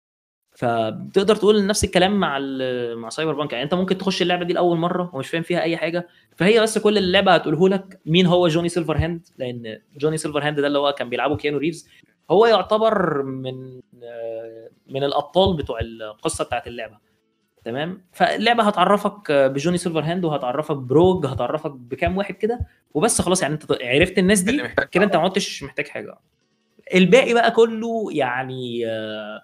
فبتقدر تقول نفس الكلام مع ال- مع سايبر بانك. يعني انت ممكن تخش اللعبه دي لاول مره ومش فاهم فيها اي حاجه، فهي بس كل اللعبه هتقوله لك مين هو جوني سيلفر هاند، لان جوني سيلفر هاند ده اللي هو كان بيلعبه كيانو ريفز، هو يعتبر من آه، من الابطال بتوع القصه بتاعت اللعبه. تمام. فاللعبه هتعرفك بجوني سيلفر هاند وهتعرفك بروج، هتعرفك بكام واحد كده وبس. خلاص يعني انت عرفت الناس اللي دي محتاج كده، انت ما تعرفه. عدتش محتاج حاجه. الباقي بقى كله يعني آه،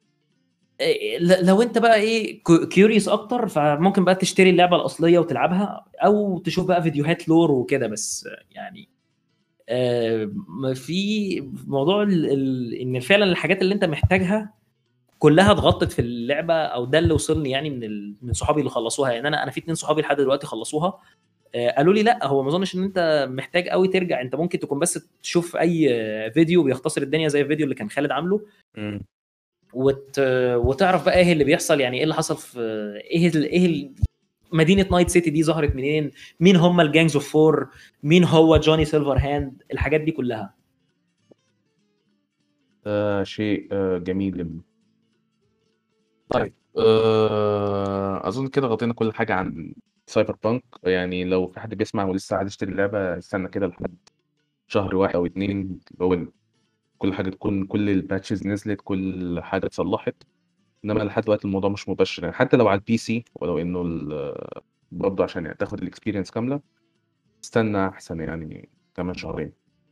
إيه، ل- لو انت بقى ايه كيوريوس اكتر فممكن بقى تشتري اللعبه الاصليه وتلعبها، او تشوف بقى فيديوهات لور وكده. بس آه، يعني آه، ما في موضوع ال ال ان فعلا الحاجات اللي انت محتاجها كلها اتغطت في اللعبه، او ده اللي وصلني يعني من ال... من صحابي اللي خلصوها. يعني انا انا في اتنين صحابي لحد دلوقتي خلصوها آه، قالوا لي لا هو ما اظنش ان انت محتاج قوي ترجع، انت ممكن تكون بس تشوف اي آه، فيديو بيختصر الدنيا زي الفيديو اللي كان خالد عامله، مم. وت... وتعرف بقى ايه اللي بيحصل. يعني ايه اللي حصل في ايه ال... ايه ال... مدينه نايت سيتي دي ظهرت منين، مين هم الجانجز اوف فور، مين هو جوني سيلفر هاند، الحاجات دي كلها. ده شيء آه، جميل جدا. طيب آه، أظن كده غطينا كل حاجة عن سايبر بانك. يعني لو في حد بيسمع ولسه عايز يشتري اللعبة، يستنى كده لحد شهر واحد أو اتنين، اللي هو كل حاجة تكون، كل الباتشز نزلت، كل حاجة اتصلحت. إنما لحد دلوقتي الموضوع مش مباشر، يعني حتى لو على البي سي، ولو إنه ال- برضه عشان يعني تاخد الإكسبيرينس كاملة، استنى أحسن يعني كمان شهرين.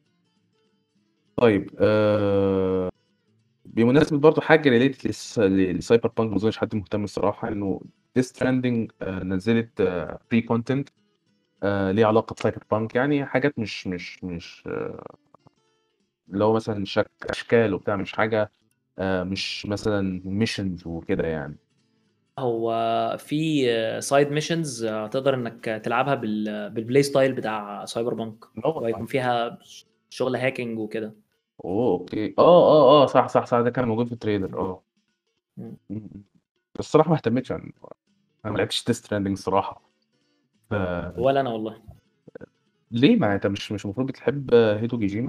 طيب آه، بمناسبة برضه حاجة ريليتد للسايبر بانك، ما اظنش حد مهتم الصراحة، انه ديث ستراندنج نزلت فري كونتنت ليه علاقة بسايبر بانك. يعني حاجات مش مش مش آه، اللي هو مثلا شك اشكال وبتاع، مش حاجة آه، مش مثلا ميشنز وكده يعني. هو في سايد ميشنز تقدر انك تلعبها بال... بالبلاي ستايل بتاع سايبر بانك، اه والله. وهيكون فيها شغل هاكينج وكده. اوه اوكي، اه اه اه صح صح صح، ده كان موجود في التريلر. اه مم. م- م. بس الصراحة ما اهتمتش، يعني انا ما لعبتش ديث ستراندنج الصراحة. ف ولا انا والله. ليه؟ ما انت مش مش المفروض بتحب هيدو جيجيما؟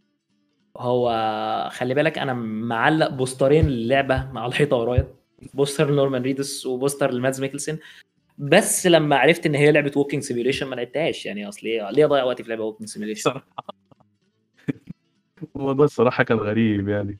هو خلي بالك انا معلق بوسترين للعبه على الحيطه ورايا، بوستر نورمان ريدس وبوستر لمادز ميكلسن، بس لما عرفت ان هي لعبه ووكينج سيميوليشن ما لعبتهاش. يعني اصل ايه ليه اضيع وقتي في لعبه ووكينج سيميوليشن؟ الصراحة الموضوع الصراحة كان غريب يعني.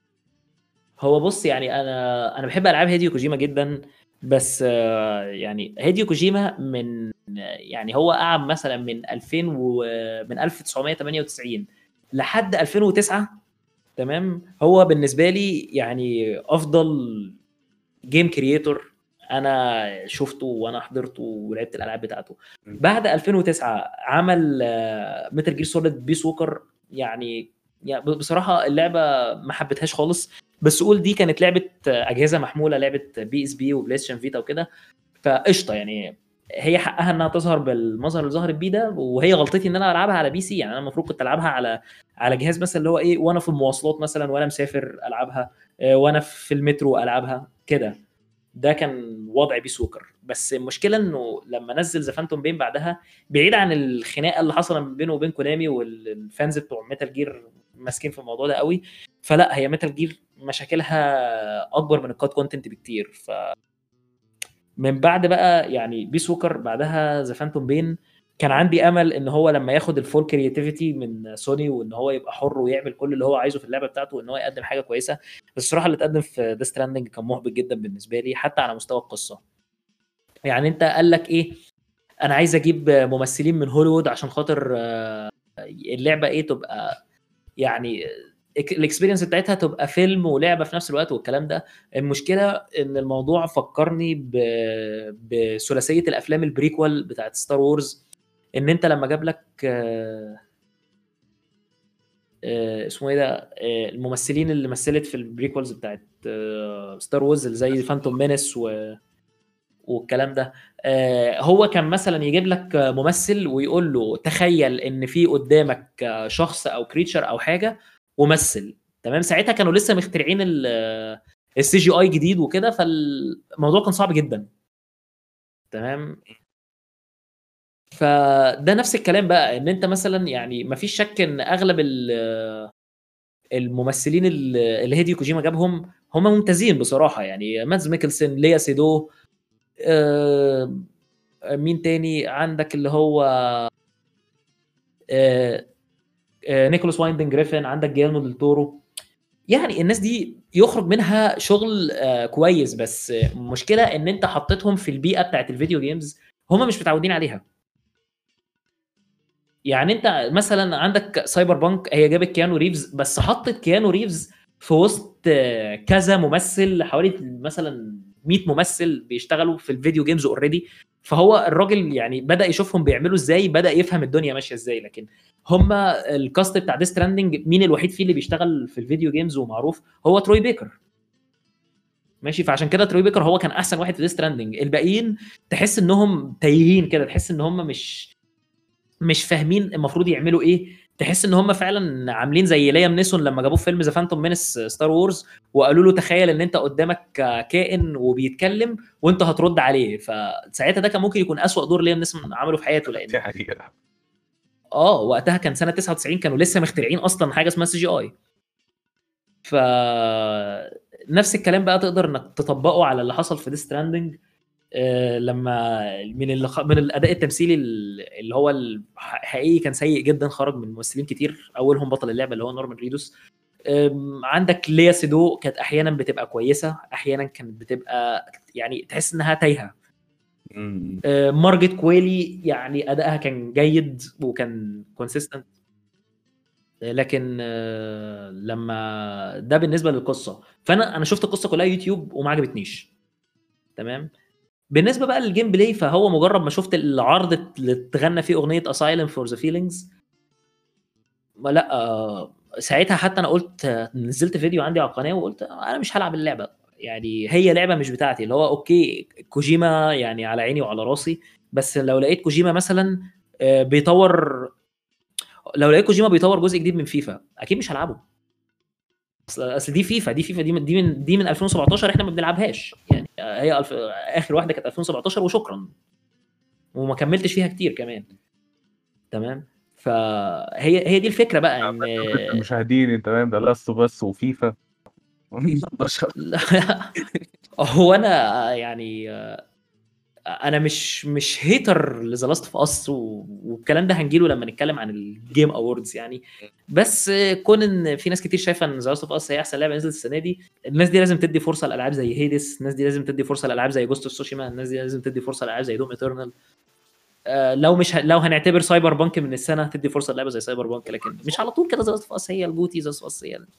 هو بص يعني انا انا بحب العاب هيديو كوجيما جدا، بس آه، يعني هيديو كوجيما من يعني هو قعد مثلا من ألفين و من ألف وتسعمية وتمانية وتسعين لحد ألفين وتسعة. تمام. هو بالنسبه لي يعني افضل جيم كرييتور انا شفته وانا حضرته ولعبت الالعاب بتاعته. م. بعد ألفين وتسعة عمل ميتال جير سوليد بيس ووكر. يعني يعني بصراحه اللعبه ما حبيتهاش خالص، بس قول دي كانت لعبه آه، اجهزه محموله، لعبه بي اس بي وبلاي ستيشن فيتا وكده، فقشطه يعني. هي حقها انها تظهر بالمظهر اللي ظهرت بيه ده، وهي غلطتي ان انا العبها على بي سي. يعني انا المفروض كنت العبها على على جهاز مثلا اللي هو ايه، وانا في المواصلات مثلا وانا مسافر العبها، آه، وانا في المترو العبها كده. ده كان وضع بيس ووكر. بس المشكله انه لما نزل ذا فانتوم بين بعدها، بعيد عن الخناقه اللي حصل بينه وبين كونامي والفانز بتوع ميتال جير ماسكين في الموضوع ده قوي، فلا هي ميتال جير مشاكلها اكبر من الكات كونتنت بكتير. فمن بعد بقى يعني بيس ووكر بعدها ذا فانتوم بين، كان عندي امل ان هو لما ياخد الفول كرياتيفيتي من سوني وان هو يبقى حر ويعمل كل اللي هو عايزه في اللعبه بتاعته وان هو يقدم حاجه كويسه. بس الصراحه اللي اتقدم في ذا ستراندنج كان محبط جدا بالنسبه لي حتى على مستوى القصه. يعني انت قال لك ايه، انا عايز اجيب ممثلين من هوليوود عشان خاطر آه، اللعبه ايه تبقى يعني الاكسبيرينس بتاعتها تبقى فيلم ولعبه في نفس الوقت والكلام ده. المشكله ان الموضوع فكرني ب... بثلاثيه الافلام البريكوال بتاعت ستار وورز. ان انت لما جاب لك آه، آه، اسمه ايه ده، آه، الممثلين اللي مثلت في البريكوالز بتاعت ستار وورز اللي زي فانتوم مينيس و... والكلام ده. آه، هو كان مثلا يجيب لك ممثل ويقول له تخيل ان في قدامك شخص او كريتشر او حاجه ومثل. تمام، ساعتها كانوا لسه مخترعين السي جي اي جديد وكده، فالموضوع كان صعب جدا. تمام، فده نفس الكلام بقى، ان انت مثلا يعني ما فيش شك ان اغلب ال- الممثلين اللي اللي هيديو كوجيما جابهم هم ممتازين بصراحه، يعني مادز ميكلسن، ليا سيدو، آه، مين تاني عندك اللي هو آه، آه، نيكولاس وايندن جريفن، عندك جيلمو ديل تورو. يعني الناس دي يخرج منها شغل آه، كويس، بس آه، مشكله ان انت حطيتهم في البيئه بتاعت الفيديو جيمز هم مش متعودين عليها. يعني انت مثلا عندك سايبر بانك، هي جابت كيانو ريفز بس حطت كيانو ريفز في وسط آه، كذا ممثل، حوالي مثلا مية ممثل بيشتغلوا في الفيديو جيمز اوريدي. فهو الراجل يعني بدا يشوفهم بيعملوا ازاي، بدا يفهم الدنيا ماشيه ازاي. لكن هم الكاست بتاع ديستراندنج مين الوحيد فيه اللي بيشتغل في الفيديو جيمز ومعروف؟ هو تروي بيكر. ماشي، فعشان كده تروي بيكر هو كان احسن واحد في ديستراندنج. الباقيين تحس انهم تايهين كده، تحس ان هم مش مش فاهمين المفروض يعملوا ايه. تحس ان هم فعلا عاملين زي ليام نيسون لما جابوه في فيلم ذا فانتوم مينس ستار وورز، وقالوا له تخيل ان انت قدامك كائن وبيتكلم وانت هترد عليه. فساعتها ده كان ممكن يكون اسوأ دور ليام نيسون عمله في حياته، لان دي حقيقة. اه وقتها كان سنه تسعة وتسعين، كانوا لسه مخترعين اصلا حاجه اسمها سي جي اي. ف نفس الكلام بقى تقدر انك تطبقه على اللي حصل في ديث ستراندنج. آه، لما من اللي خ... من الاداء التمثيلي اللي هو الحقيقي كان سيء جدا، خرج من ممثلين كتير اولهم بطل اللعبه اللي هو نورمان ريدوس. آم، عندك ليا سيدو كانت احيانا بتبقى كويسه، احيانا كانت بتبقى يعني تحس انها تايهه. امم آه، مارجت كويلي يعني ادائها كان جيد وكان كونسيستنت. لكن آه، لما ده بالنسبه للقصه، فانا انا شفت القصه كلها يوتيوب وما عجبتنيش. تمام، بالنسبه بقى للجيم بلاي، فهو مجرد ما شفت العرض اللي اتغنى فيه اغنيه اسايلم فور ذا فيلينجز، ما لا آه، ساعتها حتى انا قلت آه، نزلت فيديو عندي على القناه وقلت آه، انا مش هلعب اللعبه. يعني هي لعبه مش بتاعتي. اللي هو اوكي كوجيما يعني على عيني وعلى راسي، بس لو لقيت كوجيما مثلا آه، بيطور، لو لقيت كوجيما بيطور جزء جديد من فيفا اكيد مش هلعبه. اصل اصل دي فيفا دي فيفا دي من دي من دي من ألفين وسبعتاشر، احنا ما بنلعبهاش يعني. آه، هي الف... اخر واحده كانت ألفين وسبعتاشر وشكرا، وما كملتش فيها كتير كمان. تمام، فهي هي دي الفكره بقى ان المشاهدين انت فاهم، ده لاست بس وفيفا هو انا يعني انا مش مش هيتر لذا لاست اوف اس، والكلام ده هنجيله لما نتكلم عن الجيم اووردز يعني. بس كون ان في ناس كتير شايفه ان ذا لاست اوف اس هي احسن لعبه نزلت السنه دي، الناس دي لازم تدي فرصه لالعاب زي هيدس، الناس دي لازم تدي فرصه لالعاب زي جوست اوف سوشيما، الناس دي لازم تدي فرصه لالعاب زي دوم ايترنال. آه، لو مش ه... لو هنعتبر سايبر بانك من السنه تدي فرصه للعبه زي سايبر بانك، لكن مش على طول كده ذا لاست اوف اس هي الجوتي، ذا لاست اوف اس هي ال-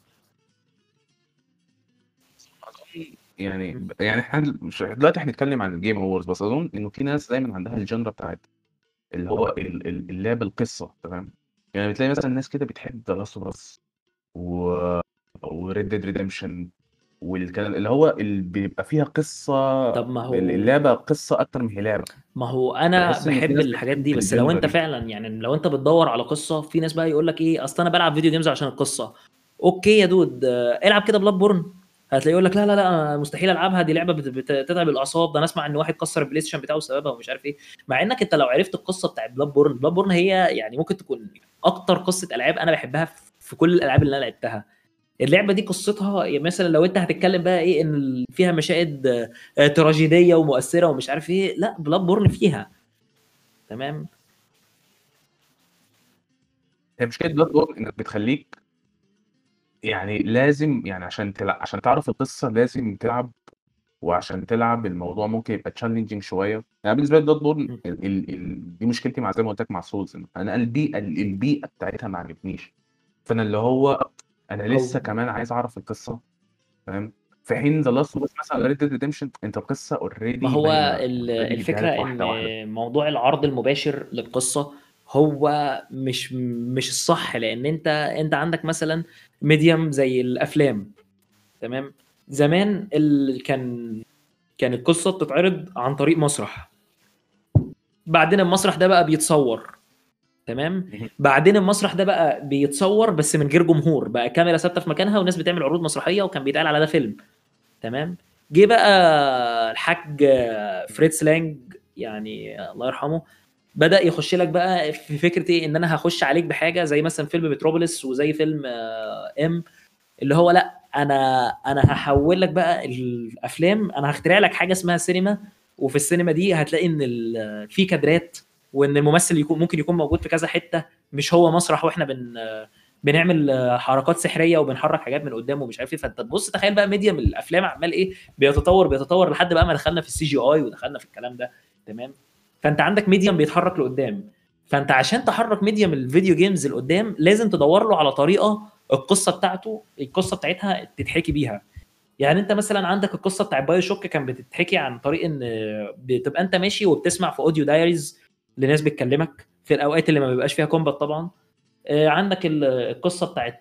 يعني م. يعني احنا مش دلوقتي هنتكلم عن الجيم اوورز، بس اظن انه في ناس دايما عندها الجنرا بتاعت اللي هو ال- ال- اللعب القصه، تمام. يعني بتلاقي مثلا ناس كده بتحب ذا لاست اوف اس و وريد ديد ريديمشن والكلام اللي هو اللي بيبقى فيها قصه، طب ما هو اللعبه قصه اكتر من هي لعبه. ما هو انا بحس انه في بحب ناس الحاجات بتحب دي، بس لو الجنرا انت دي. فعلا يعني لو انت بتدور على قصه، في ناس بقى يقول لك ايه اصل انا بلعب فيديو جيمز عشان القصه. اوكي يا دود، آه، العب كده بلاد بورن. هتلاقيه يقول لك لا لا لا أنا مستحيل العبها، دي لعبه بت- بت- بتتعب الاعصاب، ده انا اسمع ان واحد كسر البلاي ستيشن بتاعه بسببها ومش عارف ايه. مع انك انت لو عرفت القصه بتاعت بلاد بورن، بلاد بورن هي يعني ممكن تكون اكتر قصه العاب انا بحبها في في كل الالعاب اللي انا لعبتها. اللعبه دي قصتها يعني مثلا لو انت هتتكلم بقى ايه ان فيها مشاهد آه، آه، تراجيديه ومؤثره ومش عارف ايه، لا بلاد بورن فيها. تمام. هي مشكله بلاد بورن انك بتخليك يعني لازم، يعني عشان تلعب عشان تعرف القصه لازم تلعب وعشان تلعب الموضوع ممكن يبقى challenging شوية. يعني بالنسبة لي Bloodborne إمم. ال ال ال دي مشكلتي مع زي ما قُلت لك مع Souls، أنا البيئة ال البيئة بتاعتها ما عجبتنيش، فأنا اللي هو أنا لسه هو كمان عايز أعرف القصة، فاهم؟ في حين The Last of Us مثلًا والّا Red Dead Redemption أنت القصة already ما هو باينة، ال already مدّيها الفكرة لك إن واحدة، واحدة. موضوع العرض المباشر للقصة هو مش مش الصح، لإن أنت أنت عندك مثلًا medium زي الأفلام، تمام؟ زمان ال كان كان القصة بتتعرض عن طريق مسرح، بعدين المسرح ده بقى بيتصور، تمام؟ اهم. بعدين المسرح ده بقى بيتصور بس من غير جمهور، بقى كاميرا ثابتة في مكانها والناس بتعمل عروض مسرحية وكان بيتقال على ده فيلم، تمام؟ جه بقى الحاج فريتز لانج يعني الله يرحمه، بدأ يخش لك بقى في فكرة إيه، إن أنا هاخش عليك بحاجة زي مثلًا فيلم متروبوليس وزي فيلم إم، اللي هو لأ أنا أنا هاحوّل لك بقى الأفلام، أنا هاخترع لك حاجة اسمها سينما، وفي السينما دي هتلاقي إن ال في كادرات، وإن الممثل يكون ممكن يكون موجود في كذا حتة، مش هو مسرح وإحنا بن بنعمل حركات سحرية وبنحرك حاجات من قدام ومش عارف إيه. فأنت تبُص تخيل بقى medium الأفلام عمّال إيه بيتطور، بيتطور لحد بقى ما دخلنا في الCGI ودخلنا في الكلام ده، تمام؟ فأنت عندك medium بيتحرك لقدام، فأنت عشان تحرك medium الفيديو جيمز لقدام لازم تدوّر له على طريقة القصة بتاعته القصة بتاعتها تتحكي بيها. يعني أنت مثلًا عندك القصة بتاع BioShock كانت بتتحكي عن طريق إن بتبقى أنت ماشي وبتسمع في audio diaries لناس بتكلمك في الأوقات اللي ما بيبقاش فيها combat طبعًا. آآ عندك ال القصة بتاعة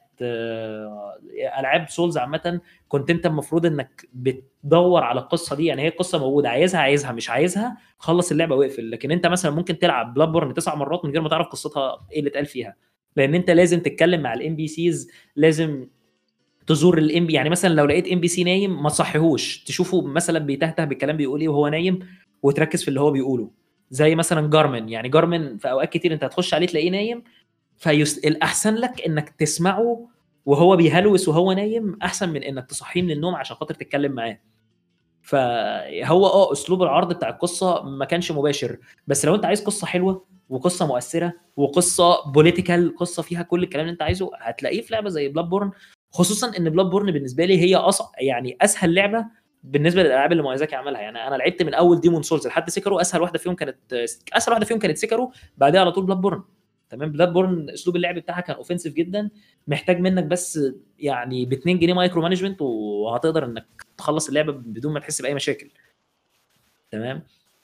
ألعاب Souls عامةً كنت أنت المفروض إنك بتدوّر على القصة دي، يعني هي القصة موجودة، عايزها عايزها، مش عايزها خلّص اللعبة واقفل. لكن أنت مثلًا ممكن تلعب Bloodborne تسع مرات من غير ما تعرف قصتها إيه اللي اتقال فيها، لإن أنت لازم تتكلم مع الNPCs، لازم تزور الMP يعني مثلًا لو لقيت إم بي سي نايم ما تصحّيهوش، تشوفه مثلًا بيتهته بالكلام بيقول إيه وهو نايم وتركّز في اللي هو بيقوله. زي مثلًا Garmin، يعني Garmin في أوقات كتير أنت هتخش عليه تلاقيه نايم، فيس الأحسن لك إنك تسمعه وهو بيهلوس وهو نايم أحسن من إنك تصحّيه من النوم عشان خاطر تتكلم معاه. فهو آه أسلوب العرض بتاع القصة ما كانش مباشر، بس لو أنت عايز قصة حلوة وقصة مؤثرة وقصة political، قصة فيها كل الكلام اللي أنت عايزه، هتلاقيه في لعبة زي Bloodborne، خصوصًا إن Bloodborne بالنسبة لي هي أص يعني أسهل لعبة بالنسبة للألعاب اللي ميازاكي عملها. يعني أنا لعبت من أول Demon Souls لحد Sekiro، أسهل واحدة فيهم كانت أسهل واحدة فيهم كانت Sekiro، بعديها على طول Bloodborne، تمام؟ Bloodborne أسلوب اللعب بتاعها كان offensive جدًا، محتاج منك بس يعني باتنين جنيه micro management وهتقدر إنك تخلّص اللعبة بدون ما تحس بأي مشاكل، تمام؟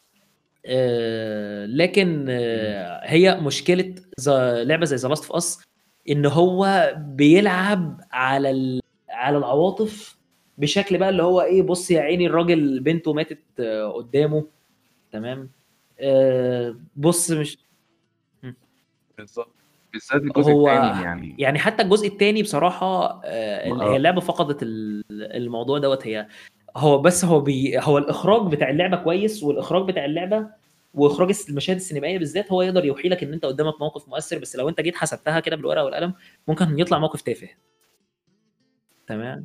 آآ لكن إمم. هي مشكلة ز لعبة زي The Last of Us إن هو بيلعب على ال على العواطف بشكل بقى اللي هو إيه، بُص يا عيني الراجل بنته ماتت قدّامه، تمام؟ آآ بُص مش إمم. بالضبط، بالذات الجزء هو التاني يعني يعني حتى الجزء التاني بصراحة آآ م ال هي آه. اللعبة فقدت ال الموضوع دوّة. هي هو بس هو بي هو الإخراج بتاع اللعبة كويس، والإخراج بتاع اللعبة وإخراج الس المشاهد السينمائية بالذات هو يقدر يوحي لك إن أنت قدّامك موقف مؤثر، بس لو أنت جيت حسبتها كده بالورقة والقلم ممكن يطلع موقف تافه. تمام.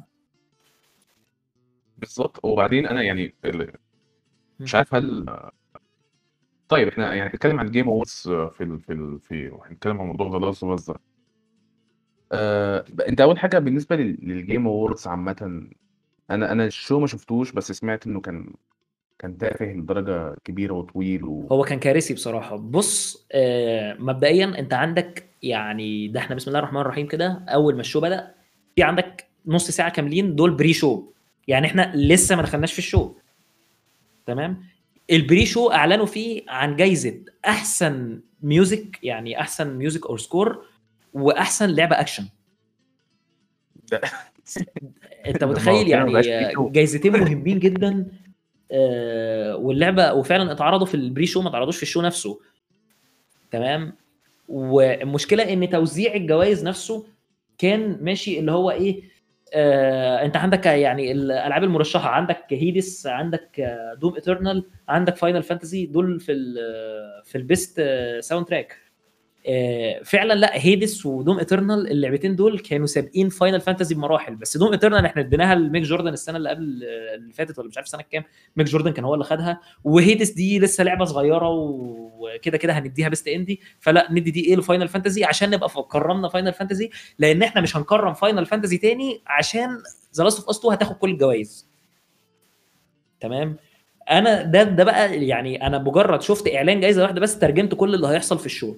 بالضبط، وبعدين أنا يعني ال إمم. مش عارف هل طيب إحنا يعني هنتكلم عن الGame Awards في ال في ال في وهنتكلم عن موضوع The Last of Us ده. آآ ب أنت أول حاجة بالنسبة لل للGame Awards عامةً، أنا أنا الshow ما شُفتوش بس سمعت إنه كان كان تافه لدرجة كبيرة وطويل و هو كان كارثي بصراحة. بُص آآ مبدئيًا أنت عندك يعني ده إحنا بسم الله الرحمن الرحيم كده أول ما الshow بدأ في عندك نُص ساعة كاملين دول pre-show، يعني إحنا لسه ما دخلناش في الshow، تمام؟ الpre-show أعلنوا فيه عن جايزة أحسن music، يعني أحسن music or score وأحسن لعبة أكشن. ده أنت ده ما هو متخيل كده ما بقاش يعني في show. جايزتين مهمين جدًا، آآ واللعبة وفعلًا اتعرضوا في الpre-show ما اتعرضوش في الshow نفسه، تمام؟ والمشكلة إن توزيع الجوايز نفسه كان ماشي اللي هو إيه، آآ أنت عندك يعني الألعاب المرشحة، عندك Hades، عندك Doom Eternal، عندك Final Fantasy، دول في ال في الbest soundtrack. آآ فعلًا لأ Hades وDoom Eternal اللعبتين دول كانوا سابقين Final Fantasy بمراحل، بس Doom Eternal إحنا اديناها لMick Jordan السنة اللي قبل اللي فاتت والّا مش عارف سنة كام، Mick Jordan كان هو اللي خدها، وHades دي لسه لعبة صغيرة وكده، كده هنديها best indie، فلأ ندي دي إيه لFinal Fantasy عشان نبقى ف كرّمنا Final Fantasy، لإن إحنا مش هنكرّم Final Fantasy تاني عشان The Last of Us تو هتاخد كل الجوايز. تمام. انا ده ده بقى يعني انا مجرد شفت اعلان جايزه واحده بس ترجمت كل اللي هيحصل في الشو.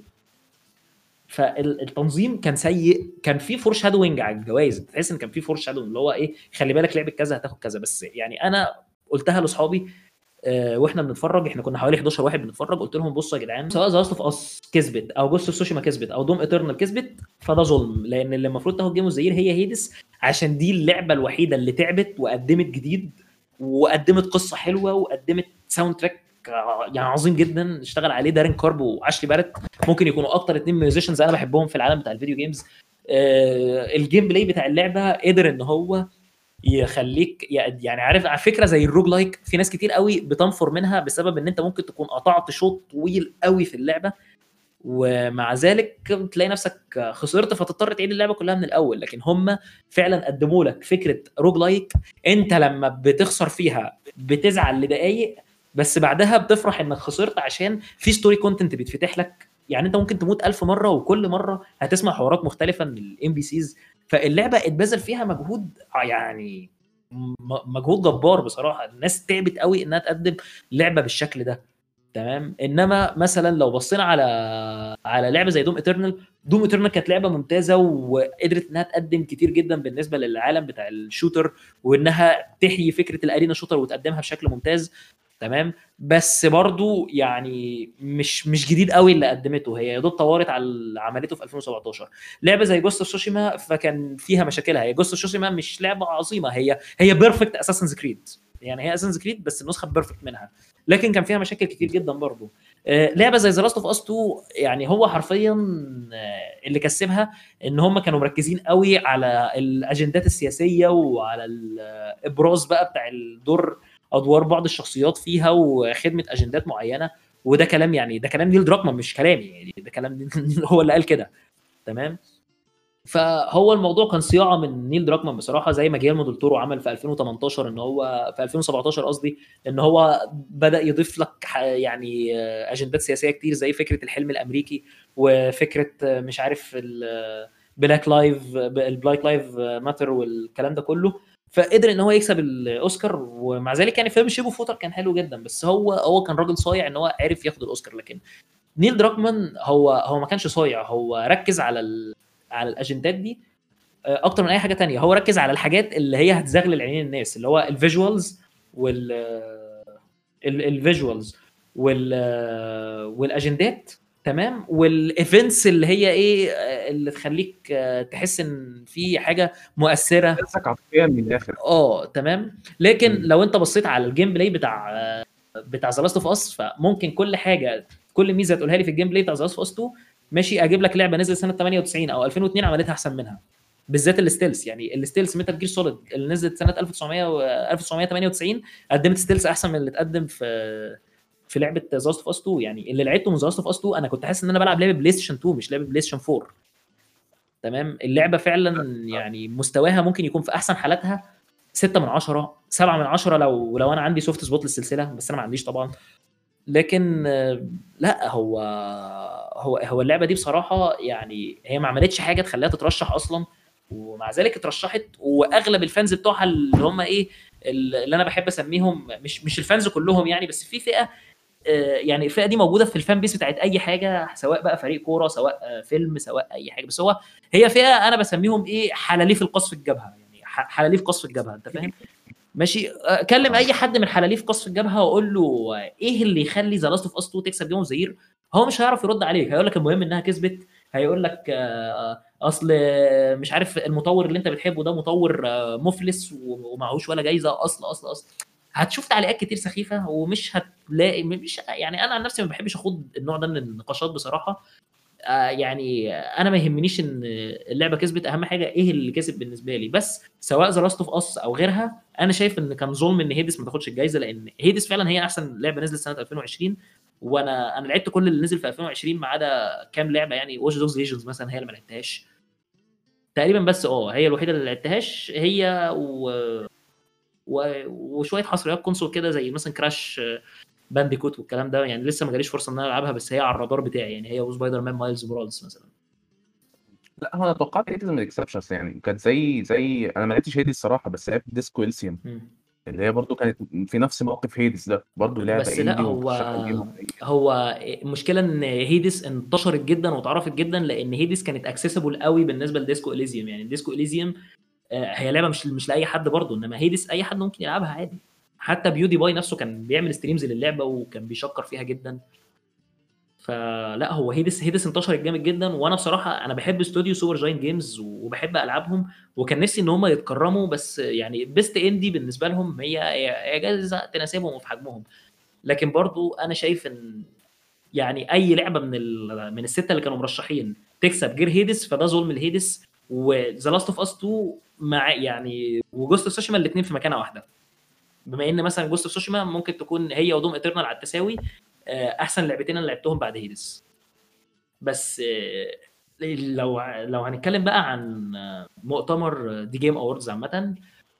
فالتنظيم كان سيء، كان في فور شادوينج على الجوائز، تحس ان كان في فور شادوينج اللي هو ايه، خلي بالك لعبه كذا هتاخد كذا. بس يعني انا قلتها لاصحابي آه، واحنا بنتفرج، احنا كنا حوالي حداشر واحد بنتفرج، قلت لهم بصوا يا جدعان، سواء ذا لاست اوف اس كسبت او جوست اوف سوشيما كسبت او دوم ايترنال كسبت فده ظلم، لان اللي المفروض تاخد جيم اوف ذا يير هي هيدس، عشان دي اللعبه الوحيده اللي تعبت وقدمت جديد وقدمت قصه حلوه وقدمت ساوند تراك يعني عظيم جدا اشتغل عليه دارين كارب واشلي بارت، ممكن يكونوا اكتر اتنين ميوزيشنز انا بحبهم في العالم بتاع الفيديو جيمز. آه، الجيم بلاي بتاع اللعبه قدر ان هو يخليك يعني عارف، على فكره زي الروج لايك، في ناس كتير قوي بتنفر منها بسبب ان انت ممكن تكون قطعت شوط طويل قوي في اللعبه ومع ذلك تلاقي نفسك خسرت فتضطر تعيد اللعبه كلها من الاول. لكن هم فعلا قدموا لك فكره روج لايك، انت لما بتخسر فيها بتزعل لدقايق بس بعدها بتفرح انك خسرت عشان في ستوري كونتنت بيتفتح لك. يعني انت ممكن تموت ألف مره وكل مره هتسمع حوارات مختلفه من الام بي سيز. فاللعبه اتبذل فيها مجهود يعني مجهود جبار بصراحه، الناس تعبت قوي انها تقدم لعبه بالشكل ده. تمام. انما مثلا لو بصينا على على لعبه زي دوم ايترنال، دوم ايترنال كانت لعبه ممتازه وقدرت انها تقدم كتير جدا بالنسبه للعالم بتاع الشوتر، وانها تحيي فكره الارينا شوتر وتقدمها بشكل ممتاز. تمام. بس برضو يعني مش مش جديد قوي اللي قدمته، هي يا دوب طورت على اللي عملته في ألفين وسبعتاشر. لعبه زي جوست اوف سوشيما فكان فيها مشاكلها، هي جوست اوف سوشيما مش لعبه عظيمه، هي هي بيرفكت اساسنز كريد، يعني هي اساسنز كريد بس النسخه بيرفكت منها، لكن كان فيها مشاكل كتير جدا برضو. آه، لعبه زي ذا لاست اوف اس اتنين يعني هو حرفيا آه، اللي كسبها ان هم كانوا مركزين قوي على الاجندات السياسيه وعلى الابراز بقى بتاع الدور ادوار بعض الشخصيات فيها وخدمه اجندات معينه. وده كلام يعني ده كلام نيل دراكمان مش كلامي، يعني ده كلام هو اللي قال كده. تمام. فهو الموضوع كان صياعه من نيل دراكمان بصراحه، زي ما جيلمو دول تورو عمل في ألفين وتمنتاشر ان هو في ألفين وسبعتاشر قصدي، ان هو بدا يضيف لك يعني اجندات سياسيه كتير زي فكره الحلم الامريكي وفكره مش عارف بلاك لايف البلاك لايف ماتر والكلام ده كله. فقدر ان هو يكسب الاوسكار، ومع ذلك يعني فيلم شيبو فوتر كان حلو جدا، بس هو هو كان راجل صايع ان هو عرف ياخد الاوسكار. لكن نيل دراكمان هو هو ما كانش صايع، هو ركز على ال... على الاجندات دي اكتر من اي حاجه تانية. هو ركز على الحاجات اللي هي هتزغلل عينين الناس، اللي هو الفيجوالز وال الفيجوالز وال والاجندات. تمام. والايفنتس اللي هي ايه اللي تخليك تحس ان في حاجه مؤثره تحسك عاطفيا من الاخر. اه تمام. لكن مم. لو انت بصيت على الجيم بلاي بتاع بتاع ذا لاست اوف اس، فممكن كل حاجه كل ميزه تقولها لي في الجيم بلاي بتاع ذا لاست اوف اس اتنين ماشي اجيب لك لعبه نزلت سنه تمانية وتسعين او ألفين واتنين عملتها احسن منها، بالذات الستيلز. يعني الستيلز ميتال جير سوليد اللي نزلت سنه ألف وتسعمية و ألف وتسعمية تمانية وتسعين قدمت ستيلز احسن من اللي اتقدم في في لعبه ذا لاست اوف اس اتنين. يعني اللي لعبته من ذا لاست اوف اس اتنين انا كنت حاسس ان انا بلعب لعبه بلاي ستيشن اتنين مش لعبه بلاي ستيشن اربعة. تمام. اللعبه فعلا يعني مستواها ممكن يكون في احسن حالاتها ستة من عشرة سبعة من عشرة لو لو انا عندي سوفت سبوت للسلسله، بس انا ما عنديش طبعا. لكن لا هو هو هو اللعبه دي بصراحه يعني هي ما عملتش حاجه تخليها تترشح اصلا، ومع ذلك اترشحت. واغلب الفانز بتوعها اللي هم ايه اللي انا بحب اسميهم مش مش الفانز كلهم يعني، بس في فئه يعني الفئه دي موجوده في الفان بيس بتاعت اي حاجه، سواء بقى فريق كوره سواء فيلم سواء اي حاجه. بس هو هي فئه انا بسميهم ايه حلاليف القصف الجبهه، يعني حلاليف قصف الجبهه انت فاهم. ماشي. كلم اي حد من حلاليف قصف الجبهه وقول له ايه اللي يخلي ذا لاست اوف اس اتنين تكسب جيم اوف ذا يير، هو مش هيعرف يرد عليك. هيقول لك المهم انها كسبت، هيقول لك اصل مش عارف المطور اللي انت بتحبه ده مطور مفلس ومعهوش ولا جايزه اصل اصل اصل هتشوف تعليقات كتير سخيفه ومش هتلاقي مش يعني انا عن نفسي ما بحبش اخوض النوع ده من النقاشات بصراحه. آه يعني انا ما يهمنيش ان اللعبه كسبت، اهم حاجه ايه اللي كسب بالنسبه لي. بس سواء ذا لاست اوف اس او غيرها انا شايف ان كان ظلم ان هيدس ما تاخدش الجائزه، لان هيدس فعلا هي احسن لعبه نزلت سنه ألفين وعشرين. وانا انا لعبت كل اللي نزل في ألفين وعشرين ما عدا كام لعبه، يعني واتش دوجز ليجندز مثلا هي اللي ما لعبتهاش تقريبا، بس اه هي الوحيده اللي لعبتهاش هي و... و... وشويه حصريات كونسول كده زي مثلا كراش بانديكوت والكلام ده، يعني لسه ما جاليش فرصه ان انا العبها بس هي على الرادار بتاعي، يعني هي وسبايدر مان مايلز مورالز مثلا. لا هو انا توقعت هيدز من الاكسبشنز، يعني كانت زي زي انا ما لعبتش هيدز الصراحه بس لعبت ديسكو السيوم. اللي هي برضه كانت في نفس موقف هيدس ده، برضه لعبة بس لأ indie هو ومرشحة لجيم of the year. هو المشكلة إن هيدس انتشرت جدًا واتعرفت جدًا لإن هيدس كانت accessible أوي بالنسبة لDisco Elysium، يعني Disco Elysium آآ هي لعبة مش مش لأي حد برضه، إنما هيدس أي حد ممكن يلعبها عادي. حتى PewDiePie نفسه كان بيعمل streams للعبة وكان بيشكّر فيها جدًا. فلأ هو هيدس هيدس انتشرت جامد جدًا، وأنا بصراحة أنا باحب استوديو Super Giant Games وباحب ألعابهم، وكان نفسي إن هم يتكرموا، بس يعني best indie بالنسبة لهم هي هي هي جايزة تناسبهم وفي حجمهم. لكن برضه أنا شايف إن يعني أي لعبة من ال من الستة اللي كانوا مرشحين تكسب غير هيدس، فده ظلم لهيدس. وThe Last of Us two مع يعني وGhost of Tsushima الاتنين في مكانة واحدة. بما إن مثلًا Ghost of Tsushima ممكن تكون هي وDoom Eternal على التساوي آآ أحسن لعبتين أنا لعبتهم بعد هيدس. بس لو ع لو هنتكلم بقى عن مؤتمر The Game Awards عامةً،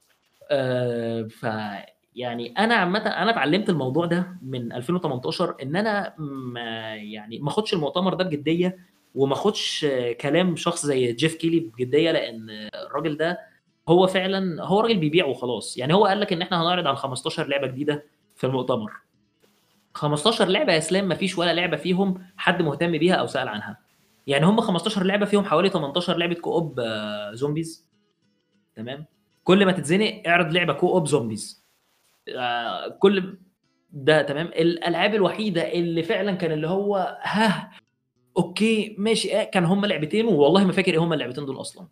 آآ فيعني أنا عامةً أنا اتعلمت الموضوع ده من ألفين وتمنتاشر إن أنا ما يعني ما آخدش المؤتمر ده بجدية، وما آخدش كلام شخص زي جيف كيلي بجدية، لإن الراجل ده هو فعلًا هو راجل بيبيع وخلاص. يعني هو قال لك إن إحنا هنعرض عن خمستاشر لعبة جديدة في المؤتمر. خمستاشر لعبة يا إسلام، ما فيش ولا لعبة فيهم حد مهتم بيها أو سأل عنها. يعني هم خمستاشر لعبة فيهم حوالي تمنتاشر لعبة co-op zombies. تمام؟ كل ما تتزنق اعرض لعبة co-op zombies. آآ كل ده تمام. الألعاب الوحيدة اللي فعلًا كان اللي هو هاه أوكي ماشي، آه كان هم لعبتين، والله ما فاكر إيه هم اللعبتين دول أصلًا.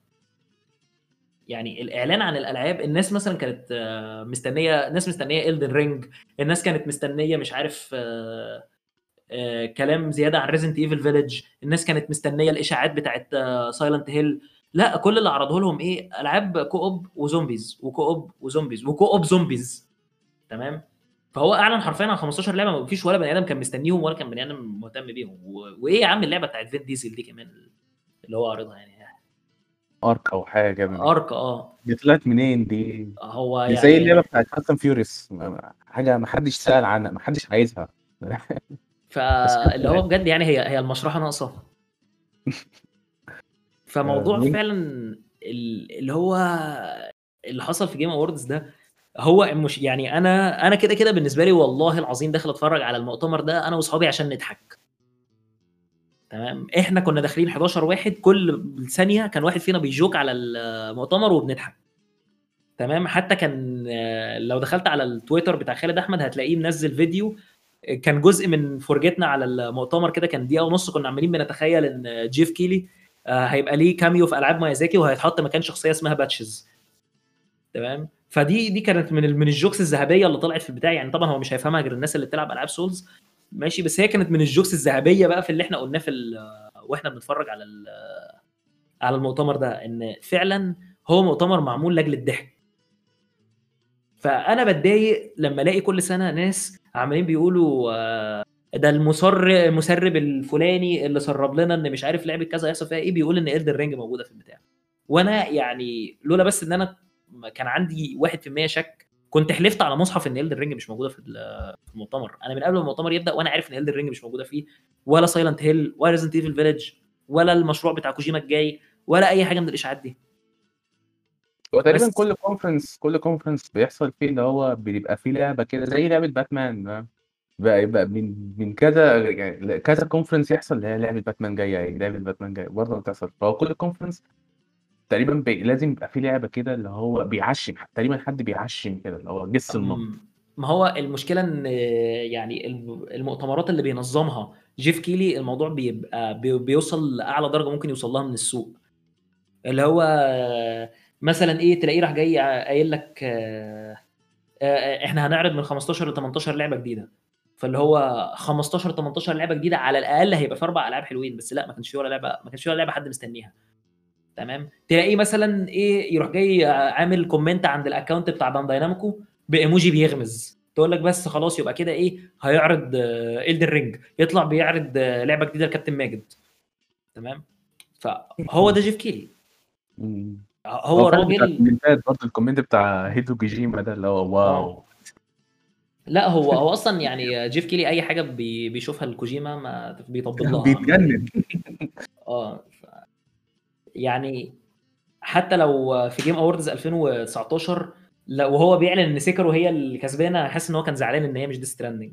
يعني الإعلان عن الألعاب الناس مثلًا كانت مستنية ناس مستنية Elden Ring، الناس كانت مستنية مش عارف آآ كلام زيادة عن Resident Evil Village، الناس كانت مستنية الإشاعات بتاعة Silent Hill. لأ كل اللي عرضوه لهم إيه، ألعاب co-op وzombies وco-op وzombies وco-op zombies. تمام؟ فهو أعلن حرفيًا عن خمستاشر لعبة، ما فيش ولا بني آدم كان مستنيهم ولا كان بني آدم مهتم بيهم. و وإيه يا عم اللعبة بتاعة Vin Diesel دي كمان اللي هو عارضها يعني Ark أو حاجة كده دي. Ark آه. دي طلعت منين دي؟ هو دي زي اللعبة يعني بتاعة Fast and Furious، م حاجة ما حدش سأل عنها، ما حدش عايزها. بس كانت فاللي هو طلعت. بجد يعني هي هي المشرحة ناقصة. آآ فموضوع وأنت فعلًا ال اللي هو اللي حصل في Game Awards ده هو مش يعني أنا أنا كده، كده بالنسبة لي والله العظيم داخل أتفرّج على المؤتمر ده أنا وأصحابي عشان نضحك. تمام؟ إحنا كنا داخلين حداشر واحد، كل ثانية كان واحد فينا بيjoke على المؤتمر وبنضحك. تمام؟ حتى كان لو دخلت على التويتر بتاع خالد أحمد هتلاقيه منزّل فيديو كان جزء من فرجتنا على المؤتمر كده، كان دقيقة ونُص كنا عمالين بنتخيل إن جيف كيلي آآ هيبقى ليه cameo في ألعاب ميازاكي وهيتحط مكان شخصية اسمها Patches. تمام؟ فدي دي كانت من ال من الjokes الذهبية اللي طلعت في البتاع. يعني طبعًا هو مش هيفهمها غير الناس اللي بتلعب ألعاب Souls ماشي، بس هي كانت من الjokes الذهبية بقى في اللي إحنا قلناه في ال وإحنا بنتفرّج على ال على المؤتمر ده، إن فعلًا هو مؤتمر معمول لأجل الضحك. فأنا باتضايق لمّا ألاقي كل سنة ناس عمالين بيقولوا ده المُسر المُسرِّب الفلاني اللي سرّب لنا إن مش عارف لعبة كذا هيحصل فيها إيه، بيقول إن Elden Ring موجودة في البتاع. وأنا يعني لولا بس إن أنا م كان عندي واحد في المِيّة شَك، كنت حلفت على مصحف إن Elden Ring مش موجودة في ال في المؤتمر. أنا من قبل ما المؤتمر يبدأ وأنا عارف إن Elden Ring مش موجودة فيه، ولا Silent Hill ولا Resident Evil Village ولا المشروع بتاع كوجيما الجاي ولا أي حاجة من الإشاعات دي. هو تقريبًا بس كل conference كل conference بيحصل فيه اللي هو بيبقى في لعبة كده زي لعبة باتمان فاهم؟ بقى يبقى من من كذا يعني كذا conference يحصل اللي هي لعبة باتمان جاية أهي، لعبة باتمان جاية، برضه ما بتحصلش. فهو كل conference تقريبًا ب لازم يبقى في لعبة كده اللي هو بيعشِّم، تقريبًا حد بيعشِّم كده اللي هو جِس النبض. إمم. ما هو المشكلة إن يعني الم المؤتمرات اللي بينظمها جيف كيلي الموضوع بيبقى بي بيوصل لأعلى درجة ممكن يوصل لها من السوء. اللي هو مثلًا إيه، تلاقيه راح جاي قايل لك آآ إحنا هنعرض من خمستاشر لتمنتاشر لعبة جديدة. فاللي هو خمستاشر، تمنتاشر لعبة جديدة على الأقل هيبقى في أربع ألعاب حلوين، بس لأ ما كانش في ولا لعبة ما كانش في ولا لعبة حد مستنيها. تمام؟ تلاقيه مثلًا إيه، يروح جاي عامل comment عند الaccount بتاع Bandai Namco بemoji بيغمز. تقول لك بس خلاص يبقى كده إيه، هيعرض Elden Ring، يطلع بيعرض لعبة جديدة لكابتن ماجد. تمام؟ فهو ده جيف كيلي. إمم. هو هو فعلًا بتاع راجل الكومنتات برضه الcomment بتاع هيدو كوجيما ده اللي هو آه. واو! لأ هو هو أصلًا يعني جيف كيلي أي حاجة بي بيشوفها لكوجيما ما بيطبل لها عامةً يعني. بيتجنن. آه. ف يعني حتى لو في Game Awards ألفين وتسعتاشر لا وهو بيعلن ان سيكرو هي اللي كسبانه، حاسس ان هو كان زعلان ان هي مش ديث ستراندنج.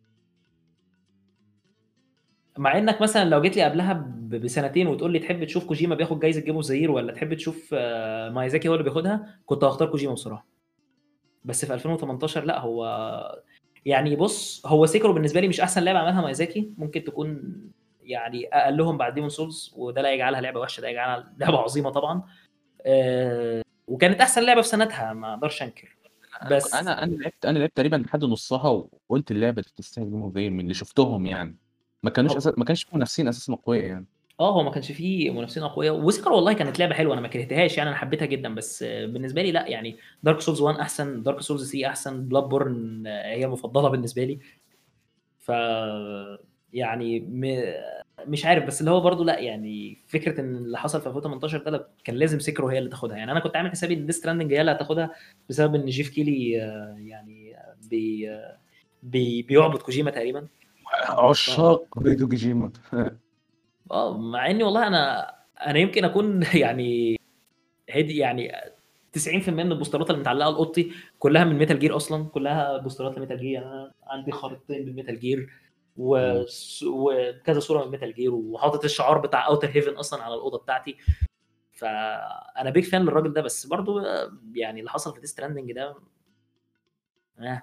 مع انك مثلا لو جيت لي قبلها ب- بسنتين وتقول لي تحب تشوف كوجيما بياخد جايزه جيم اوف ذا يير ولا تحب تشوف آه، مايزاكي هو اللي بياخدها، كنت هختار كوجيما بصراحه. بس في ألفين وتمنتاشر لا، هو يعني بص، هو سيكرو بالنسبه لي مش احسن لعبه عملها مايزاكي، ممكن تكون يعني اقلهم بعد ديمون سولز، وده لا يجعلها لعبه وحشه، ده يجعلها لعبه عظيمه طبعا. آه، وكانت احسن لعبه في سنتها، ما اقدرش انكر. انا ك- بس انا انا لعبت انا لعبت تقريبا لحد نصها وقلت اللعبه دي تستاهل جيم اوف ذا يير من اللي شفتهم يعني. ما كانوش هو أساس... ما كانش في منافسين اساسا اقوياء يعني. اه هو ما كانش فيه منافسين اقوياء، وسكر والله كانت لعبه حلوه، انا ما كرهتهاش يعني، انا حبيتها جدا. بس آه، بالنسبه لي لا يعني، دارك سولز واحد احسن، دارك سولز ثلاثة احسن، بلاد بورن هي المفضله بالنسبه لي. ف يعني م... مش عارف، بس اللي هو برضو لا يعني، فكره ان اللي حصل في ألفين وتمنتاشر ده لا، كان لازم سيكرو هي اللي تاخدها يعني. انا كنت عامل حسابي ان ديث ستراندنج هي اللي هتاخدها، بسبب ان جيف كيلي آه، يعني آه، بي... آه، بي... بيعبد كوجيما تقريبا. ف عشاق فيديو كوجيما. اه مع اني والله انا انا يمكن اكون يعني هدي يعني تسعين في المية من البوسترات اللي متعلقه لاوضتي كلها من ميتال جير، اصلا كلها بوسترات لميتال جير يعني. انا عندي خريطتين من ميتال جير و... مم. وكذا صوره من ميتال جير، وحاطط الشعار بتاع اوتر هيفن اصلا على الاوضه بتاعتي. فانا بيج فان للراجل ده، بس برضو يعني اللي حصل في ديس ستراندنج ده آه.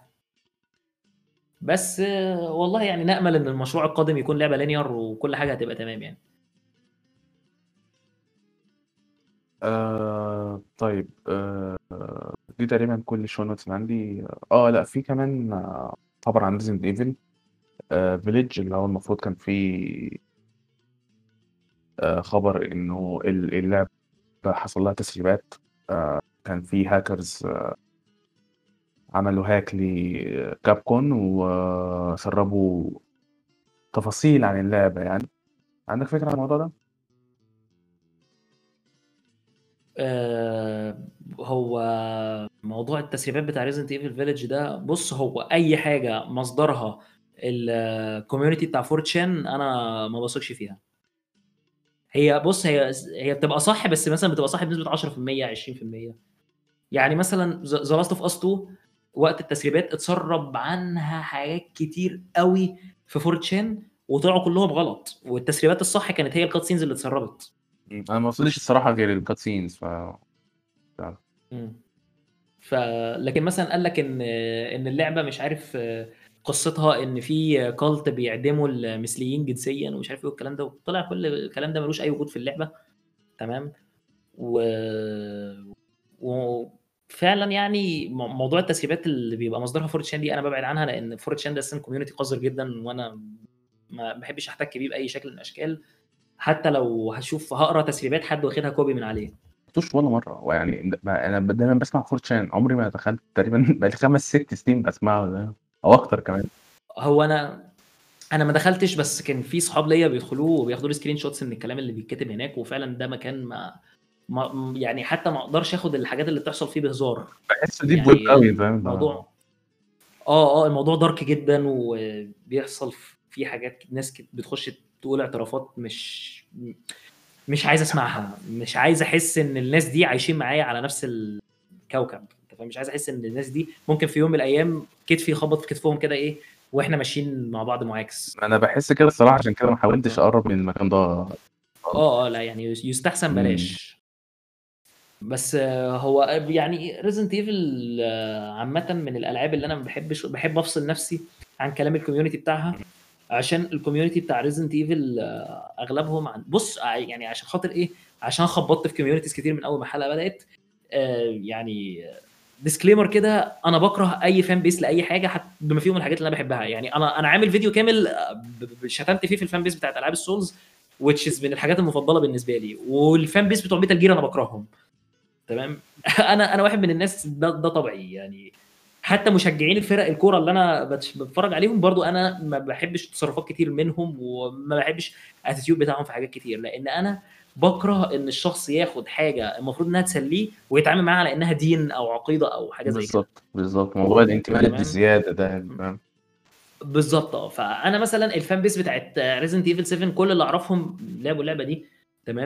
بس آه، والله يعني نامل ان المشروع القادم يكون لعبه لينير وكل حاجه هتبقى تمام يعني. آه طيب آه دي تقريبا كل الشو نوتس اللي عندي. اه لا، في كمان آه خبر عن ريزنت ايفل فيليج، اللي هو المفروض كان فيه آه خبر انه ال- اللعبه حصل لها تسريبات. آه كان في هاكرز عملوا هاك لكابكون وسربوا تفاصيل عن اللعبة يعني. عندك فكرة عن الموضوع ده؟ آه، هو موضوع التسريبات بتاع ريزنت ايفل فيليج ده، بص هو اي حاجه مصدرها الكوميونتي بتاع فورتشان انا ما بثقش فيها. هي بص، هي هي بتبقى صح، بس مثلا بتبقى صح بنسبه عشرة في المية عشرين في المية. يعني مثلا ذا لاست اوف اس اتنين، وقت التسريبات اتسرب عنها حاجات كتير قوي في فورتشان، وطلعوا كلهم غلط، والتسريبات الصح كانت هي الكات سينز اللي اتسربت. مم. انا ما وصلتش الصراحة غير الكات سينز ف فعلا. مم. ف لكن مثلا قال لك ان ان اللعبه مش عارف قصتها ان في كالت بيعدموا المثليين جنسيا ومش عارف ايه والكلام ده، وطلع كل الكلام ده ملوش اي وجود في اللعبه. تمام. و وفعلا يعني م- موضوع التسريبات اللي بيبقى مصدرها فورتشان دي انا ببعد عنها، لان فورتشان ده اصلا كوميونتي قذر جدا، وانا ما بحبش احتك بيه باي شكل من الاشكال. حتى لو هشوف هقرا تسريبات حد واخدها كوبي من عليه. ما شفتوش ولا مرة، ويعني ما- انا دايما بسمع فورتشان، عمري ما دخلت تقريبا بقالي خمس ست سنين بسمعه ده او اكتر كمان. هو انا انا ما دخلتش، بس كان في صحاب ليا بيدخلوه وبياخدوا لي سكرين شوتس من الكلام اللي بيتكتب هناك، وفعلا ده مكان ما, ما يعني حتى ما اقدرش اخد الحاجات اللي بتحصل فيه بهزار. بحسه ديب ويب يعني قوي، فاهم ده؟ الموضوع اه اه الموضوع دارك جدا، وبيحصل فيه حاجات ناس كت- بتخش تقول اعترافات مش مش عايز اسمعها، مش عايز احس ان الناس دي عايشين معايا على نفس الكوكب، انت فاهم؟ مش عايز احس ان الناس دي ممكن في يوم من الايام كتفي يخبط في كتفهم كده ايه، واحنا ماشيين مع بعض معاكس. انا بحس كده الصراحة، عشان كده ما ف- حاولتش اقرب من المكان ده خالص. اه اه لا يعني يستحسن امم بلاش. بس آه، هو يعني ريزنت ايفل عامة من الالعاب اللي انا ما بحبش، بحب افصل نفسي عن كلام الكوميونتي بتاعها، عشان الكوميونتي بتاع ريزنت ايفل اغلبهم عن بص ع- يعني عشان خاطر ايه، عشان خبطت في كوميونيتيز كتير من اول ما الحلقه بدات. آه، يعني ديسكليمر كده، انا بكره اي فان بيس لاي حاجه، حتى بما فيهم الحاجات اللي انا بحبها يعني. انا انا عامل فيديو كامل آه، ب- ب- شتمت فيه في الفان بيس بتاعت العاب السولز، which is من الحاجات المفضله بالنسبه لي، والفان بيس بتوع ميتال جير انا بكرههم. تمام. انا انا واحد من الناس ده, ده طبيعي يعني. حتى مشجعين الفرق الكوره اللي انا بتش- بتفرج عليهم برضو، انا ما بحبش تصرفات كتير منهم، وما بحبش الاتيتيود بتاعهم في حاجات كتير، لان انا بكره ان الشخص ياخد حاجه المفروض انها تسليه ويتعامل معاها على انها دين او عقيده او حاجه زي كده. بالظبط بالظبط، موضوع الانتماء تمام. بالزيادة ده، فاهم؟ بالظبط اه فانا مثلا الفان بيس بتاعت ريزنت ايفل سبعة كل اللي اعرفهم لعبوا اللعبه دي. تمام.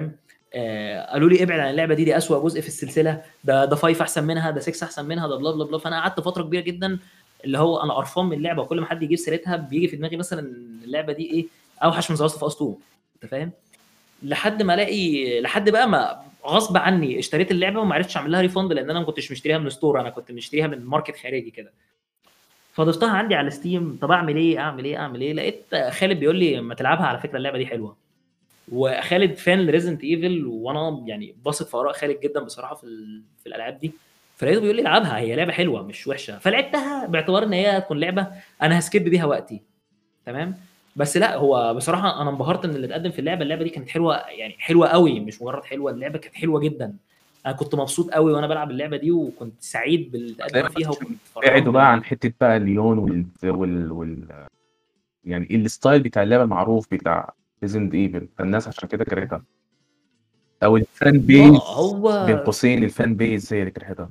آه قالوا لي ابعد عن اللعبه دي، دي اسوأ جزء في السلسله، ده ده خمسة احسن منها، ده ستة احسن منها، ده بلا بلا بلا. فانا قعدت فتره كبيره جدا اللي هو انا قرفان من اللعبه، وكل ما حد يجيب سيرتها بيجي في دماغي مثلا اللعبه دي ايه، اوحش من ذا لاست اوف اس اتنين، انت فاهم؟ لحد ما الاقي، لحد بقى ما غصب عني اشتريت اللعبه وما عرفتش اعمل لها ريفند، لان انا ما كنتش مشتريها من ستور، انا كنت مشتريها من ماركت خارجي كده. فضفتها عندي على ستيم. طب اعمل ايه اعمل ايه اعمل ايه؟ لقيت خالد بيقول لي ما تلعبها، على فكره اللعبه دي حلوه. وخالد فان لريزنت ايفل، وانا يعني باثق في اراء خالد جدا بصراحه في ال... في الالعاب دي. فلقيته بيقول لي العبها، هي لعبه حلوه مش وحشه. فلعبتها باعتبار ان هي تكون لعبه انا هسكيب بيها وقتي، تمام. بس لا، هو بصراحه انا انبهرت ان اللي اتقدم في اللعبه، اللعبه دي كانت حلوه يعني حلوه قوي، مش مجرد حلوه، اللعبه كانت حلوه جدا. انا كنت مبسوط قوي وانا بلعب اللعبه دي، وكنت سعيد باللي اتقدم هتلاقيهم بس فيها، عشان وكنت فرحان بعدوا بقى عن بال حته بقى ليون وال... وال... وال... يعني الستايل بتاع اللعبه المعروف بتاع ريزنت ايفل، فالناس عشان كده كرهتها، او الفان اه بيز هو بين قوسين الفان بيز هي اللي كرهتها.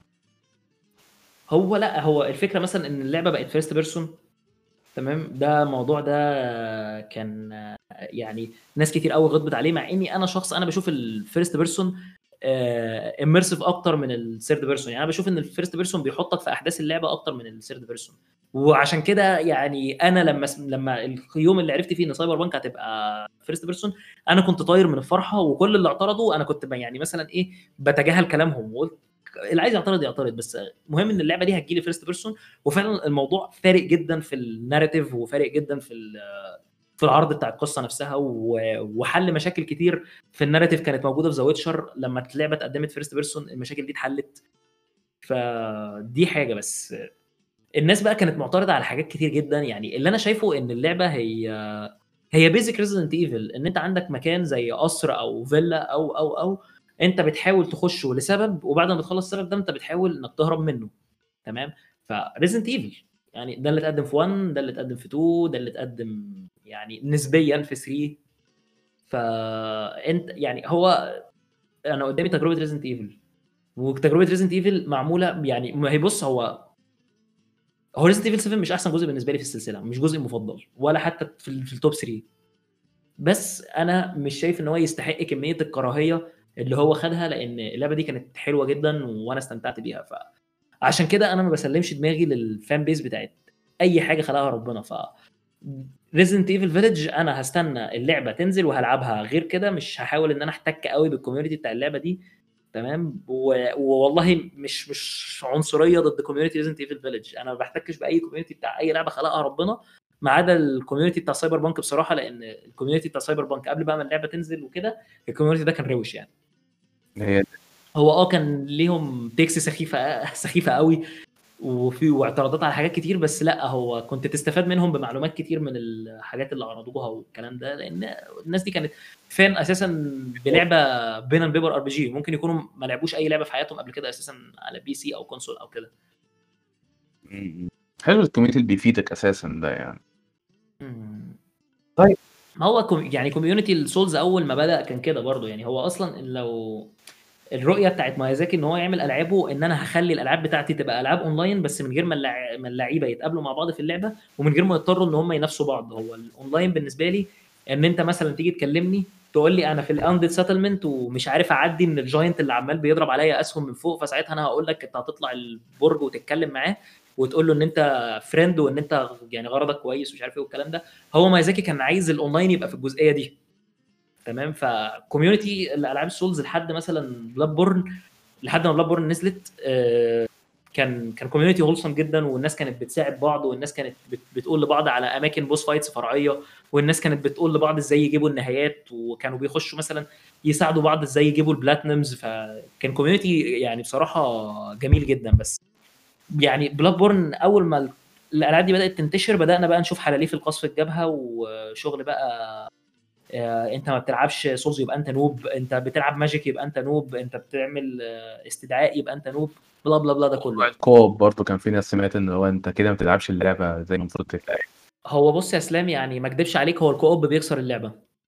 هو لا، هو الفكره مثلا ان اللعبه بقت فيرست بيرسون، تمام. ده الموضوع ده كان يعني ناس كتير قوي غضبت عليه، مع اني انا شخص انا بشوف الفيرست بيرسون اميرسيف اكتر من الثيرد بيرسون. يعني انا بشوف ان الفيرست بيرسون بيحطك في احداث اللعبه اكتر من الثيرد بيرسون. وعشان كده يعني انا لما لما اليوم اللي عرفت فيه ان سايبر بانك هتبقى فيرست بيرسون، انا كنت طاير من الفرحه. وكل اللي اعترضوا انا كنت يعني مثلا ايه، بتجاهل كلامهم وقلت اللي عايز يعترض يعترض، بس مهم ان اللعبه دي هتجيلي فيرست بيرسون. وفعلا الموضوع فارق جدا في الناريتيف، وفارق جدا في في العرض بتاع القصه نفسها، وحل مشاكل كتير في الناريتيف كانت موجوده في ذا ويتشر. لما اللعبه اتقدمت فيرست بيرسون المشاكل دي اتحلت. فدي حاجه. بس الناس بقى كانت معترضه على حاجات كتير جدا. يعني اللي انا شايفه ان اللعبه هي هي بيزك ريزيدنت ايفل، ان انت عندك مكان زي قصر او فيلا او او او انت بتحاول تخشه لسبب، وبعد ما بتخلص السبب ده انت بتحاول انك تهرب منه، تمام. فريزنت ايفل يعني ده اللي اتقدم في واحد، ده اللي اتقدم في اتنين، ده اللي اتقدم يعني نسبيا في ثلاثة. فانت يعني هو انا قدامي تجربه ريزنت ايفل، وتجربه ريزنت ايفل معموله يعني، ما هي بص، هو هو ريزنت ايفل سبعة مش احسن جزء بالنسبه لي في السلسله، مش جزء مفضل ولا حتى في, ال- في التوب ثلاثة. بس انا مش شايف ان هو يستحق كميه الكراهيه اللي هو خدها، لان اللعبه دي كانت حلوه جدا وانا استمتعت بيها. فعشان كده انا ما بسلمش دماغي للفان بيس بتاعت اي حاجه خلقها ربنا. ف ريزنت ايفل فيلج انا هستنى اللعبه تنزل وهلعبها، غير كده مش هحاول ان انا احتك قوي بالكوميونتي بتاع اللعبه دي، تمام. و- والله مش مش عنصريه ضد كوميونتي ريزنت ايفل فيلج، انا ما بحتكش باي كوميونتي بتاع اي لعبه خلقها ربنا، ما عدا الكوميونتي بتاع سايبر بانك بصراحه، لان الكوميونتي بتاع سايبر بانك قبل بقى ما اللعبه تنزل وكده الكوميونتي ده كان روش يعني. هي هو اه كان ليهم تيكس سخيفه سخيفه قوي، وفي واعتراضات على حاجات كتير، بس لا هو كنت تستفاد منهم بمعلومات كتير من الحاجات اللي عرضوها والكلام ده، لان الناس دي كانت فان اساسا بلعبه بين اند بيبر ار بي جي، ممكن يكونوا ما لعبوش اي لعبه في حياتهم قبل كده اساسا على بي سي او كونسول او كده. م- م. حلو الكوميونتي اللي بيفيدك اساسا ده يعني. مم. طيب ما هو كوم يعني كوميونتي السولز اول ما بدا كان كده برضو. يعني هو اصلا لو الرؤيه بتاعت مايازاكي ان هو يعمل العابه ان انا هخلي الالعاب بتاعتي تبقى العاب اونلاين، بس من غير ما اللع- ما اللعيبه يتقابلوا مع بعض في اللعبه، ومن غير ما يضطروا ان هم ينافسوا بعض. هو الاونلاين بالنسبه لي ان انت مثلا تيجي تكلمني تقول لي انا في الاندد سيتلمنت ومش عارف اعدي من الجاينت اللي عمال بيضرب عليا اسهم من فوق، فساعتها انا هقول لك انت هتطلع البرج وتتكلم معاه وتقول له ان انت فريند وان انت يعني غرضك كويس ومش عارف ايه والكلام ده. هو مايزاكي كان عايز الاونلاين يبقى في الجزئيه دي، تمام. فكوميونتي الالعاب السولز لحد مثلا بلاد بورن، لحد ما بلاد بورن نزلت آه، كان كان كوميونتي هولسم جدا، والناس كانت بتساعد بعض، والناس كانت بت بتقول لبعض على اماكن بوس فايتس فرعيه، والناس كانت بتقول لبعض ازاي يجيبوا النهايات، وكانوا بيخشوا مثلا يساعدوا بعض ازاي يجيبوا البلاتنمز. فكان كوميونتي يعني بصراحه جميل جدا. بس يعني بلاد بورن اول ما الالعاب دي بدات تنتشر بدانا بقى نشوف حلاليف القصف في الجبهه وشغل بقى. آه، انت ما بتلعبش سولز يبقى انت نوب، انت بتلعب ماجيك يبقى انت نوب، انت بتعمل آه، استدعاء يبقى انت نوب، بلا بلا بلا ده موضوع كله. الكوب برضه كان في ناس سمعت ان هو انت كده ما بتلعبش اللعبه زي ما المفروض تتلعب. هو بص يا اسلام، يعني ما اكدبش عليك، هو الكوب بيكسر اللعبه،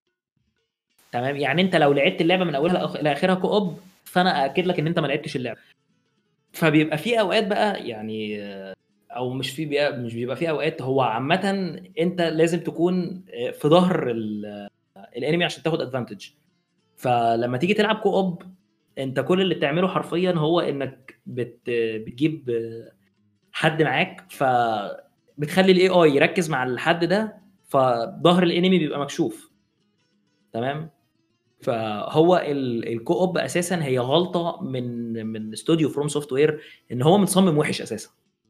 تمام. يعني انت لو لعبت اللعبه من اولها لآخ- لاخرها كوب، فانا اكد لك ان انت ما لعبتش اللعبه. فبيبقى في اوقات بقى يعني آه، او مش في بيبقى مش بيبقى في اوقات، هو عامه انت لازم تكون آه، في ظهر ال- الانمي عشان تاخد ادفانتج. فلما تيجي تلعب كو اوب انت كل اللي بتعمله حرفيا هو انك بت بتجيب حد معاك، فبتخلي الاي اي يركز مع الحد ده، فظهر الانمي بيبقى مكشوف. تمام. فهو الكو اوب اساسا هي غلطه من من استوديو فروم سوفت وير، ان هو متصمم وحش اساسا،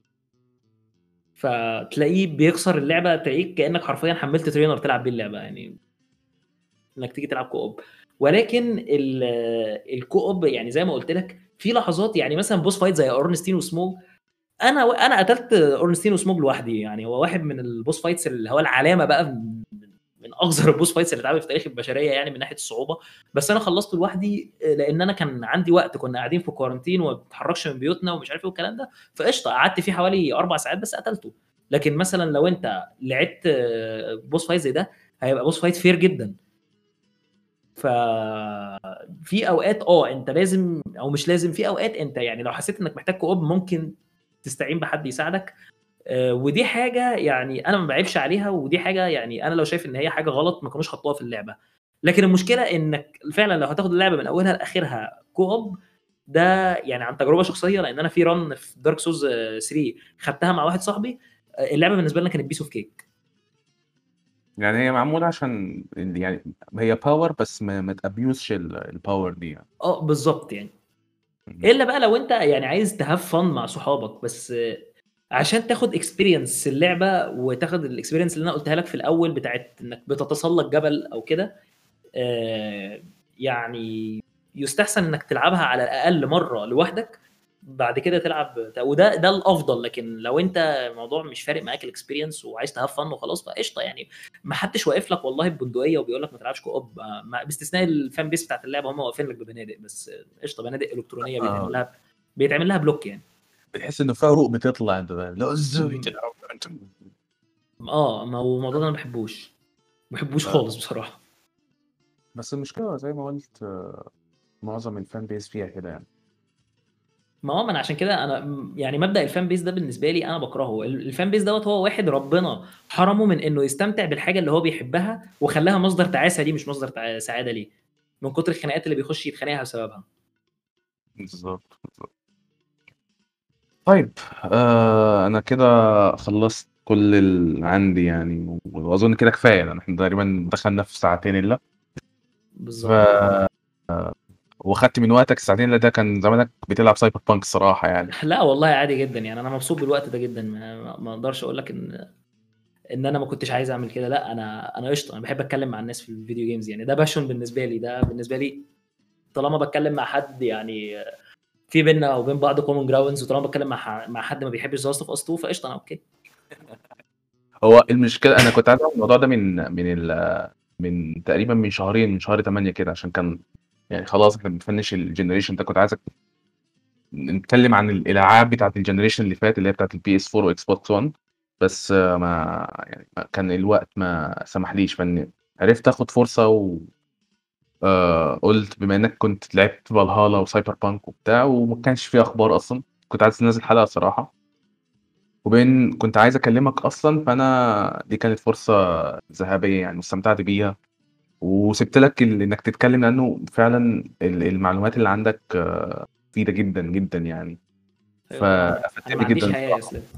فتلاقيه بيكسر اللعبه، تلاقيك كانك حرفيا حملت ترينر تلعب بيه اللعبه، يعني انك تيجي تلعب كو اوب. ولكن الكو اوب يعني زي ما قلت لك في لحظات، يعني مثلا بوس فايت زي اورنستين وسموج، انا انا قتلت اورنستين وسموج لوحدي، يعني هو واحد من البوس فايتس اللي هو العلامه بقى من من اقذر البوس فايتس اللي اتعملت في تاريخ البشريه، يعني من ناحيه الصعوبه. بس انا خلصته لوحدي لان انا كان عندي وقت، كنا قاعدين في كوارنتين وما بنتحركش من بيوتنا ومش عارف ايه والكلام ده، فقشطه قعدت فيه حوالي اربع ساعات بس قتلته. لكن مثلا لو انت لعبت بوس فايت زي ده هيبقى بوس فايت فير جدا. ف في اوقات اه انت لازم او مش لازم، في اوقات انت يعني لو حسيت انك محتاج كوب ممكن تستعين بحد يساعدك. آه، ودي حاجه يعني انا ما بعيبش عليها، ودي حاجه يعني انا لو شايف ان هي حاجه غلط ما كانوش حطوها في اللعبه. لكن المشكله انك فعلا لو هتاخد اللعبه من اولها لاخرها كوب، ده يعني عن تجربه شخصيه، لان انا في رن في دارك سوز ثلاثة خدتها مع واحد صاحبي، آه، اللعبه بالنسبه لنا كانت بيس اوف كيك. يعني هي معمولة عشان ال- يعني هي باور، بس ما, ما تابيوزش الباور دي يعني. اه بالظبط يعني. مم. الا بقى لو انت يعني عايز تهاف فن مع صحابك بس، آه، عشان تاخد اكسبيرينس اللعبه وتاخد الاكسبيرينس اللي انا قلتها لك في الاول بتاعت انك بتتسلق جبل او كده، آه، يعني يستحسن انك تلعبها على الاقل مره لوحدك، بعد كده تلعب، وده ده الافضل. لكن لو انت الموضوع مش فارق معاك الاكسبيرينس وعايز تهاف فن وخلاص فقشطه يعني. ما حدش واقف لك والله ببندقيه وبيقول لك ما تلعبش كو اوب، آه، ما- باستثناء الفان بيس بتاعت اللعبه هم واقفين لك ببنادق بس، آه، قشطه بنادق الكترونيه بيتعمل اه، لها بيتعمل لها بلوك يعني. بتحس انه في عروق بتطلع انت بقى. لا ازاي م- تلعب انت؟ اه ما هو الموضوع ده انا ما بحبوش، ما بحبوش آه. خالص بصراحه. بس المشكلة زي ما قلت، آه، معظم الفان بيس فيها كده يعني. ما هو ما انا عشان كده انا م- يعني مبدأ الفان بيس ده بالنسبه لي انا بكرهه. ال- الفان بيس دوت هو واحد ربنا حرمه من انه يستمتع بالحاجه اللي هو بيحبها وخلاها مصدر تعاسه ليه مش مصدر تع- سعاده ليه، من كتر الخناقات اللي بيخش يتخانقها بسببها. بالظبط بالظبط. طيب، آه انا كده خلصت كل اللي عندي يعني، واظن كده كفايه لان احنا تقريبا دخلنا في ساعتين الا. ف بالظبط اه. واخدت من وقتك الساعتين اللي ده كان زمانك بتلعب سايبر بانك الصراحه يعني. لا والله عادي جدا يعني، انا مبسوط بالوقت ده جدا، ما ما- ما اقدرش اقول لك ان ان انا ما كنتش عايز اعمل كده. لا انا انا قشطه، انا بحب اتكلم مع الناس في الفيديو جيمز، يعني ده باشون بالنسبه لي، ده بالنسبه لي طالما بتكلم مع حد يعني في بيننا وبين بعض كومن جراوندز، وطالما بتكلم مع ح- مع حد ما بيحبش ذا لاست اوف اس اتنين فقشطه انا اوكي. هو المشكله انا كنت عايز اعمل الموضوع ده من من ال... من تقريبا من شهرين، من شهر تمانية كده، عشان كان يعني خلاص احنا بنفنش الجنريشن ده. كنت عايزك نتكلم عن الالعاب بتاعت الجنريشن اللي فات اللي هي بتاعت البي اس فور واكس بوكس واحد، بس آه، ما يعني ما كان الوقت ما سمحليش، فاني عرفت اخد فرصه و آه، قلت بما انك كنت لعبت فالهالا وسايبر بانك وبتاع وما كانش فيه اخبار اصلا، كنت عايز تنزل حلقه صراحه، وبين كنت عايز اكلمك اصلا، فانا دي كانت فرصه ذهبيه يعني، واستمتعت بيها وسبت لك ال- انك تتكلم، لانه فعلا ال- المعلومات اللي عندك آه، مفيده جدا جدا يعني، ايوه طبعا انا ما فافدتني عنديش جدا حياه يا الصراحه. اسلام.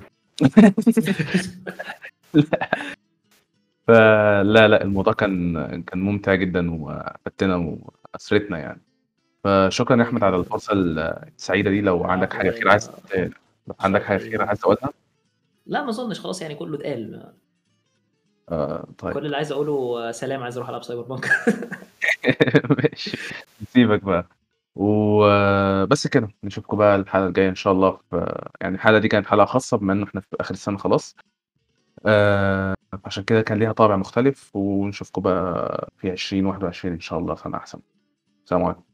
فلا لا الموضوع كان كان ممتع جدا وفدتنا وأسرتنا يعني. فشكرا يا احمد حبيبي على والله. الفرصه السعيده دي. لو عندك العفو حاجه ده اخيره عايز ده لو عندك شرف حاجه ليا اخيره والله. عايز تقولها؟ لا ما اظنش، خلاص يعني كله اتقال. آه طيب. كل اللي عايز اقوله سلام، عايز اروح العب سايبر بانك. ماشي، نسيبك بقى وبس كده. نشوفكم بقى الحلقه الجايه ان شاء الله. في يعني الحلقه دي كانت حلقه خاصه بما ان احنا في اخر السنه خلاص، آه عشان كده كان ليها طابع مختلف، ونشوفكم بقى في عشرين واحد وعشرين ان شاء الله سنه احسن. سلام عليكم.